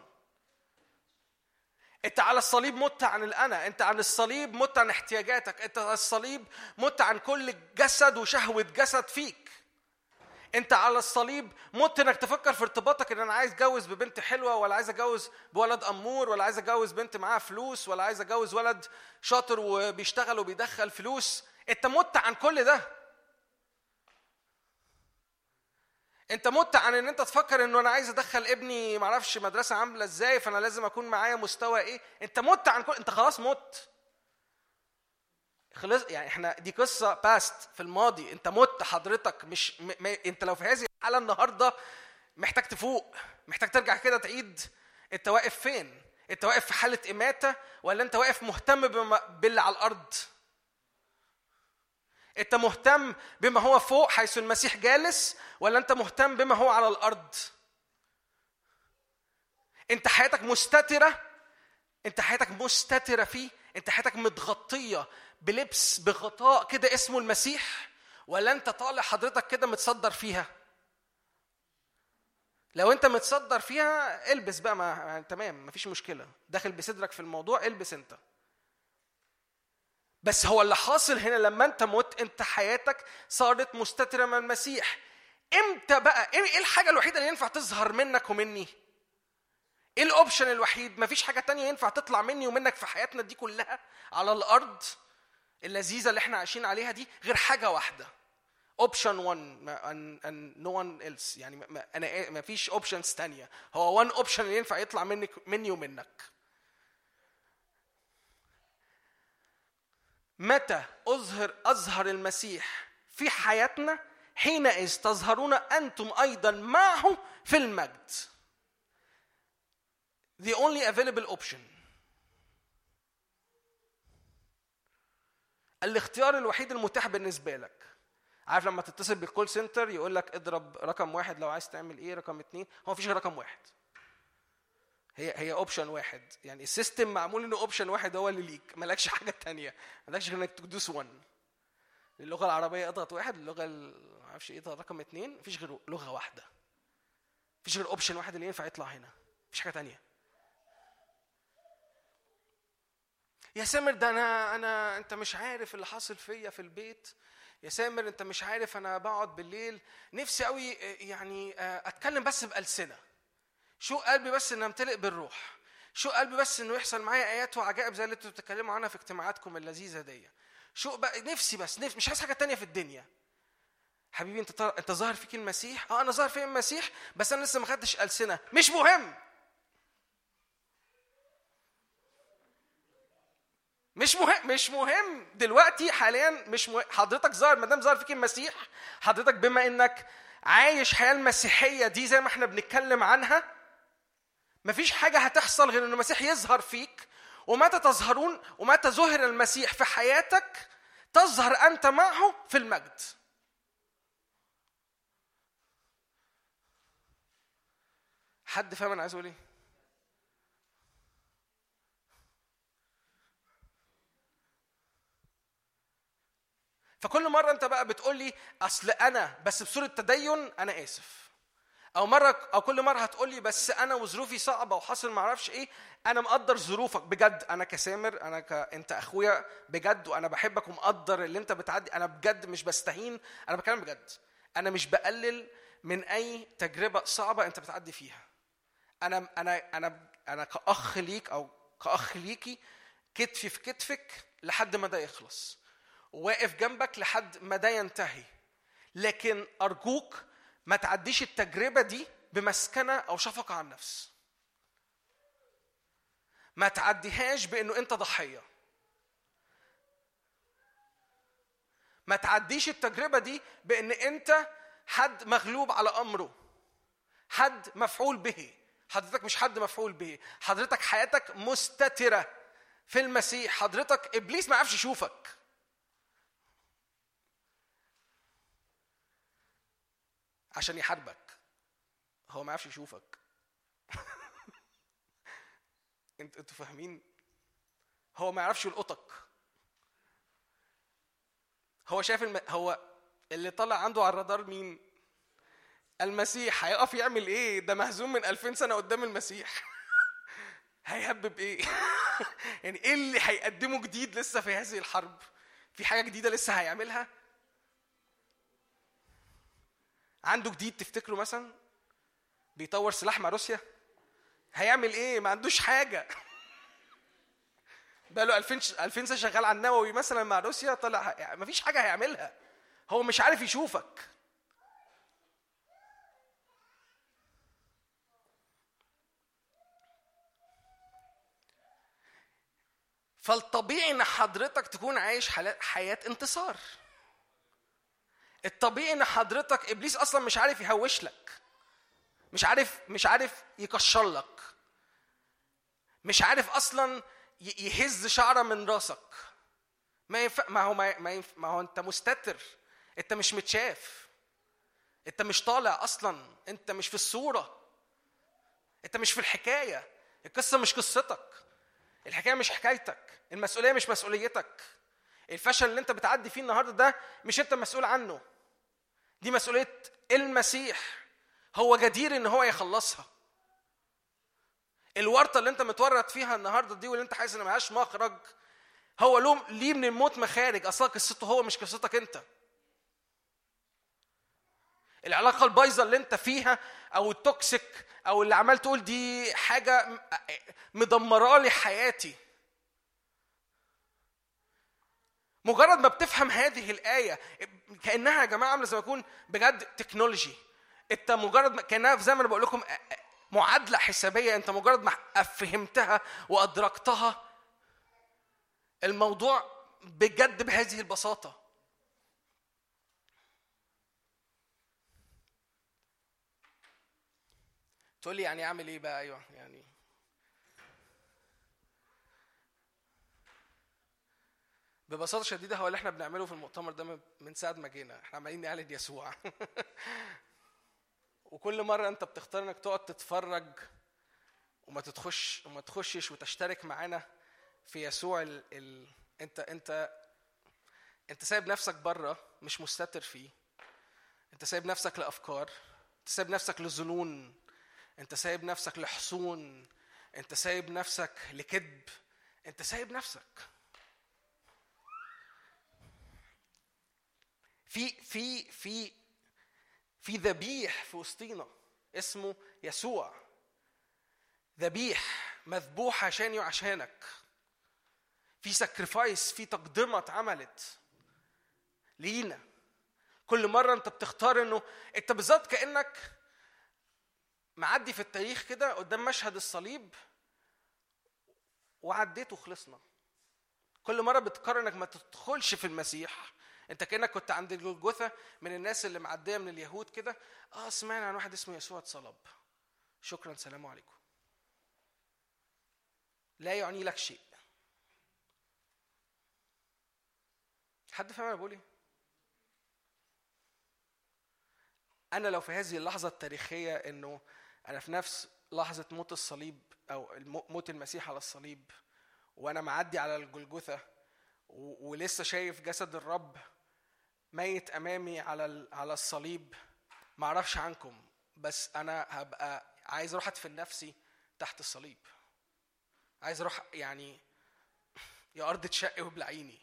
أنت على الصليب مت عن الأنا، أنت عن الصليب مت عن احتياجاتك، أنت على الصليب مت عن كل جسد وشهوة جسد فيك. أنت على الصليب مت إنك تفكر في ارتباطك إن أنا عايز أتجوز ببنت حلوة، ولا عايز أتجوز بولد أمور، ولا عايز أتجوز بنت معاها فلوس، ولا عايز أتجوز ولد شاطر وبيشتغل وبيدخل فلوس. أنت مت عن كل ده. أنت مت عن إن أنت تفكر إنه أنا عايز أدخل ابني معرفش مدرسة عاملة إزاي فأنا لازم أكون معايا مستوى إيه. أنت مت عن كل، أنت خلاص مت. خلاص يعني احنا دي قصه باست في الماضي. انت مت حضرتك، مش انت لو في هذه الحاله النهارده محتاج تفوق، محتاج ترجع كده تعيد انت واقف فين. انت واقف في حاله اماته ولا انت واقف مهتم باللي على الارض؟ انت مهتم بما هو فوق حيث المسيح جالس، ولا انت مهتم بما هو على الارض؟ انت حياتك مستتره، انت حياتك مستتره فيه، انت حياتك متغطيه بلبس بغطاء كده اسمه المسيح، ولا انت طالع حضرتك كده متصدر فيها؟ لو انت متصدر فيها البس بقى، تمام مفيش مشكله، داخل بصدرك في الموضوع البس انت. بس هو اللي حاصل هنا لما انت مت، انت حياتك صارت مستتره من المسيح. امتى بقى ايه الحاجه الوحيده اللي ينفع تظهر منك ومني؟ ايه الاوبشن الوحيد؟ مفيش حاجه تانية ينفع تطلع مني ومنك في حياتنا دي كلها على الارض اللذيذه اللي احنا عايشين عليها دي غير حاجه واحده. اوبشن 1 and no one else. يعني انا مفيش اوبشنز تانية، هو 1 اوبشن اللي ينفع يطلع مني ومنك. متى اظهر المسيح في حياتنا؟ حينئذ تظهرون انتم ايضا معه في المجد. The only available option. الاختيار الوحيد المتاح بالنسبة لك. عارف لما تتصل بالكول سنتر يقول لك اضرب رقم 1 لو عايز تعمل ايه، رقم 2، هو مفيش رقم 1. هي اوبشن 1. يعني السيستم معمول انه اوبشن 1 هو اللي ليك، مالكش حاجة تانية، مالكش غير انك تدوس 1. اللغة العربية اضغط 1، اللغة معرفش ايه اضغط رقم 2، مفيش غير لغة واحدة، مفيش غير اوبشن 1 اللي ينفع يطلع هنا، مفيش حاجة تانية. يا سامر ده انا انت مش عارف اللي حاصل فيا في البيت. يا سامر انت مش عارف انا بقعد بالليل نفسي قوي يعني اتكلم بس بألسنة. شو قلبي بس ان امتلئ بالروح. شو قلبي بس انه يحصل معايا ايات وعجائب زي اللي انتوا بتتكلموا عنها في اجتماعاتكم اللذيذه دي. شو بقى نفسي بس مش عايز حاجه تانية في الدنيا. حبيبي انت ظاهر فيك المسيح. انا ظاهر فيك المسيح بس انا لسه ما خدتش ألسنة. مش مهم. مش مهم دلوقتي حاليا. مش مهم. حضرتك ظاهر، ما دام ظاهر فيك المسيح، حضرتك بما انك عايش حياه المسيحيه دي زي ما احنا بنتكلم عنها، مفيش حاجه هتحصل غير ان المسيح يظهر فيك. ومتى تظهرون ومتى ظهر المسيح في حياتك تظهر انت معه في المجد. حد فاهم انا عايز اقول ايه؟ فكل مرة انت بقى بتقول لي اصل انا بس بصورة تدين، انا اسف. او كل مرة هتقول لي بس انا وظروفي صعبة وحصل ما اعرفش ايه. انا مقدر ظروفك بجد، انا كسامر، انت اخويا بجد، وانا بحبك ومقدر اللي انت بتعدي. انا بجد مش بستهين، انا بكلم بجد. انا مش بقلل من اي تجربة صعبة انت بتعدي فيها. انا كأخ ليك او كأخ ليكي كتفي في كتفك لحد ما ده يخلص. واقف جنبك لحد ما ده ينتهي. لكن أرجوك ما تعديش التجربة دي بمسكنة أو شفقة على النفس. ما تعديهاش بأنه أنت ضحية. ما تعديش التجربة دي بأن أنت حد مغلوب على أمره، حد مفعول به. حضرتك مش حد مفعول به، حضرتك حياتك مستترة في المسيح. حضرتك إبليس ما عرفش يشوفك. عشان يحاربك، هو ما عرفش يشوفك. انتوا فاهمين؟ هو ما يعرفش يلقطك. هو شايف هو اللي طلع عنده على الرادار مين؟ المسيح. هيقف يعمل ايه؟ ده مهزوم من 2000 سنة قدام المسيح. هيهبب ايه؟ يعني ايه اللي هيقدمه جديد لسه في هذه الحرب؟ في حاجة جديدة لسه هيعملها؟ عنده جديد تفتكروا مثلا؟ بيطور سلاح مع روسيا؟ هيعمل ايه؟ ما عندوش حاجة. بقاله 2000 سنة شغال على النووي مثلا مع روسيا، طلع ما فيش حاجة هيعملها. هو مش عارف يشوفك. فالطبيعي ان حضرتك تكون عايش حياة انتصار. الطبيعي ان حضرتك ابليس اصلا مش عارف يهوش لك، مش عارف يكشر لك، مش عارف اصلا يهز شعره من راسك. ما هو انت مستتر، انت مش متشاف، انت مش طالع اصلا، انت مش في الصوره، انت مش في الحكايه. القصه مش قصتك، الحكايه مش حكايتك، المسؤوليه مش مسؤوليتك. الفشل اللي انت بتعدي فيه النهارده ده مش انت مسؤول عنه، دي مسؤوليه المسيح. هو جدير ان هو يخلصها. الورطه اللي انت متورط فيها النهارده دي واللي انت حاسس ان ملهاش مخرج، هو ليه من الموت مخارج. اصلا قصته هو مش قصتك انت. العلاقه البايظه اللي انت فيها او التوكسيك او اللي عمال تقول دي حاجه مدمره لي حياتي، مجرد ما بتفهم هذه الايه كانها يا جماعه عامله زي ما يكون بجد تكنولوجي. انت مجرد كانها زي ما انا بقول لكم معادله حسابيه، انت مجرد ما فهمتها وادركتها الموضوع بجد بهذه البساطه. تقول لي يعني اعمل ايه بقى؟ ايوه يعني ببساطه شديده هو اللي احنا بنعمله في المؤتمر ده من ساعه ما جينا. احنا عمالين نعلن يسوع. وكل مره انت بتختار انك تقعد تتفرج وما تخشش وتشترك معانا في يسوع. انت سايب نفسك بره، مش مستتر فيه. انت سايب نفسك لافكار، انت سايب نفسك لظنون، انت سايب نفسك لحصون، انت سايب نفسك لكذب، انت سايب نفسك في ذبيح في وسطينا اسمه يسوع. ذبيح مذبوح عشاني وعشانك. في ساكريفايس، في تقدمة اتعملت لينا. كل مرة انت بتختار انه انت بالذات كأنك معدي في التاريخ كده قدام مشهد الصليب وعديت وخلصنا. كل مرة بتقرر انك ما تدخلش في المسيح. انت كأنك كنت عند الجلجثة من الناس اللي معدية من اليهود كده. سمعنا عن واحد اسمه يسوع اتصلب، شكرا سلام عليكم. لا يعني لك شيء. حد فاهم انا بقول ايه؟ انا لو في هذه اللحظة التاريخية انه انا في نفس لحظة موت الصليب او موت المسيح على الصليب وانا معدي على الجلجثة ولسه شايف جسد الرب ميت امامي على الصليب، ما اعرفش عنكم بس انا هبقى عايز اروح ادفن نفسي تحت الصليب. عايز اروح يعني يا ارض تشق وبلعيني.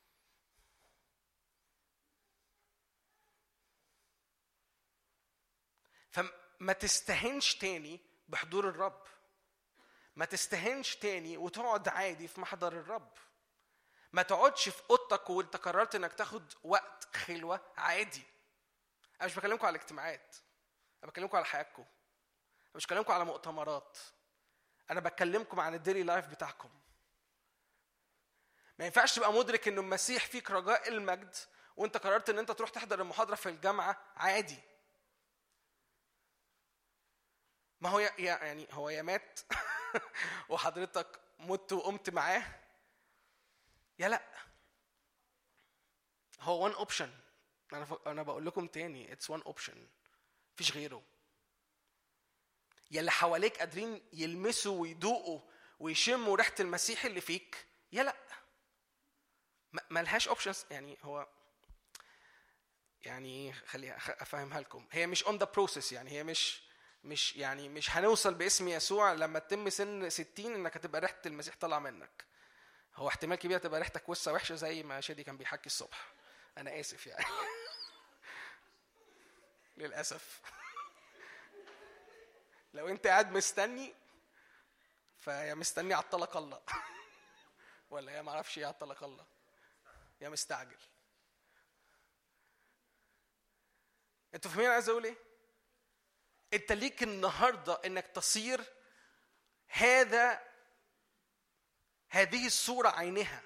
فما تستهنش تاني بحضور الرب. ما تستهنش تاني وتقعد عادي في محضر الرب. ما تقعدش في اوضتك وانت قررت انك تاخد وقت خلوه عادي. انا مش بكلمكم على الاجتماعات، انا بكلمكم على حياتكم، انا مش بكلمكم على مؤتمرات، انا بكلمكم عن الديلي لايف بتاعكم. ما ينفعش تبقى مدرك انه المسيح فيك رجاء المجد وانت قررت ان انت تروح تحضر المحاضره في الجامعه عادي. ما هو يعني هو يا مات وحضرتك مت وقمت معاه، يا لا، هو وان اوبشن. انا بقول لكم تاني، اتس وان اوبشن، مفيش غيره. يا اللي حواليك قادرين يلمسوا ويدوقوا ويشموا ريحه المسيح اللي فيك، يا لا، ملهاش اوبشنز. يعني هو يعني خليها افهمها لكم، هي مش اون ذا بروسيس. يعني هي مش يعني مش هنوصل باسم يسوع لما تتم سن 60 انك هتبقى ريحه المسيح طالعه منك. هو احتمال كبير تبقى ريحتك وحشه زي ما شادي كان بيحكي الصبح. انا اسف يعني للاسف. لو انت قاعد مستني فيا مستني عطلك الله ولا يا معرفش ايه عطلك الله، يا مستعجل. انتوا فاهمين انا عايز اقول ايه؟ انت ليك النهارده انك تصير هذه الصورة عينها.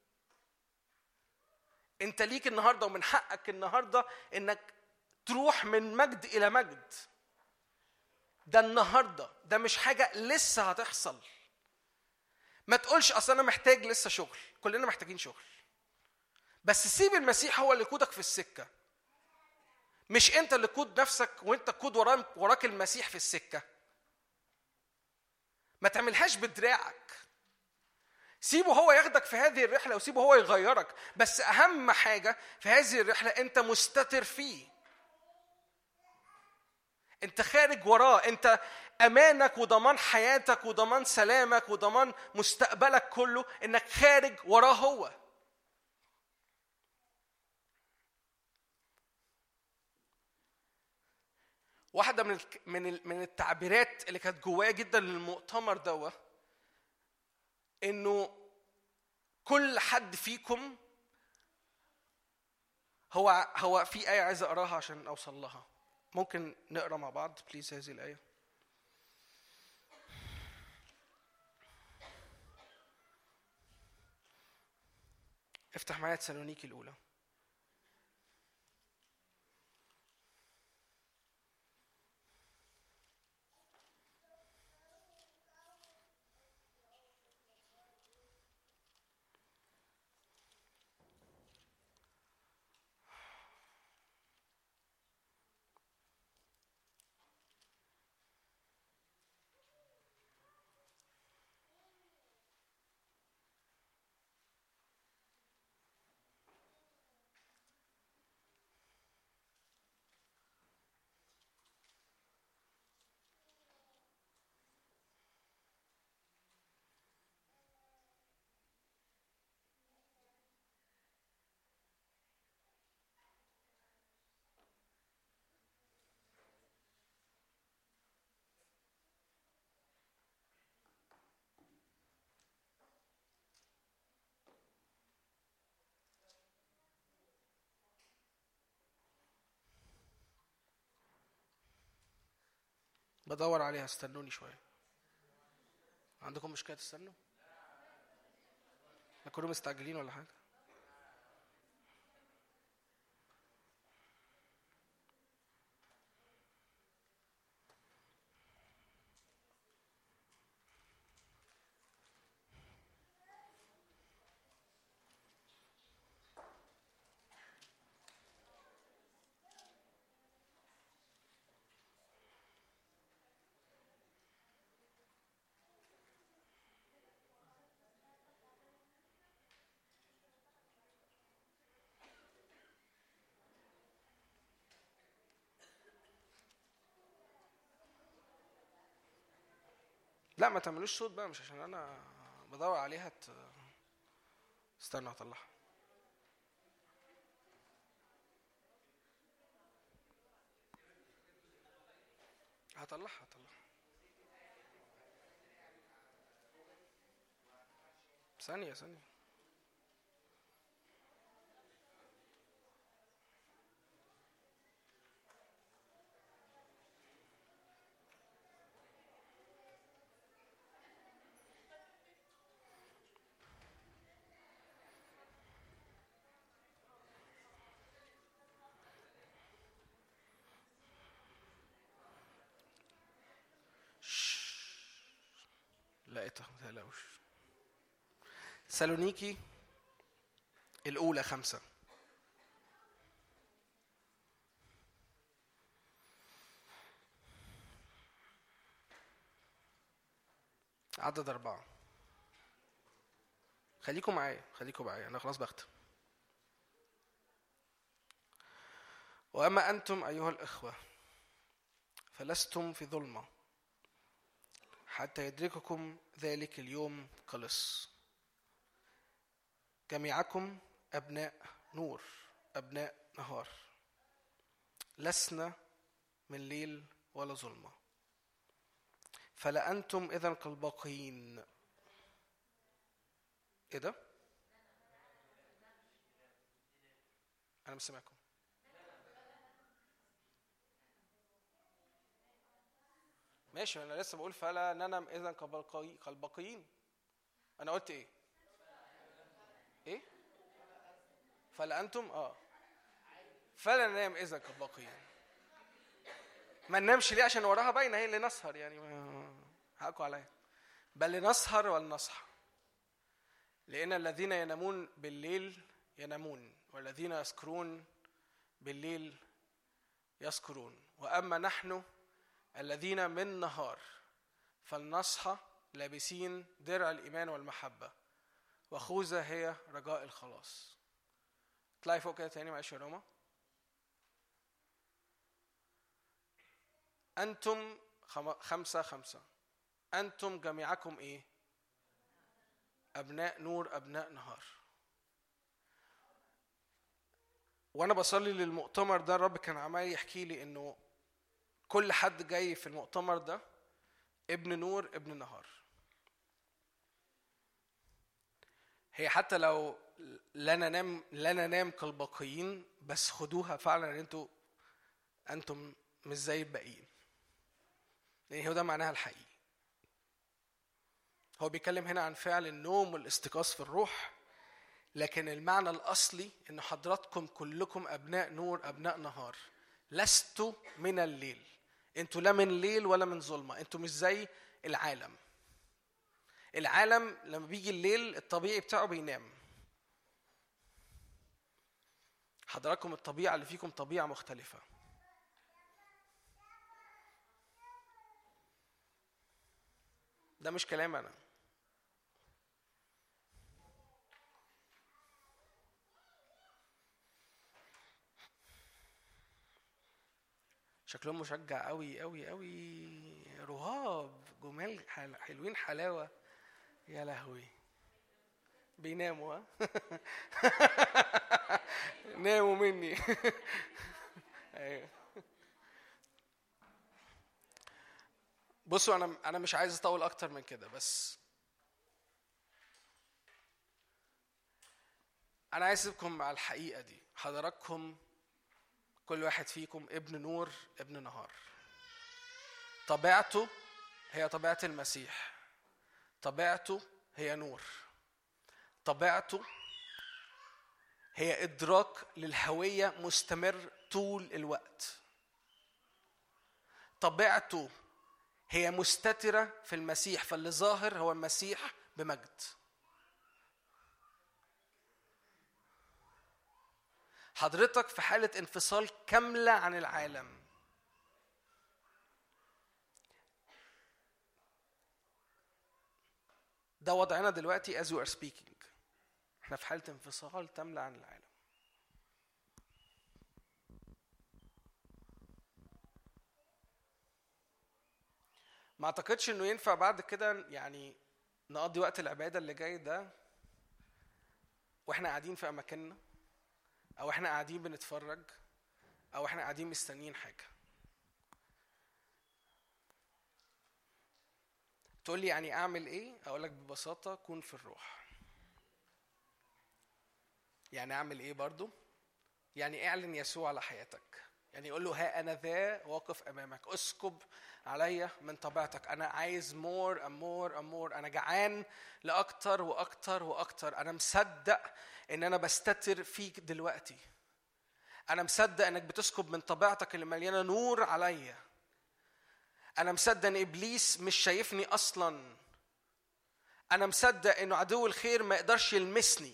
انت ليك النهارده ومن حقك النهارده انك تروح من مجد الى مجد. ده النهارده، ده مش حاجه لسه هتحصل. ما تقولش اصل انا محتاج لسه شغل، كلنا محتاجين شغل، بس سيب المسيح هو اللي يقودك في السكه، مش انت اللي تقود نفسك وانت تقود وراك المسيح في السكه. ما تعملهاش بدراعك، سيبه هو ياخدك في هذه الرحله وسيبه هو يغيرك. بس اهم حاجه في هذه الرحله انت مستتر فيه، انت خارج وراه، انت امانك وضمان حياتك وضمان سلامك وضمان مستقبلك كله انك خارج وراه هو. واحده من التعبيرات اللي كانت جوايا جدا للمؤتمر دوت انه كل حد فيكم هو في آية عايز اقراها عشان اوصل لها. ممكن نقرا مع بعض بليز هذه الآية؟ افتح معايا تسالونيكي الأولى. بدور عليها، استنوني شوية. عندكم مشكلة تستنوا؟ ما كلهم مستعجلين ولا حاجة؟ لا ما تعملوش صوت بقى، مش عشان انا بدور عليها استنى هطلعها. هطلعها ثانية. لقيتها ما تقلقوش. سالونيكي الأولى 5 عدد 4. خليكم معايا أنا خلاص بختم. وأما أنتم أيها الإخوة فلستم في ظلمة حتى يدرككم ذلك اليوم كلص. جميعكم أبناء نور أبناء نهار، لسنا من ليل ولا ظلمة. فلا أنتم إذن كالباقيين. إيه ده؟ أنا مش سامعكم. ماشي، أنا لسه بقول فلا ننم إذن كالباقيين. أنا قلت إيه؟ إيه؟ فلا أنتم فلا ننام إذن كالباقيين. ما ننامش ليه؟ عشان وراها باينة هي اللي نسهر، يعني حقوا عليا. بل لنسهر ولنصحى، لأن الذين ينامون بالليل ينامون والذين يسكرون بالليل يسكرون. وأما نحن الذين من نهار فلنصحى لابسين درع الإيمان والمحبة وخوذة هي رجاء الخلاص. اطلعي فوق كده تاني معلش يا روما. أنتم 5 أنتم جميعكم إيه؟ أبناء نور أبناء نهار. وأنا بصلي للمؤتمر ده الرب كان عمال يحكي لي إنه كل حد جاي في المؤتمر ده ابن نور ابن نهار. هي حتى لو لا ننام كالباقيين، بس خدوها فعلا ان انتم مش زي الباقيين، لان هو ده معناها الحقيقي. هو بيتكلم هنا عن فعل النوم والاستيقاظ في الروح، لكن المعنى الاصلي ان حضراتكم كلكم ابناء نور ابناء نهار، لستوا من الليل. انتوا لا من ليل ولا من ظلمه، انتوا مش زي العالم. العالم لما بيجي الليل الطبيعي بتاعه بينام. حضراتكم الطبيعة اللي فيكم طبيعة مختلفة. ده مش كلام أنا. شكلهم مشجع قوي قوي قوي، رهاب جمال حلوين حلاوة. يا لهوي بيناموا ناموا مني. ايوه بصوا، انا مش عايز اطول اكتر من كده، بس انا عايز اسيبكم مع الحقيقه دي. حضراتكم كل واحد فيكم ابن نور ابن نهار. طبيعته هي طبيعه المسيح، طبيعته هي نور، طبيعته هي إدراك للهوية مستمر طول الوقت، طبيعته هي مستترة في المسيح، فاللي ظاهر هو المسيح بمجد. حضرتك في حالة انفصال كاملة عن العالم. ده وضعنا دلوقتي as you are speaking. احنا في حالة انفصال تامة عن العالم. ما اعتقدش انه ينفع بعد كده يعني نقضي وقت العبادة اللي جاي ده واحنا قاعدين في اماكننا، او احنا قاعدين بنتفرج، او احنا قاعدين مستنيين حاجة. تقول لي يعني اعمل ايه؟ اقول لك ببساطة كون في الروح. يعني اعمل ايه برضو؟ يعني اعلن يسوع على حياتك. يعني يقول له ها انا ذا واقف امامك، اسكب عليا من طبيعتك. انا عايز مور امور. انا جعان لاكتر واكتر واكتر. انا مصدق ان انا بستتر فيك دلوقتي. انا مصدق انك بتسكب من طبيعتك اللي مليانه نور عليا. انا مصدق ان ابليس مش شايفني اصلا، أنا مصدق إنه عدو الخير ما يقدرش يلمسني.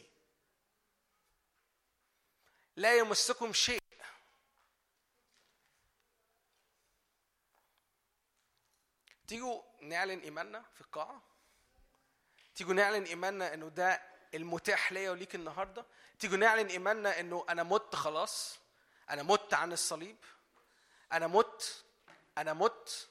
لا يمسكم شيء. تيجوا نعلن إيماننا في القاعة. تيجوا نعلن إيماننا إنه ده المتاح ليا وليك النهاردة. تيجوا نعلن إيماننا إنه أنا مت خلاص. أنا مت عن الصليب. أنا مت.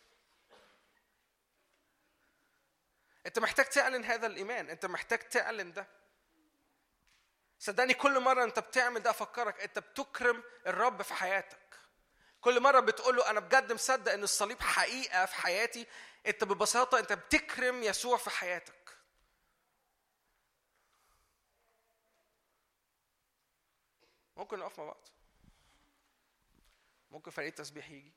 أنت محتاج تعلن هذا الإيمان. أنت محتاج تعلن ده. صدقني كل مرة أنت بتعمل ده أفكرك أنت بتكرم الرب في حياتك. كل مرة بتقول له أنا بجد مصدق إن الصليب حقيقة في حياتي. أنت ببساطة أنت بتكرم يسوع في حياتك. ممكن نقف مع بعض. ممكن فريق التسبيح يجي.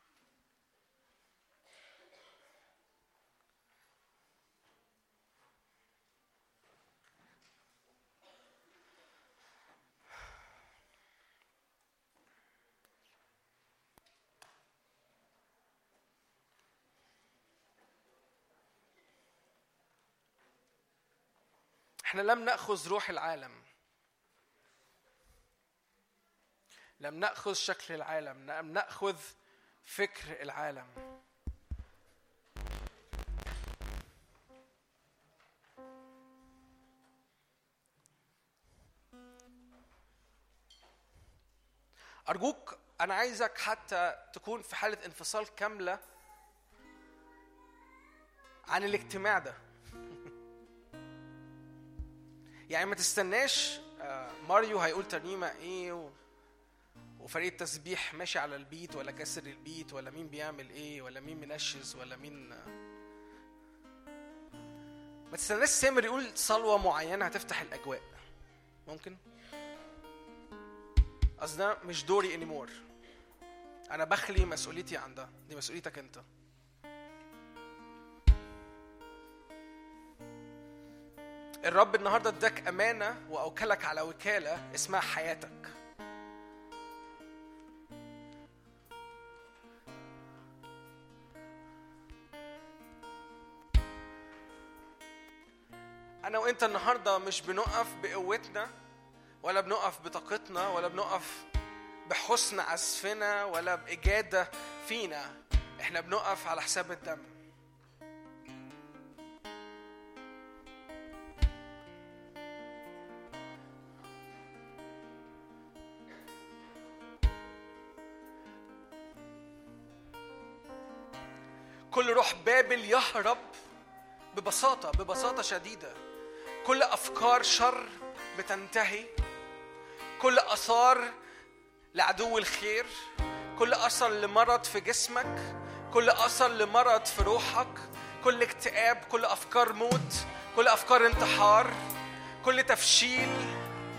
احنا لم نأخذ روح العالم. لم نأخذ شكل العالم. لم نأخذ فكر العالم. أرجوك أنا عايزك حتى تكون في حالة انفصال كاملة عن الاجتماع ده. يعني ما تستناش ماريو هيقول ترنيمة ايه وفريق التسبيح ماشي على البيت ولا كسر البيت ولا مين بيعمل ايه ولا مين منشز ولا مين. ما تستناش سامر يقول صلوة معينة هتفتح الأجواء. ممكن أصلا مش دوري anymore. أنا بخلي مسؤوليتي عن ده. دي مسؤوليتك أنت. الرب النهاردة اداك أمانة وأوكلك على وكالة اسمها حياتك. أنا وإنت النهاردة مش بنقف بقوتنا ولا بنقف بطاقتنا ولا بنقف بحسن عزفنا ولا بإجادة فينا. إحنا بنقف على حساب الدم. كل روح بابل يهرب ببساطة شديدة. كل أفكار شر بتنتهي. كل أثار لعدو الخير. كل أثر لمرض في جسمك. كل أثر لمرض في روحك. كل اكتئاب. كل أفكار موت. كل أفكار انتحار. كل تفشيل.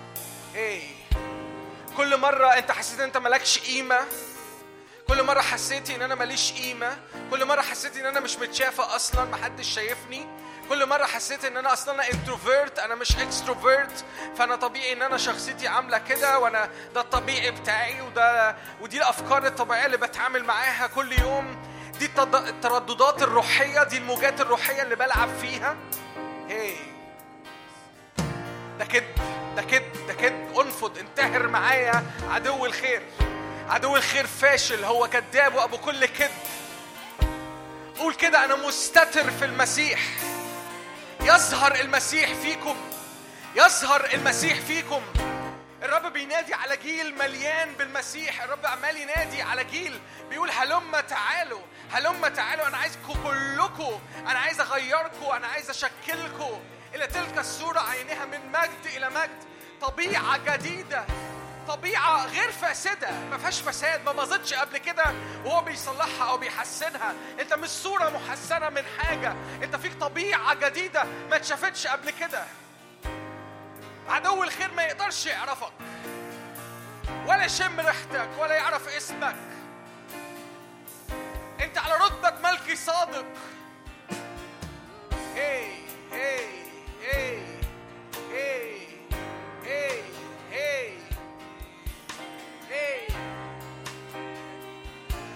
كل مرة أنت حسيت أنت ملكش قيمة. كل مرة حسيتي ان انا ماليش قيمة. كل مرة حسيتي ان انا مش متشافة اصلا. محدش شايفني. كل مرة حسيت ان انا اصلا انتروفيرت. انا مش اكستروفيرت. فانا طبيعي ان انا شخصيتي عاملة كده وانا ده الطبيعي بتاعي ودي الافكار الطبيعية اللي بتعامل معاها كل يوم. دي الترددات الروحية. دي الموجات الروحية اللي بلعب فيها. ده كده انفض انتهر معايا عدو الخير. عدو الخير فاشل. هو كذاب وابو كل كذب. قول كده انا مستتر في المسيح. يظهر المسيح فيكم. يظهر المسيح فيكم. الرب بينادي على جيل مليان بالمسيح. الرب عمال ينادي على جيل بيقول هلم تعالوا هلم تعالوا. انا عايزكم كلكم. انا عايز اغيركم. انا عايز اشكلكم الى تلك الصورة عينها من مجد الى مجد. طبيعة جديدة. طبيعة غير فاسدة. ما فيهاش فساد. ما باظتش قبل كده وهو بيصلحها أو بيحسنها. أنت مش صورة محسنة من حاجة. أنت فيك طبيعة جديدة ما اتشافتش قبل كده. عدو الخير ما يقدرش يعرفك ولا يشم ريحتك ولا يعرف اسمك. أنت على رتبة ملكي صادق.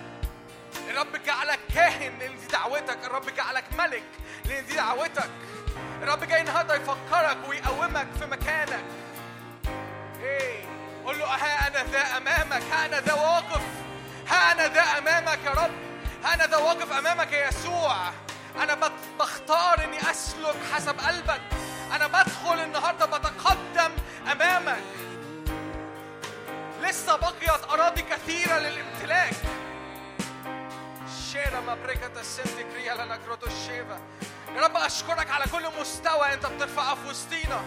الرب جعلك كاهن لأن دي دعوتك. الرب جعلك ملك لأن دي دعوتك. الرب جاي النهارده يفكرك ويقومك في مكانك. قول له ها أنا ذا أمامك، ها أنا ذا واقف، ها أنا ذا أمامك يا رب، ها أنا ذا واقف أمامك يا يسوع. أنا بختار إني أسلك حسب قلبك. أنا بدخل النهارده بتقدم أمامك. لسه بقيت أراضي كثيرة للامتلاك. شيرا ما بريكة السنتي كريا لنا كروتو الشيفا. يا رب أشكرك على كل مستوى أنت بترفعه في وسطينا.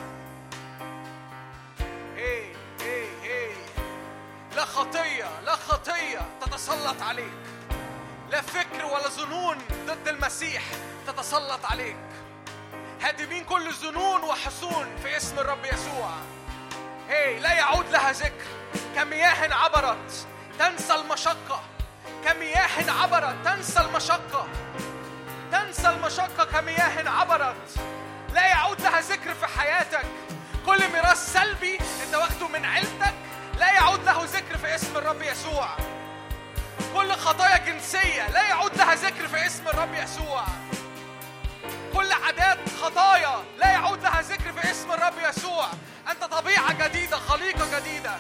لا خطية، لا خطية تتسلط عليك، لا فكر ولا ظنون ضد المسيح تتسلط عليك. هادمين كل الظنون وحصون في اسم الرب يسوع. لا يعود لها ذكر. كمياه عبرت تنسى المشقة، كمياه عبرت تنسى المشقة، تنسى المشقة كمياه عبرت. لا يعود لها ذكر في حياتك. كل ميراث سلبي انت واخده من عيلتك لا يعود له ذكر في اسم الرب يسوع. كل خطايا جنسية لا يعود لها ذكر في اسم الرب يسوع. كل عادات خطايا لا يعود لها ذكر في اسم الرب يسوع. أنت طبيعة جديدة، خليقة جديدة.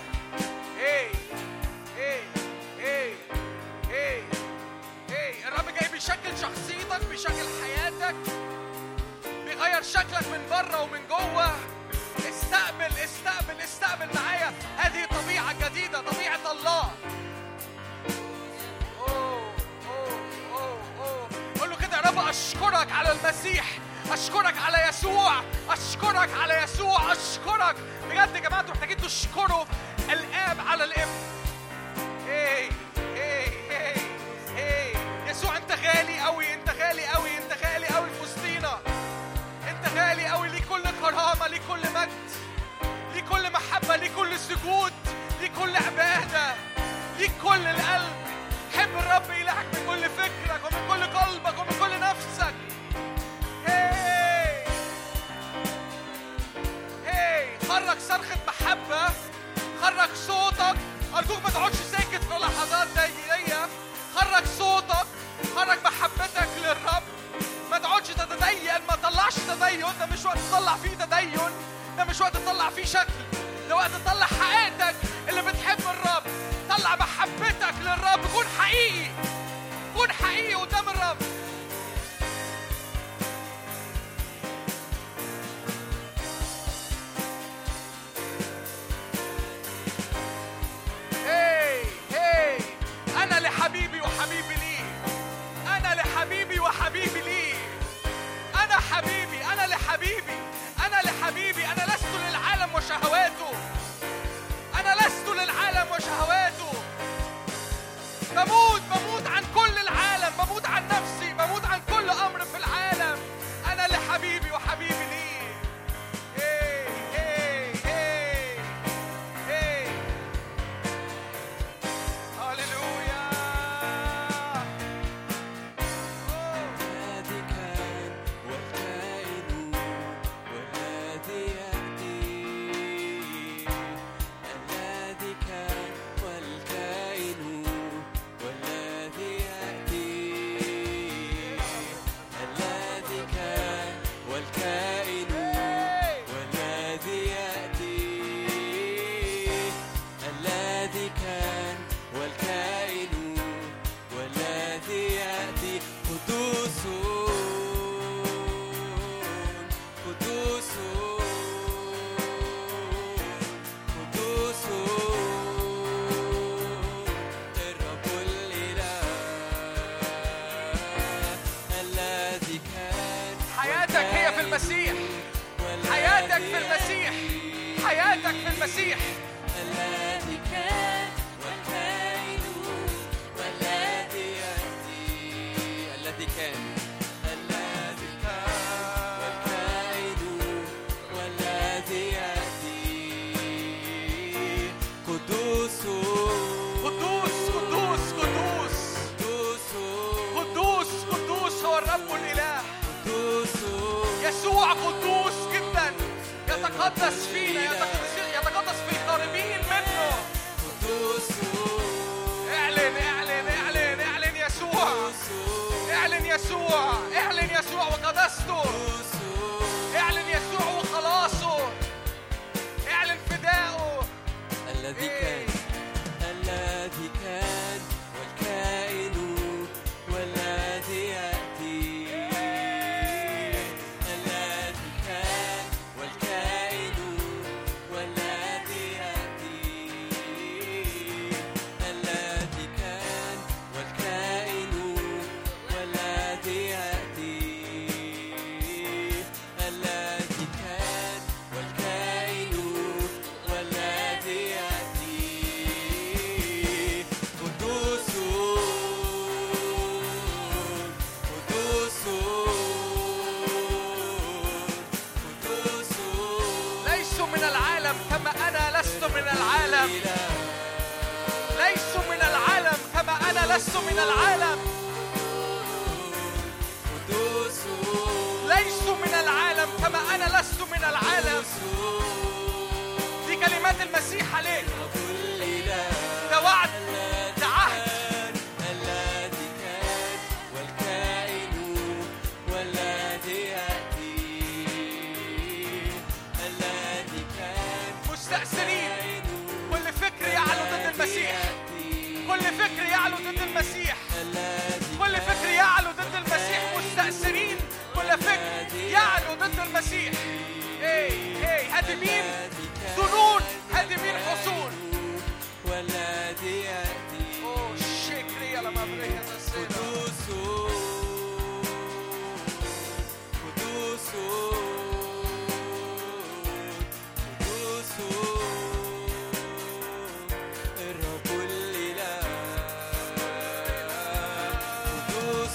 الرب جاي بيشكل شخصيتك، بيشكل حياتك، بيغير شكلك من بره ومن جوه. استقبل استقبل استقبل معايا هذه طبيعة جديدة، طبيعة الله. قول له كده يا رب أشكرك على المسيح، أشكرك على يسوع، أشكرك على يسوع، أشكرك بجد. يا جماعة انتوا محتاجين تشكروا الآب على الابن. يسوع أنت غالي قوي، أنت غالي قوي، أنت غالي قوي في وسطينا. أنت غالي قوي، ليك كل كرامة، ليك كل مجد، ليك كل محبة، ليك كل سجود، ليك كل عبادة، ليك كل القلب. حب الرب إلهك من كل فكرك ومن كل قلبك ومن كل نفسك. خرج صرخة محبة، خرج صوتك. أرجوك ما تقعدش ساكت في لحظات دقيقية. خرج صوتك، خرج محبتك للرب. ما تقعدش تتدين، ما تطلعش تدين. ده مش وقت تطلع فيه تدين، ده مش وقت تطلع فيه شكل، ده وقت تطلع حقيقتك اللي بتحب الرب. طلع محبتك للرب. كون حقيقي، كون حقيقي قدام الرب. أنا لحبيبي وحبيبي لي، أنا لحبيبي وحبيبي لي. أنا حبيبي، أنا لحبيبي، أنا لحبيبي. أنا لست للعالم وشهواته، أنا لست للعالم وشهواته. بموت عن كل العالم، بموت عن نفسي، بموت عن كل أمر في العالم. أنا لحبيبي وحبيبي لي. المسيح، حياتك في المسيح، حياتك في المسيح. الذي كان والكائن والذي يأتي، الذي كان، الذي كان والكائن والذي يأتي. قدوس قدوس قدوس قدوس قدوس قدوس هو الرب الإله. يسوع قدوس جدا، يتقدس فينا، يتقدس في القريبين منه. اعلن اعلن اعلن اعلن يسوع، اعلن يسوع، اعلن يسوع وقدسته. لست من العالم. ليسوا من العالم كما أنا لست من العالم. دي كلمات المسيح عليك. ده وعد، ده عهد. الذي كان والكائن والذي يأتي، الذي كان مستأثرين. كل فكر يعلو ضد المسيح، كل فكر يعلو ضد المسيح، كل فكر يعلو ضد المسيح. مستأثرين، كل فكر يعلو ضد المسيح. هادمين ظنون، هادمين حصون. والذي يأتي شكري على مبرية السيدة. قدوس قدوس قدوس الرب الإله. قدوس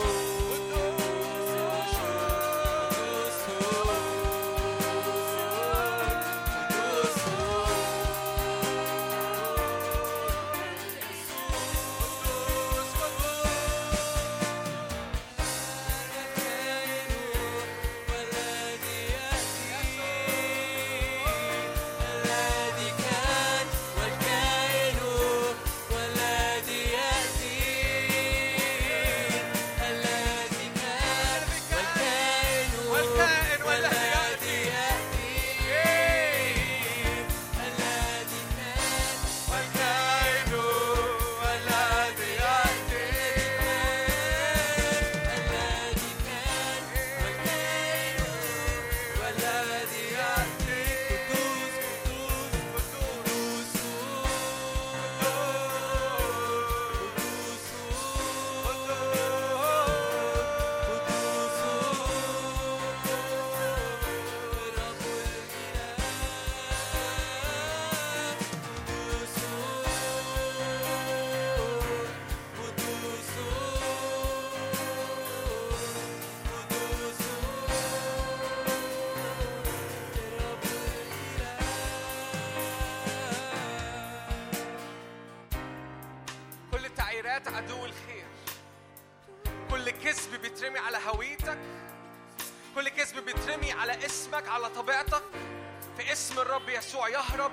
عدو الخير، كل كذب بيترمي على هويتك، كل كذب بيترمي على اسمك، على طبيعتك، في اسم الرب يسوع يهرب.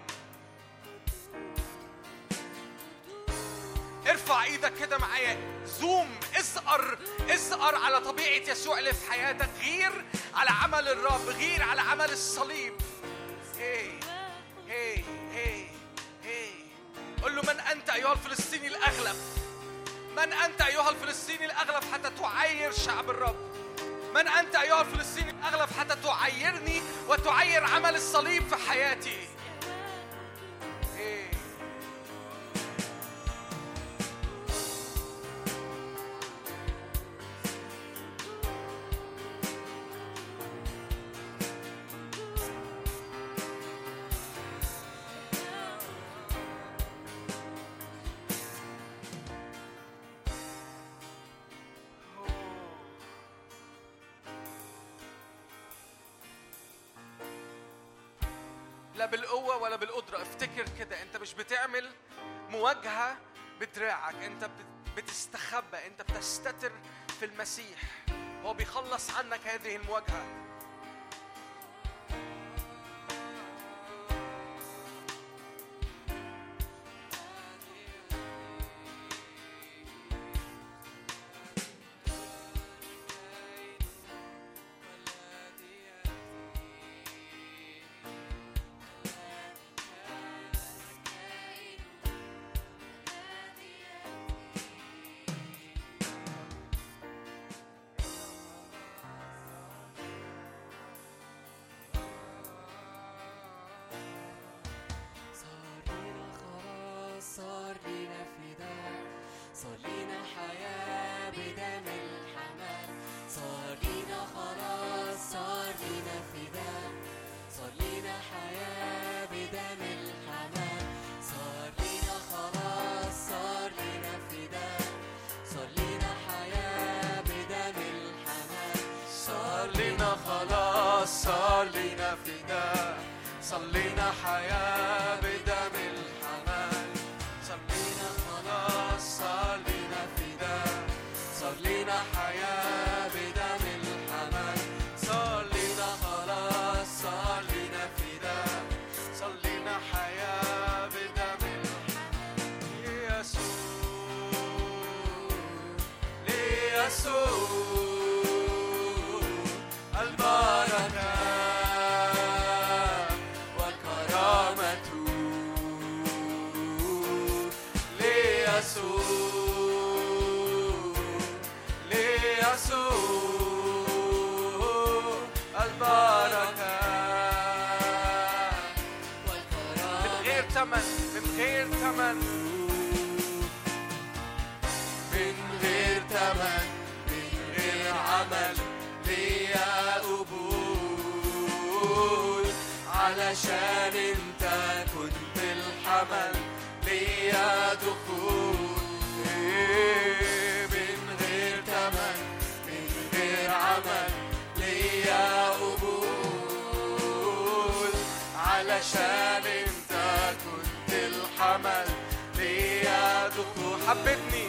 ارفع ايدك كده معايا، زوم، ازقر على طبيعة يسوع اللي في حياتك. غير على عمل الرب، غير على عمل الصليب. قل له: من أنت أيها الفلسطيني الأغلب؟ من أنت أيها الفلسطيني الأغلب حتى تعير شعب الرب؟ من أنت أيها الفلسطيني الأغلب حتى تعيرني وتعير عمل الصليب في حياتي؟ لا بالقوة ولا بالقدرة. افتكر كده، انت مش بتعمل مواجهة بدراعك، انت بتستخبى، انت بتستتر في المسيح. هو بيخلص عنك هذه المواجهة. صار لينا فداء، صار لينا حياة بدم الحمام. صار لينا خلاص، صار لينا فداء، صار لينا حياة بدم الحمام. صار لينا خلاص، صار لينا فداء، صار لينا حياة بدم الحمام. صار لينا خلاص، صار لينا فداء، صار لينا حياة بدم الحمام. صار لينا خلاص، صار تمن، من غير تمن، من غير عمل ليا قبول، علشان انت كنت الحمل ليا دخول. من غير تمن، من غير عمل ليا قبول، علشان انت كنت الحمل ليا دخول. حبتني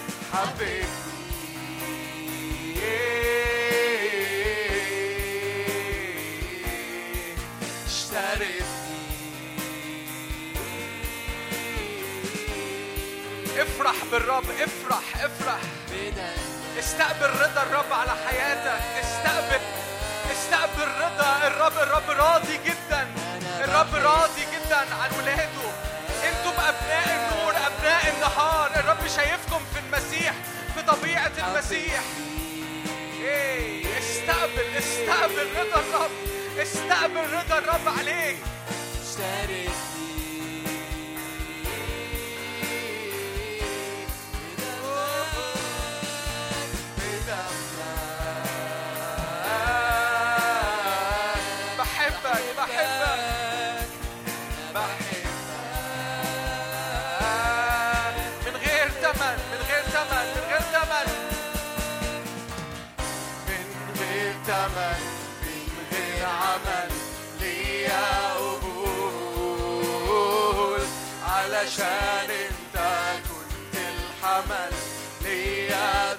اشتريتني. افرح بالرب، افرح استقبل رضا الرب على حياتك. استقبل رضا الرب راضي جدا. الرب راضي جدا عن ولاده. انتم ابناء النور، ابناء النهار. الرب شايفكم في المسيح، في طبيعة المسيح. استقبل رضا الرب، استقبل رضا الرب عليك. علشان انت كنت الحمل ليا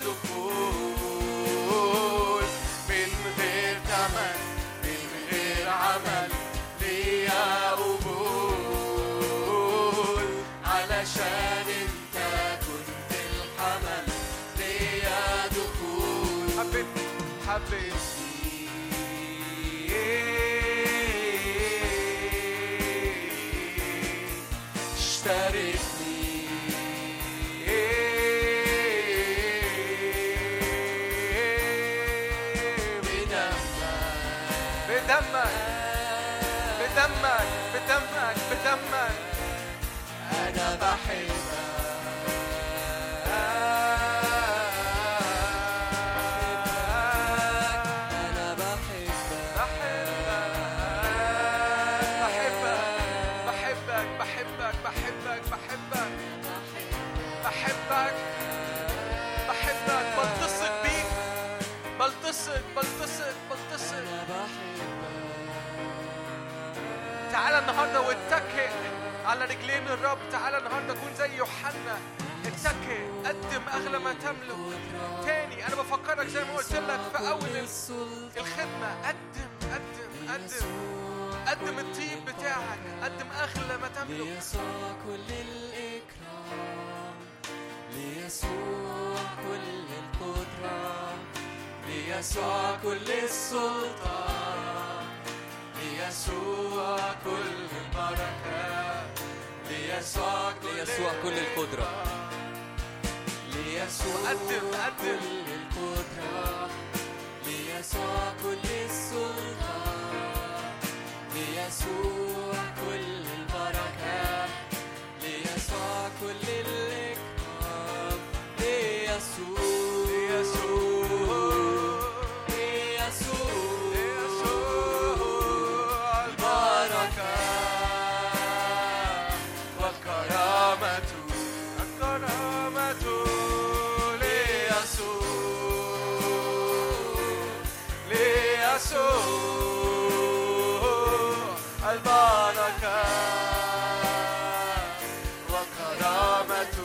دخول. من غير تمن، من غير عمل ليا قبول، علشان انت كنت الحمل ليا دخول. حبيبي اشتريتني بدمك. أنا بحبك، أنا بحبك. بلتصق بيك، بلتصق. تعال النهارده واتكئ على رجلين الرب. تعال النهارده كون زي يوحنا، اتكئ، قدم اغلى ما تملك. تاني انا بفكرك زي ما قلت لك في اول الخدمه، قدم الطيب بتاعك، قدم اغلى ما تملك. ليسوع كل الإكرام، ليسوع كل القدرة، ليسوع كل السلطان، ليسوع كل البركة، ليسوع كل القدرة، ليسوع قدم كل القدرة، ليسوع كل السلطان، ليسوع كل البركة، ليسوع كل الإكرام، البركة والكرامة البركة وكرامة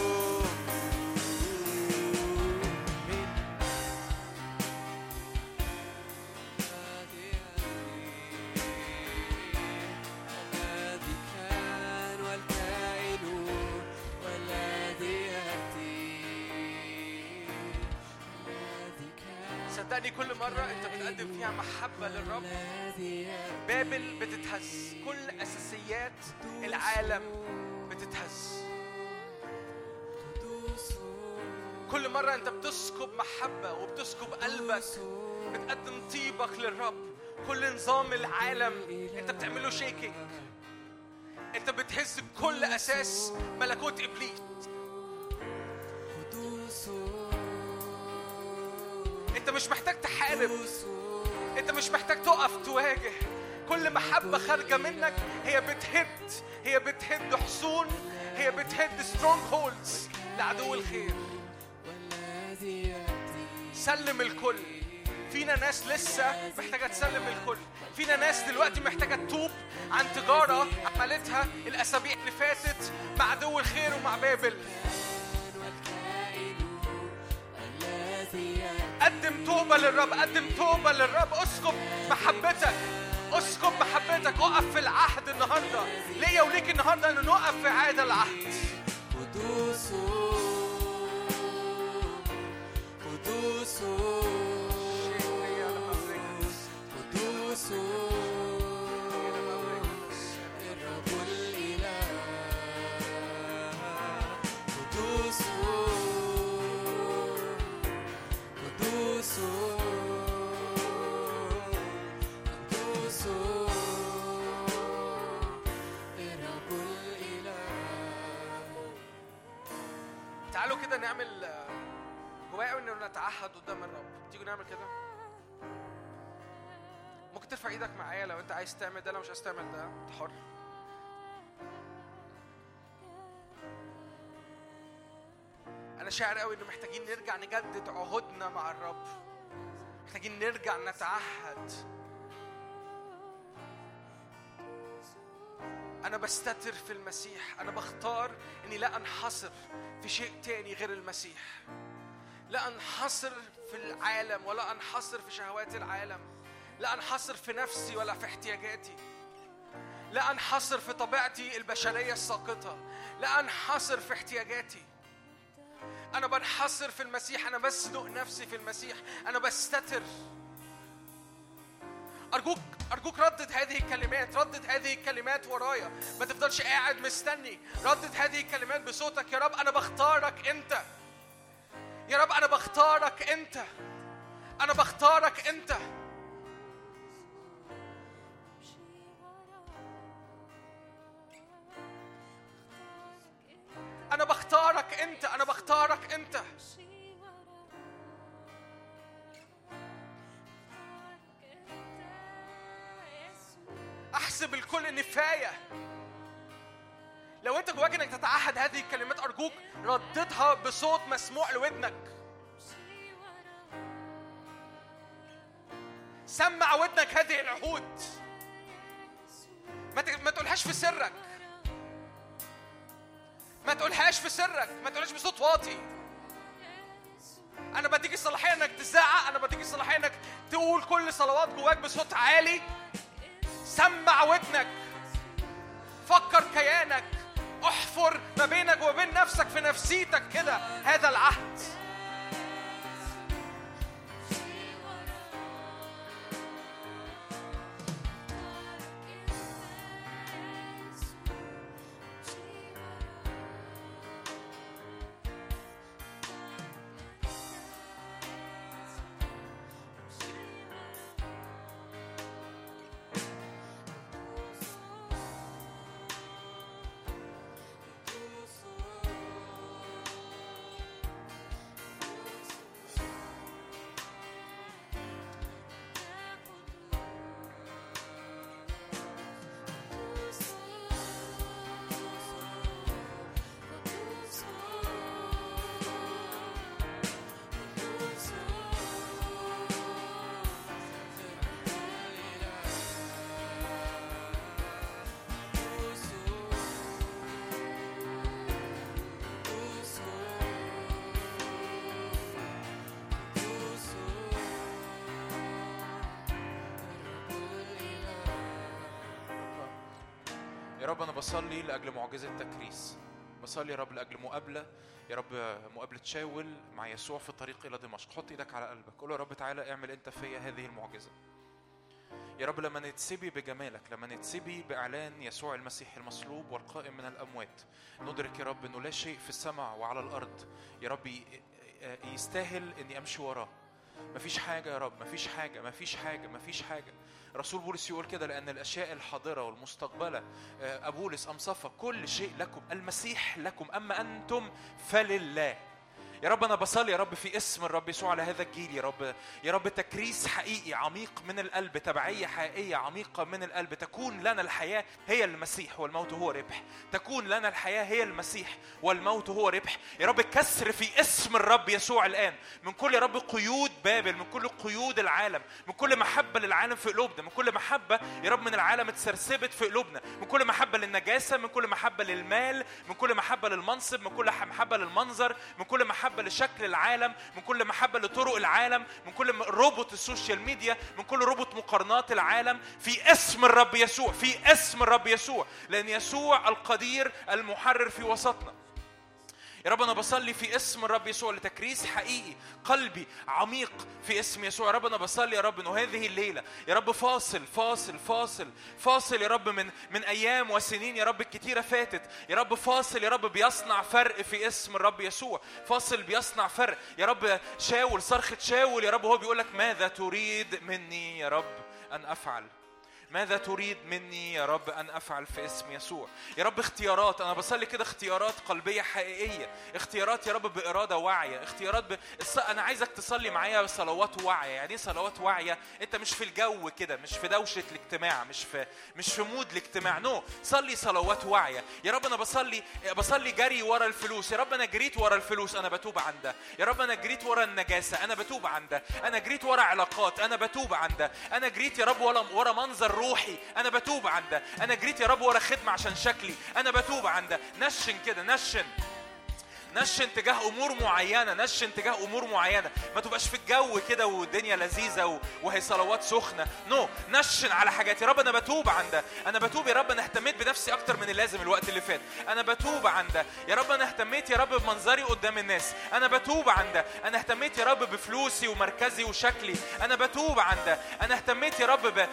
الذي كان والكائن والذي يأتي. صدقني كل مرة انت بتقدم فيها محبة للرب بابل بتتهز، كل أساسيات العالم بتتهز. كل مرة انت بتسكب محبة وبتسكب قلبك، بتقدم طيبك للرب، كل نظام العالم انت بتعمله شيكينج. انت بتهز كل اساس ملكوت ابليس. انت مش محتاج تحارب، انت مش محتاج تقف تواجه. كل محبة خارجة منك هي بتهد حصون، هي بتهد سترونج هولدز لعدو الخير. سلم الكل. فينا ناس لسه محتاجة تسلم الكل. فينا ناس دلوقتي محتاجة تتوب عن تجارة عملتها الأسابيع اللي فاتت مع عدو الخير ومع بابل. قدم توبة للرب، قدم توبة للرب. اسكب محبتك، اسكب محبتك. اقف في العهد النهاردة ليا وليك النهاردة، أن نقف في هذا العهد. قدوس قدوس قدوس الرب الإله. قدوس قدوس قدوس الرب الإله. تعالوا كده نعمل جوايا انه نتعهد قدام الرب. تيجوا نعمل كده. ممكن ترفع ايدك معايا لو انت عايز تعمل ده، لو مش عايز تعمل ده انت حر. انا شاعر قوي انه محتاجين نرجع نجدد عهودنا مع الرب، محتاجين نرجع نتعهد. انا بستتر في المسيح، انا بختار اني لا انحصر في شيء تاني غير المسيح، لا انحصر في العالم ولا انحصر في شهوات العالم، لا انحصر في نفسي ولا في احتياجاتي، لا انحصر في طبيعتي البشرية الساقطة، لا انحصر في احتياجاتي. أنا بنحصر في المسيح، أنا بسدق نفسي في المسيح، أنا بستتر. أرجوك ردد هذه الكلمات، ردد هذه الكلمات ورايا، ما تفضلش قاعد مستني. ردد هذه الكلمات بصوتك. يا رب أنا بختارك أنت، يا رب أنا بختارك أنت، أنا بختارك أنت. أنا بختارك أنت، أنا بختارك أنت. أحسب الكل نفاية. لو أنت جواك إنك تتعهد هذه الكلمات، أرجوك رددها بصوت مسموع لودنك. سمع ودنك هذه العهود، ما تقولهاش في سرك، ما تقولهاش في سرك، ما تقولهاش بصوت واطي. أنا بديك الصلاحية إنك تزعق، أنا بديك الصلاحية إنك تقول كل صلوات جواك بصوت عالي. سمع ودنك، فكر كيانك، احفر ما بينك وبين نفسك في نفسيتك كده هذا العهد. يا رب أنا بصلي لأجل معجزة تكريس، بصلي يا رب لأجل مقابلة، يا رب مقابلة شاول مع يسوع في الطريق إلى دمشق. حط إيدك على قلبك، قول يا رب تعالى اعمل أنت فيا هذه المعجزة. يا رب لما نتسبي بجمالك، لما نتسبي بإعلان يسوع المسيح المصلوب والقائم من الأموات، ندرك يا رب أنه لا شيء في السماء وعلى الأرض يا رب يستاهل أني أمشي وراه. مفيش حاجة يا رب، مفيش حاجة، مفيش حاجة، مفيش حاجة. رسول بولس يقول كده: لأن الأشياء الحاضرة والمستقبلة، أبولس أمصفة، كل شيء لكم، المسيح لكم، أما أنتم فلله. يا رب أنا بصلي يا رب في اسم الرب يسوع على هذا الجيل يا رب. يا رب تكريس حقيقي عميق من القلب، تبعية حقيقية عميقة من القلب. تكون لنا الحياة هي المسيح والموت هو ربح. تكون لنا الحياة هي المسيح والموت هو ربح. يا رب كسر في اسم الرب يسوع الآن من كل يا رب قيود بابل، من كل قيود العالم، من كل محبة للعالم في قلوبنا، من كل محبة يا رب من العالم اتسرسبت في قلوبنا، من كل محبة للنجاسة، من كل محبة للمال، من كل محبة للمنصب، من كل محبة للمنظر، من كل محبة لشكل العالم، من كل محبة لطرق العالم، من كل ربط السوشيال ميديا، من كل ربط مقارنات العالم، في اسم الرب يسوع، في اسم الرب يسوع، لأن يسوع القدير المحرر في وسطنا. يا رب أنا بصلي في اسم الرب يسوع لتكريس حقيقي قلبي عميق في اسم يسوع. يا رب أنا بصلي يا رب إنه هذه الليلة يا رب فاصل فاصل فاصل فاصل يا رب من أيام وسنين يا رب كتيرة فاتت. يا رب فاصل يا رب بيصنع فرق في اسم الرب يسوع. فاصل بيصنع فرق يا رب. شاول، صرخة شاول يا رب هو بيقولك: ماذا تريد مني يا رب أن أفعل؟ ماذا تريد مني يا رب أن أفعل في اسم يسوع؟ يا رب اختيارات، أنا بصلي كده اختيارات قلبية حقيقية، اختيارات يا رب بإرادة واعية، اختيارات أنا عايزك تصلي معايا بصلوات واعية. يعني إيه صلوات واعية؟ أنت مش في الجو كده، مش في دوشة الاجتماع، مش في مود الاجتماع، نو، صلي صلوات واعية. يا رب أنا بصلي جري ورا الفلوس. يا رب أنا جريت ورا الفلوس، أنا بتوب عن ده. يا رب أنا جريت ورا النجاسة، أنا بتوب عن ده. أنا جريت ورا علاقات، أنا بتوب عن ده. أنا جريت يا رب ورا منظر روحي، أنا بتوب عن ده. أنا جريت يا رب ورا خدمة عشان شكلي، أنا بتوب عن ده. نشن كده، نشن تجاه أمور معينة، نشن تجاه أمور معينة. ما تبقاش في الجو كده والدنيا لذيذة وهي صلوات سخنة، نو، نشن على حاجات. يا رب أنا بتوب عن ده. أنا بتوب يا رب، أنا اهتميت بنفسي أكتر من اللازم الوقت اللي فات، أنا بتوب عن ده. يا رب أنا اهتميت يا رب بمنظري قدام الناس، أنا بتوب عن ده. أنا اهتميت يا رب بفلوسي ومركزي وشكلي، أنا بتوب عن ده. أنا اهتميت يا رب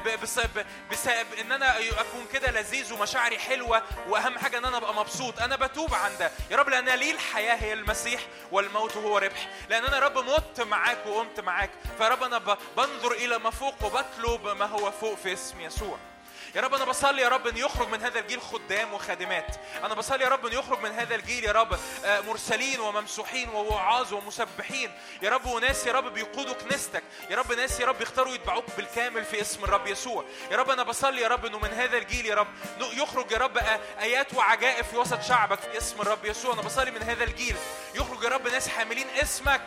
بسبب إن أنا أكون كده لذيذ ومشاعري حلوة، وأهم حاجة إن أنا أبقى مبسوط، أنا بتوب عن ده. يا رب لأن لي الحياة هي المسيح والموت هو ربح، لأن أنا رب مت معاك وقمت معاك. فيا رب أنا بنظر إلى ما فوق وبطلب ما هو فوق في اسم يسوع. يا رب أنا بصلي يا رب أن يخرج من هذا الجيل خدام وخادمات. أنا بصلي يا رب أن يخرج من هذا الجيل يا رب مرسلين وممسوحين ووعاظ ومسبحين يا رب، وناس يا رب بيقودوا كنيستك يا رب، ناس يا رب يختاروا يتبعوك بالكامل في اسم الرب يسوع. يا رب أنا بصلي يا رب أنه من هذا الجيل يا رب يخرج يا رب آيات وعجائب في وسط شعبك في اسم الرب يسوع. أنا بصلي من هذا الجيل يخرج يا رب ناس حاملين اسمك،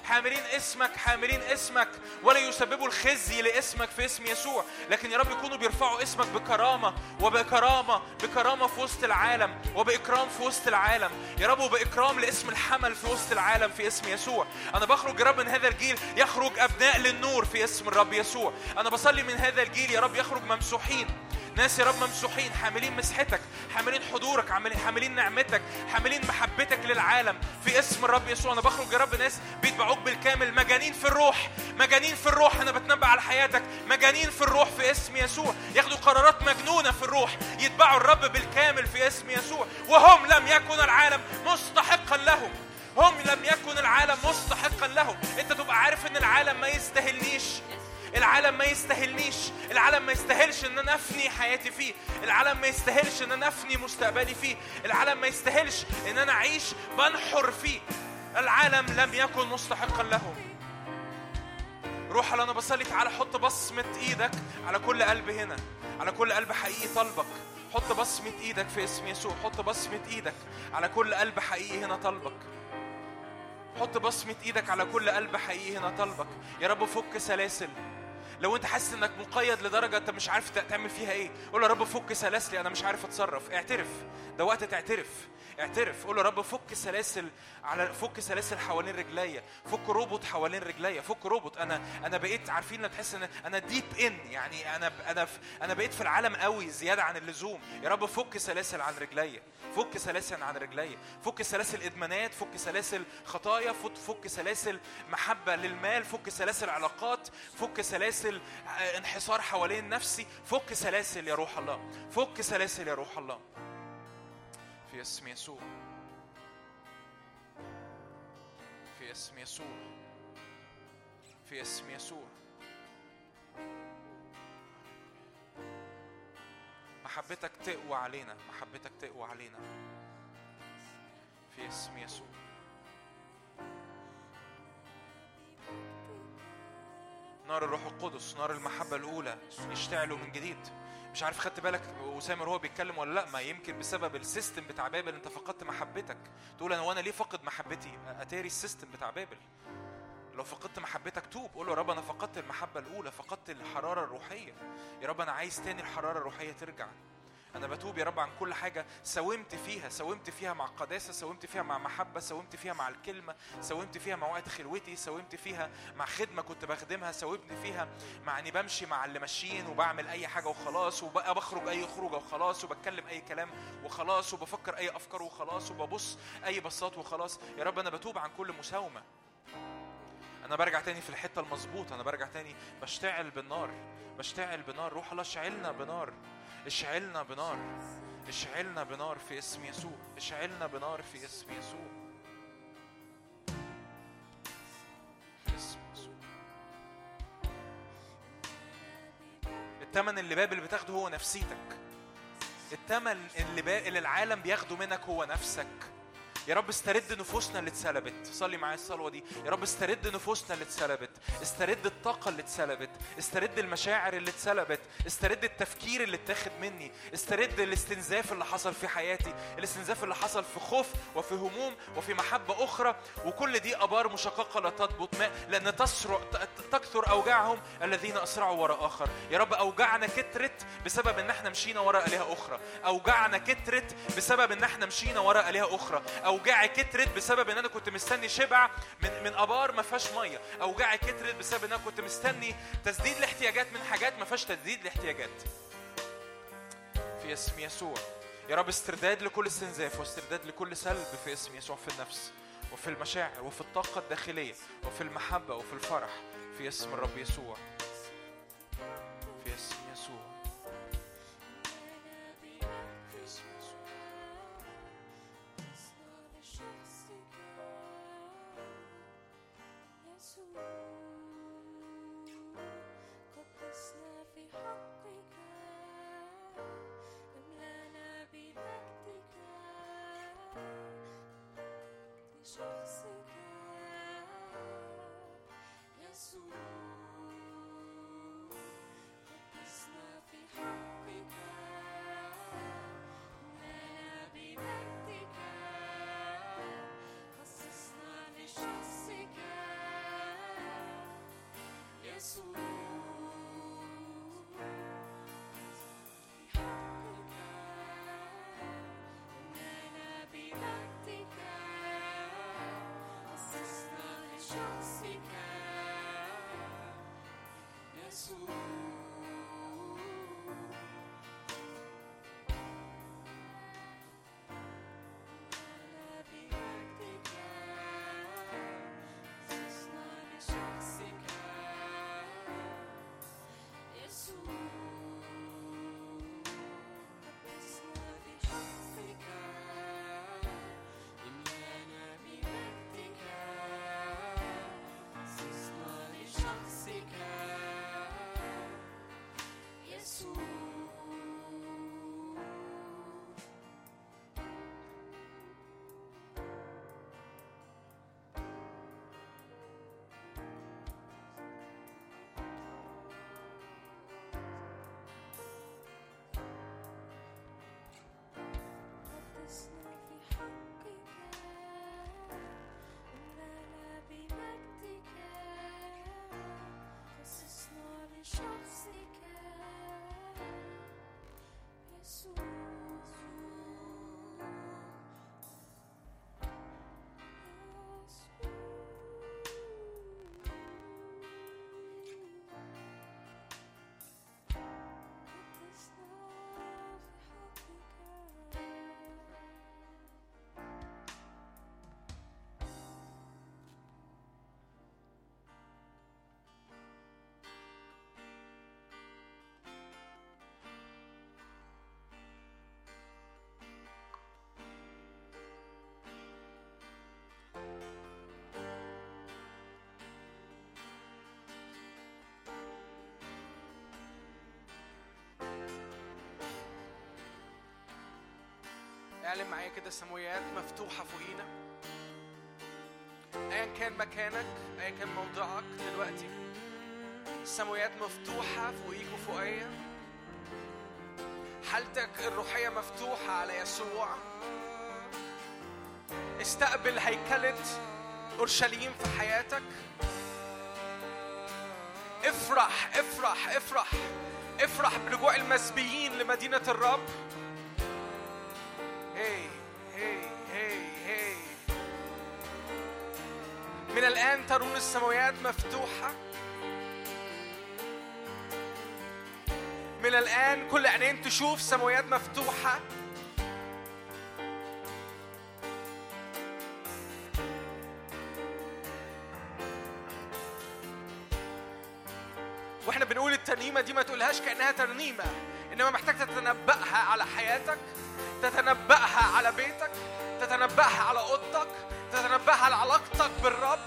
حاملين اسمك ولا يسببوا الخزي لاسمك في اسم يسوع، لكن يا رب يكونوا بيرفعوا اسمك بكرامة بكرامة في وسط العالم، وبإكرام في وسط العالم يا رب، وبإكرام لاسم الحمل في وسط العالم في اسم يسوع. أنا بخرج يا رب من هذا الجيل يخرج أبناء للنور في اسم الرب يسوع. أنا بصلي من هذا الجيل يا رب يخرج ممسوحين، ناس يا رب ممسوحين، حاملين مسحتك، حاملين حضورك، حاملين نعمتك، حاملين محبتك للعالم في اسم الرب يسوع. أنا بخرج يا رب ناس بيتبعوك بالكامل، مجانين في الروح. أنا بتنبأ على حياتك مجانين في الروح في اسم يسوع، ياخدوا قرارات مجنونة في الروح، يتبعوا الرب بالكامل في اسم يسوع، وهم لم يكن العالم مستحقا لهم. لم يكن العالم مستحقا لهم. أنت تبقى عارف أن العالم ما يستاهلنيش، العالم ما يستاهلش ان انا افني حياتي فيه، العالم ما يستاهلش ان انا افني مستقبلي فيه، العالم ما يستاهلش ان انا اعيش بنحر فيه. العالم لم يكن مستحقا له. روح الله، انا بصلي تعالى حط بصمة ايدك على كل قلب هنا، على كل قلب حقيقي طلبك. حط بصمة ايدك في اسم يسوع، حط بصمة ايدك على كل قلب حقيقي هنا طلبك. حط بصمة ايدك على كل قلب حقيقي هنا طلبك. يا رب فك سلاسل. لو انت حاسس انك مقيد لدرجة انت مش عارف تعمل فيها ايه، قول يا رب فك سلاسلي، انا مش عارف اتصرف. اعترف، ده وقت تعترف. قول يا رب فك سلاسل حوالين رجليا، فك ربط حوالين رجليا، فك ربط. انا بقيت، عارفين لما تحس ان انا ديب ان، يعني انا بقيت في العالم قوي زيادة عن اللزوم. يا رب فك سلاسل عن رجليا، فك سلاسل عن رجليا، فك سلاسل ادمانات، فك سلاسل خطايا، فك سلاسل محبة للمال، فك سلاسل علاقات، فك سلاسل انحصار حوالين نفسي. فك سلاسل يا روح الله، فك سلاسل يا روح الله في اسم يسوع، في اسم يسوع. في اسم يسوع. محبتك تقوى علينا، محبتك تقوى علينا في اسم يسوع. نار الروح القدس، نار المحبة الأولى يشتعلوا من جديد. مش عارف خدت بالك وسامر هو بيتكلم ولا لا؟ ما يمكن بسبب السيستم بتاع بابل انت فقدت محبتك. تقول انا ليه فقد محبتي؟ اتاري السيستم بتاع بابل. لو فقدت محبتك توب، قول له يا رب انا فقدت المحبة الأولى، فقدت الحرارة الروحية. يا رب انا عايز تاني الحرارة الروحية ترجع. أنا بتوب يا رب عن كل حاجة ساومت فيها مع قداسة، ساومت فيها مع محبة، ساومت فيها مع الكلمة، ساومت فيها مع وقت خلوتي، ساومت فيها مع خدمة كنت بخدمها، ساومت فيها مع إني بمشي مع اللي ماشيين وبعمل أي حاجة وخلاص، وبقى بخرج أي خروجة وخلاص، وبتكلم أي كلام وخلاص، وبفكر أي أفكار وخلاص، وببص أي بصات وخلاص. يا رب أنا بتوب عن كل مساومة. أنا برجع تاني في الحتة المظبوطة، أنا برجع تاني بشتعل بالنار، بشتعل بنار. روح الله اشعلنا بنار، اشعلنا بنار، اشعلنا بنار في اسم يسوع، اشعلنا بنار في اسم يسوع، في اسم يسوع. الثمن اللي بابل بتاخده هو نفسيتك، الثمن اللي العالم بياخده منك هو نفسك. يا رب استرد نفوسنا اللي اتسلبت. صلي معايا الصلوة دي. يا رب استرد نفوسنا اللي اتسلبت، استرد الطاقة اللي اتسلبت، استرد المشاعر اللي اتسلبت، استرد التفكير اللي اتاخد مني، استرد الاستنزاف اللي حصل في حياتي، الاستنزاف اللي حصل في خوف وفي هموم وفي محبة أخرى. وكل دي أبار مشققة لا تضبط ماء، لأن تكثر أوجاعهم الذين أسرعوا وراء آخر. يا رب أوجعنا كترت بسبب إن احنا مشينا وراء آلهة أخرى، أوجعنا كترت بسبب إن احنا مشينا وراء آلهة أخرى، أوجاعي كترت بسبب إن أنا كنت مستني شبع من أبار ما فيهاش مية، أوجاعي كترت بسبب إن أنا كنت مستني تسديد الاحتياجات من حاجات ما فيهاش تسديد الاحتياجات. في اسم يسوع يا رب استرداد لكل استنزاف واسترداد لكل سلب في اسم يسوع، في النفس وفي المشاعر وفي الطاقة الداخلية وفي المحبة وفي الفرح في اسم الرب يسوع، في اسم يسوع، في اسم يسوع. قدسنا في حقك، املانا بمجدك لشخصك يسوع. قدسنا في حقك، املانا بمجدك، خصصنا لشخصك يسوع. اعلن معايا كده السماويات مفتوحة فوقينا. ايا كان مكانك، ايا كان موضعك دلوقتي، السماويات مفتوحة فوقيك وفوقيا. حالتك الروحية مفتوحة على يسوع. استقبل هيكلة أورشليم في حياتك. افرح افرح افرح افرح برجوع المسبيين لمدينة الرب. هي هي هي هي من الآن ترون السماوات مفتوحة. من الآن كل عينين تشوف سماوات مفتوحة. واحنا بنقول الترنيمة دي ما تقولهاش كأنها ترنيمة، إنما محتاج تتنبأها على حياتك، تتنبأها على بيتك، تتنبأها على أوضتك، تتنبأها على علاقتك بالرب.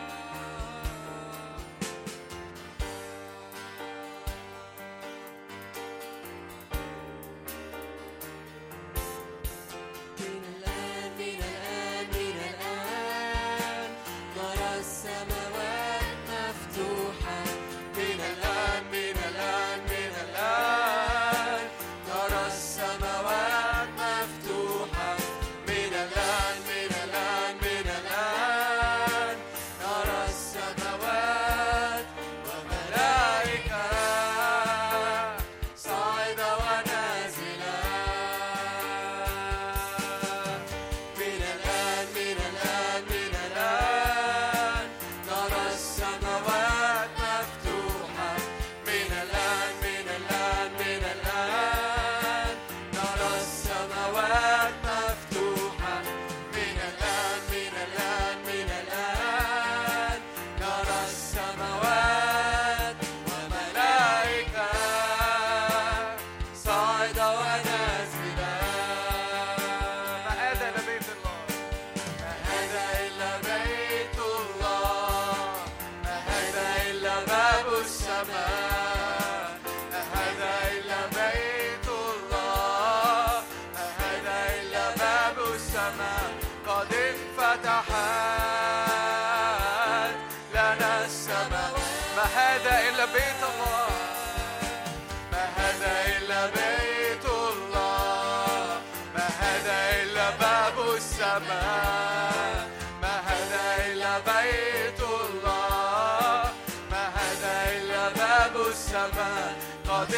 قد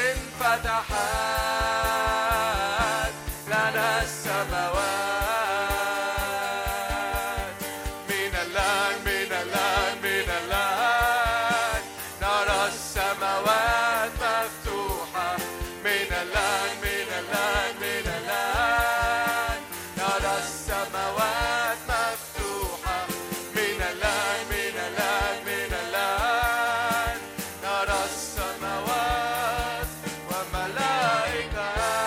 انفتحت لنا السماوات. من الآن من الآن من الآن نرى السماوات مفتوحة. من الآن من الآن من الآن نرى السماوات مفتوحة. من الآن من الآن من الآن نرى السماوات وملائكة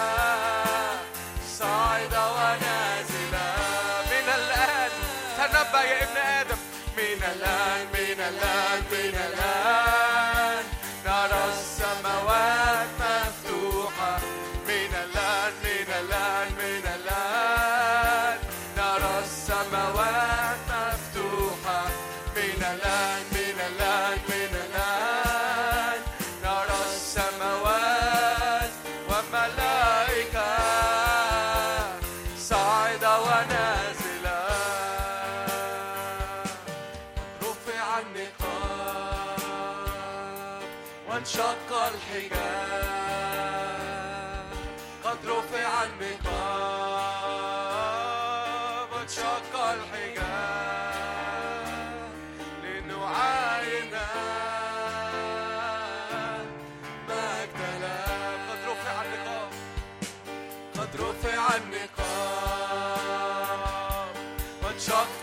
صاعدة ونازلة. من الآن تنبأ يا ابن آدم. من الآن من الآن من الآن نرى السماوات مفتوحة. من الآن من الآن من الآن نرى السماوات مفتوحة. من الآن من الآن من الآن نرى السماوات وملائكة صاعدة ونازلة. رفع النقاب وانشق الحجاب. قد رفع النقاب وانشق الحجاب لنعاين مجد الآب. قد رفع النقاب قد رفع النقاب وانشق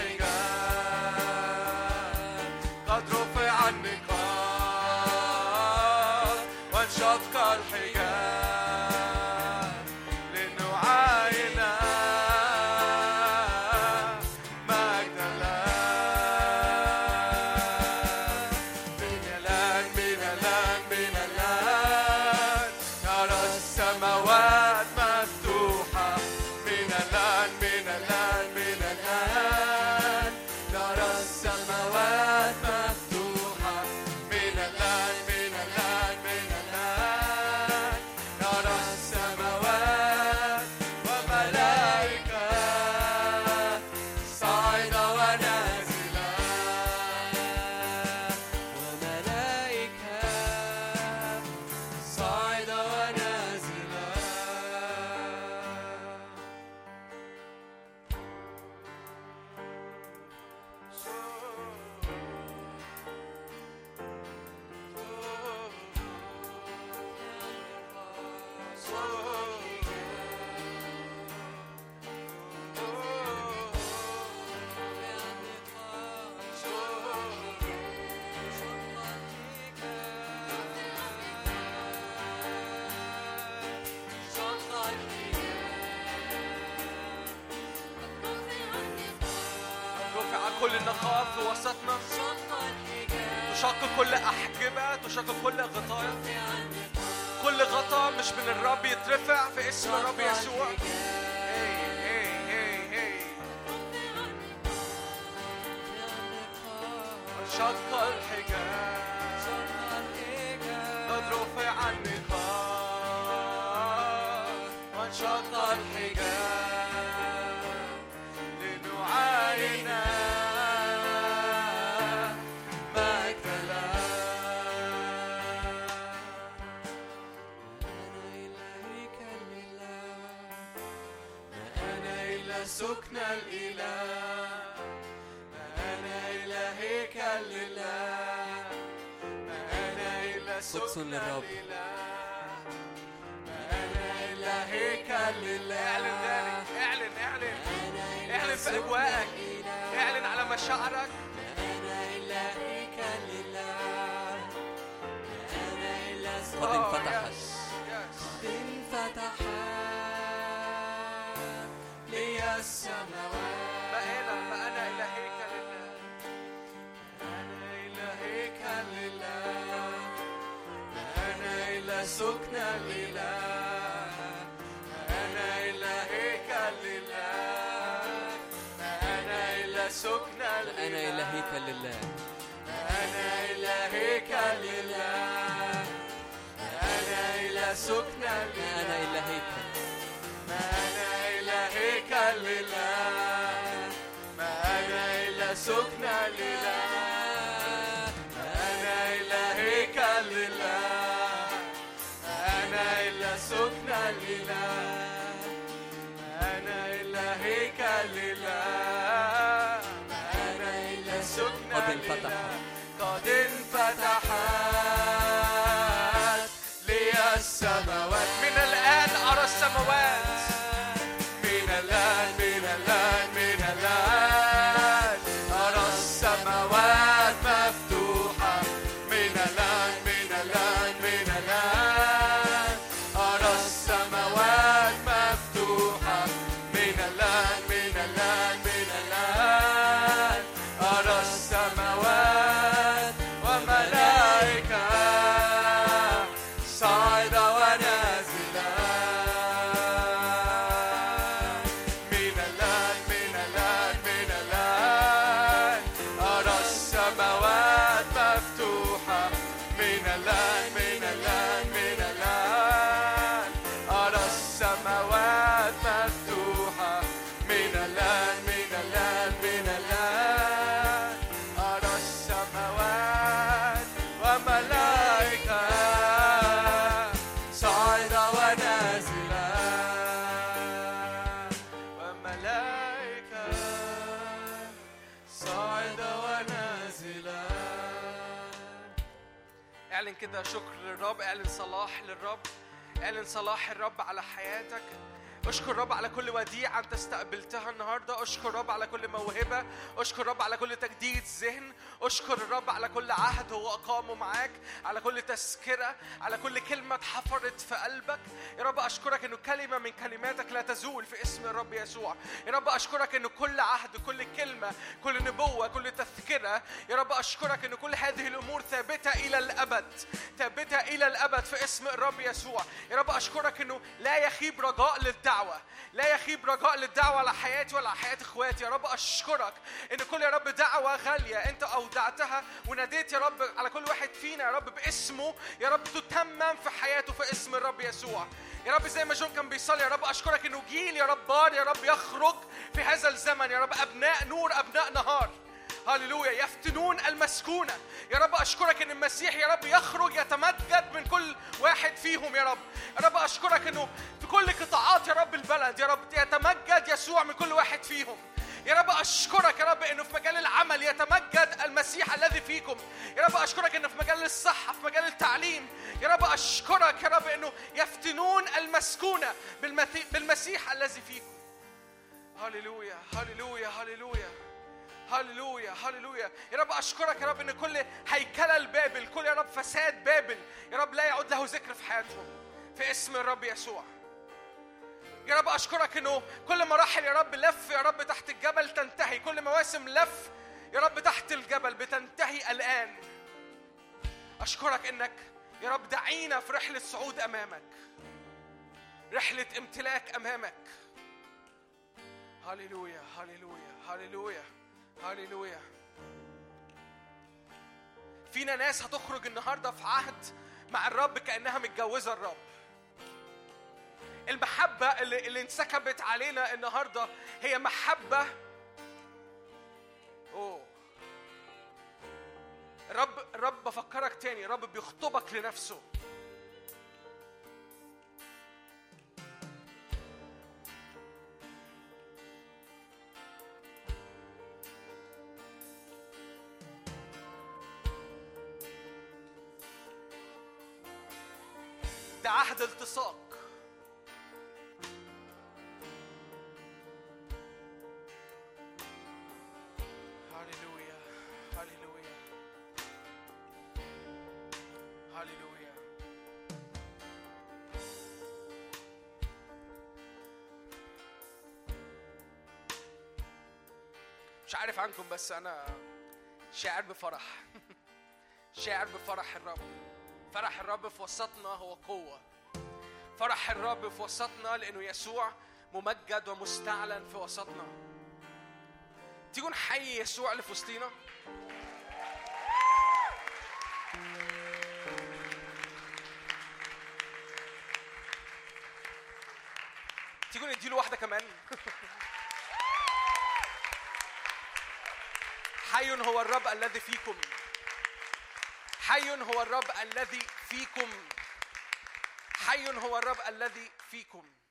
الحجاب. قد رفع النقاب وانشق الحجاب لنعاين مجد الآب. من الآن من الآن من الآن نرى السماوات مفتوحة. من الآن تدخل النقاء في وسطنا، تشق كل أحجبة، تشق كل غطاء، كل غطاء مش من الرب يترفع في اسم الرب يسوع. شق الحجاب قد رفع النقاب، وانشق الحجاب لنعاين مجد الله. أنا إلا سكن الإله، أنا إلا هيكل لله، أنا إلا سكن للرب. أنا إلا هيكل لله. اعلن ذلك، اعلن اعلن اعلن في أجواءك، اعلن على مشاعرك. أنا إلا هيكل لله، أنا إلا قد انفتحت، قد انفتحت لي السماوات. ما أنا إلا هيكل لله، أنا إلا هيكل لله، أنا إلا سكن الإله، أنا إلا هيكل لله، أنا إلا سكن الإله، أنا إلا هيكل لله، أنا إلا هيكل لله، أنا إلا سكن الإله، أنا إلا هيكل، أنا إلا هيكل لله، أنا إلا سكن الإله، أنا إلا هيكل لله، أنا إلا سكن الإله، أنا إلا هيكل لله، أنا إلا سكن قد الإله. انفتحت، قد انفتحت لي السماوات. من الآن أرى السماوات، من الآن من الآن من الآن أرى السماوات مفتوحة، من الآن من الآن من الآن أرى السماوات مفتوحة، من الآن من الآن من الآن أرى السماوات وملائكة صاعدة ونازلة، من الآن من الآن من الآن أرى السماوات مفتوحة، من الآن من الآن من الآن أرى السماوات مفتوحة، من الآن من الآن من الآن أرى السماوات وملائكة صاعدة ونازلة، وملائكة صاعدة ونازلة. اعلن كده شكر للرب، اعلن صلاح للرب، اعلن صلاح الرب على حياتك. اشكر رب على كل وديعة انت استقبلتها النهارده، اشكر رب على كل موهبة، اشكر رب على كل تجديد ذهن، اشكر الرب على كل عهد هو اقامه معاك، على كل تذكرة، على كل كلمة اتحفرت في قلبك. يا رب اشكرك انه كلمة من كلماتك لا تزول في اسم الرب يسوع. يا رب اشكرك انه كل عهد، كل كلمة، كل نبوة، كل تذكرة، يا رب اشكرك انه كل هذه الامور ثابتة الى الابد، ثابتة الى الابد في اسم الرب يسوع. يا رب اشكرك انه لا يخيب رجاء للدعوة، لا يخيب رجاء للدعوة على حياتي ولا على حياة اخواتي. يا رب اشكرك ان كل يا رب دعوة غالية انت اودعتها وناديت يا رب على كل واحد فينا يا رب باسمه، يا رب تتمم في حياته في اسم الرب يسوع. يا رب زي ما جون كان بيصلي، يا رب اشكرك انه جيل يا رب بار يا رب يخرج في هذا الزمن، يا رب ابناء نور ابناء نهار، هاليلويا، يفتنون المسكونة. يا رب أشكرك إن المسيح يا رب يخرج يتمجد من كل واحد فيهم. يا رب أشكرك إنه في كل قطاعات يا رب البلد يا رب يتمجد يسوع من كل واحد فيهم. يا رب أشكرك يا رب إنه في مجال العمل يتمجد المسيح الذي فيكم. يا رب أشكرك إنه في مجال الصحة، في مجال التعليم، يا رب أشكرك يا رب إنه يفتنون المسكونة بالمسيح الذي فيكم. هاليلويا هاليلويا هاليلويا هاليلويا هاليلويا. يا رب أشكرك يا رب إن كل هيكلة البابل، كل يا رب فساد بابل يا رب لا يعود له ذكر في حياتهم في اسم الرب يسوع. يا رب أشكرك إنه كل مراحل يا رب لف يا رب تحت الجبل تنتهي، كل مواسم لف يا رب تحت الجبل بتنتهي الآن. أشكرك إنك يا رب دعينا في رحلة صعود أمامك، رحلة امتلاك أمامك. هاليلويا هاليلويا هاليلويا هاليلويا. فينا ناس هتخرج النهاردة في عهد مع الرب كأنها متجوزة الرب. المحبة اللي انسكبت علينا النهاردة هي محبة الرب بفكرك تاني، الرب بيخطبك لنفسه. ده عهد التصاق. هاليلويا هاليلويا هاليلويا. مش عارف عنكم بس أنا شاعر بفرح. شاعر بفرح الرب. فرح الرب في وسطنا هو قوة. فرح الرب في وسطنا لأنه يسوع ممجد ومستعلن في وسطنا. تيجوا نحيي يسوع اللي في وسطينا. تيجوا نديله واحدة كمان. حي هو الرب الذي فيكم. حي هو الرب الذي فيكم. حي هو الرب الذي فيكم.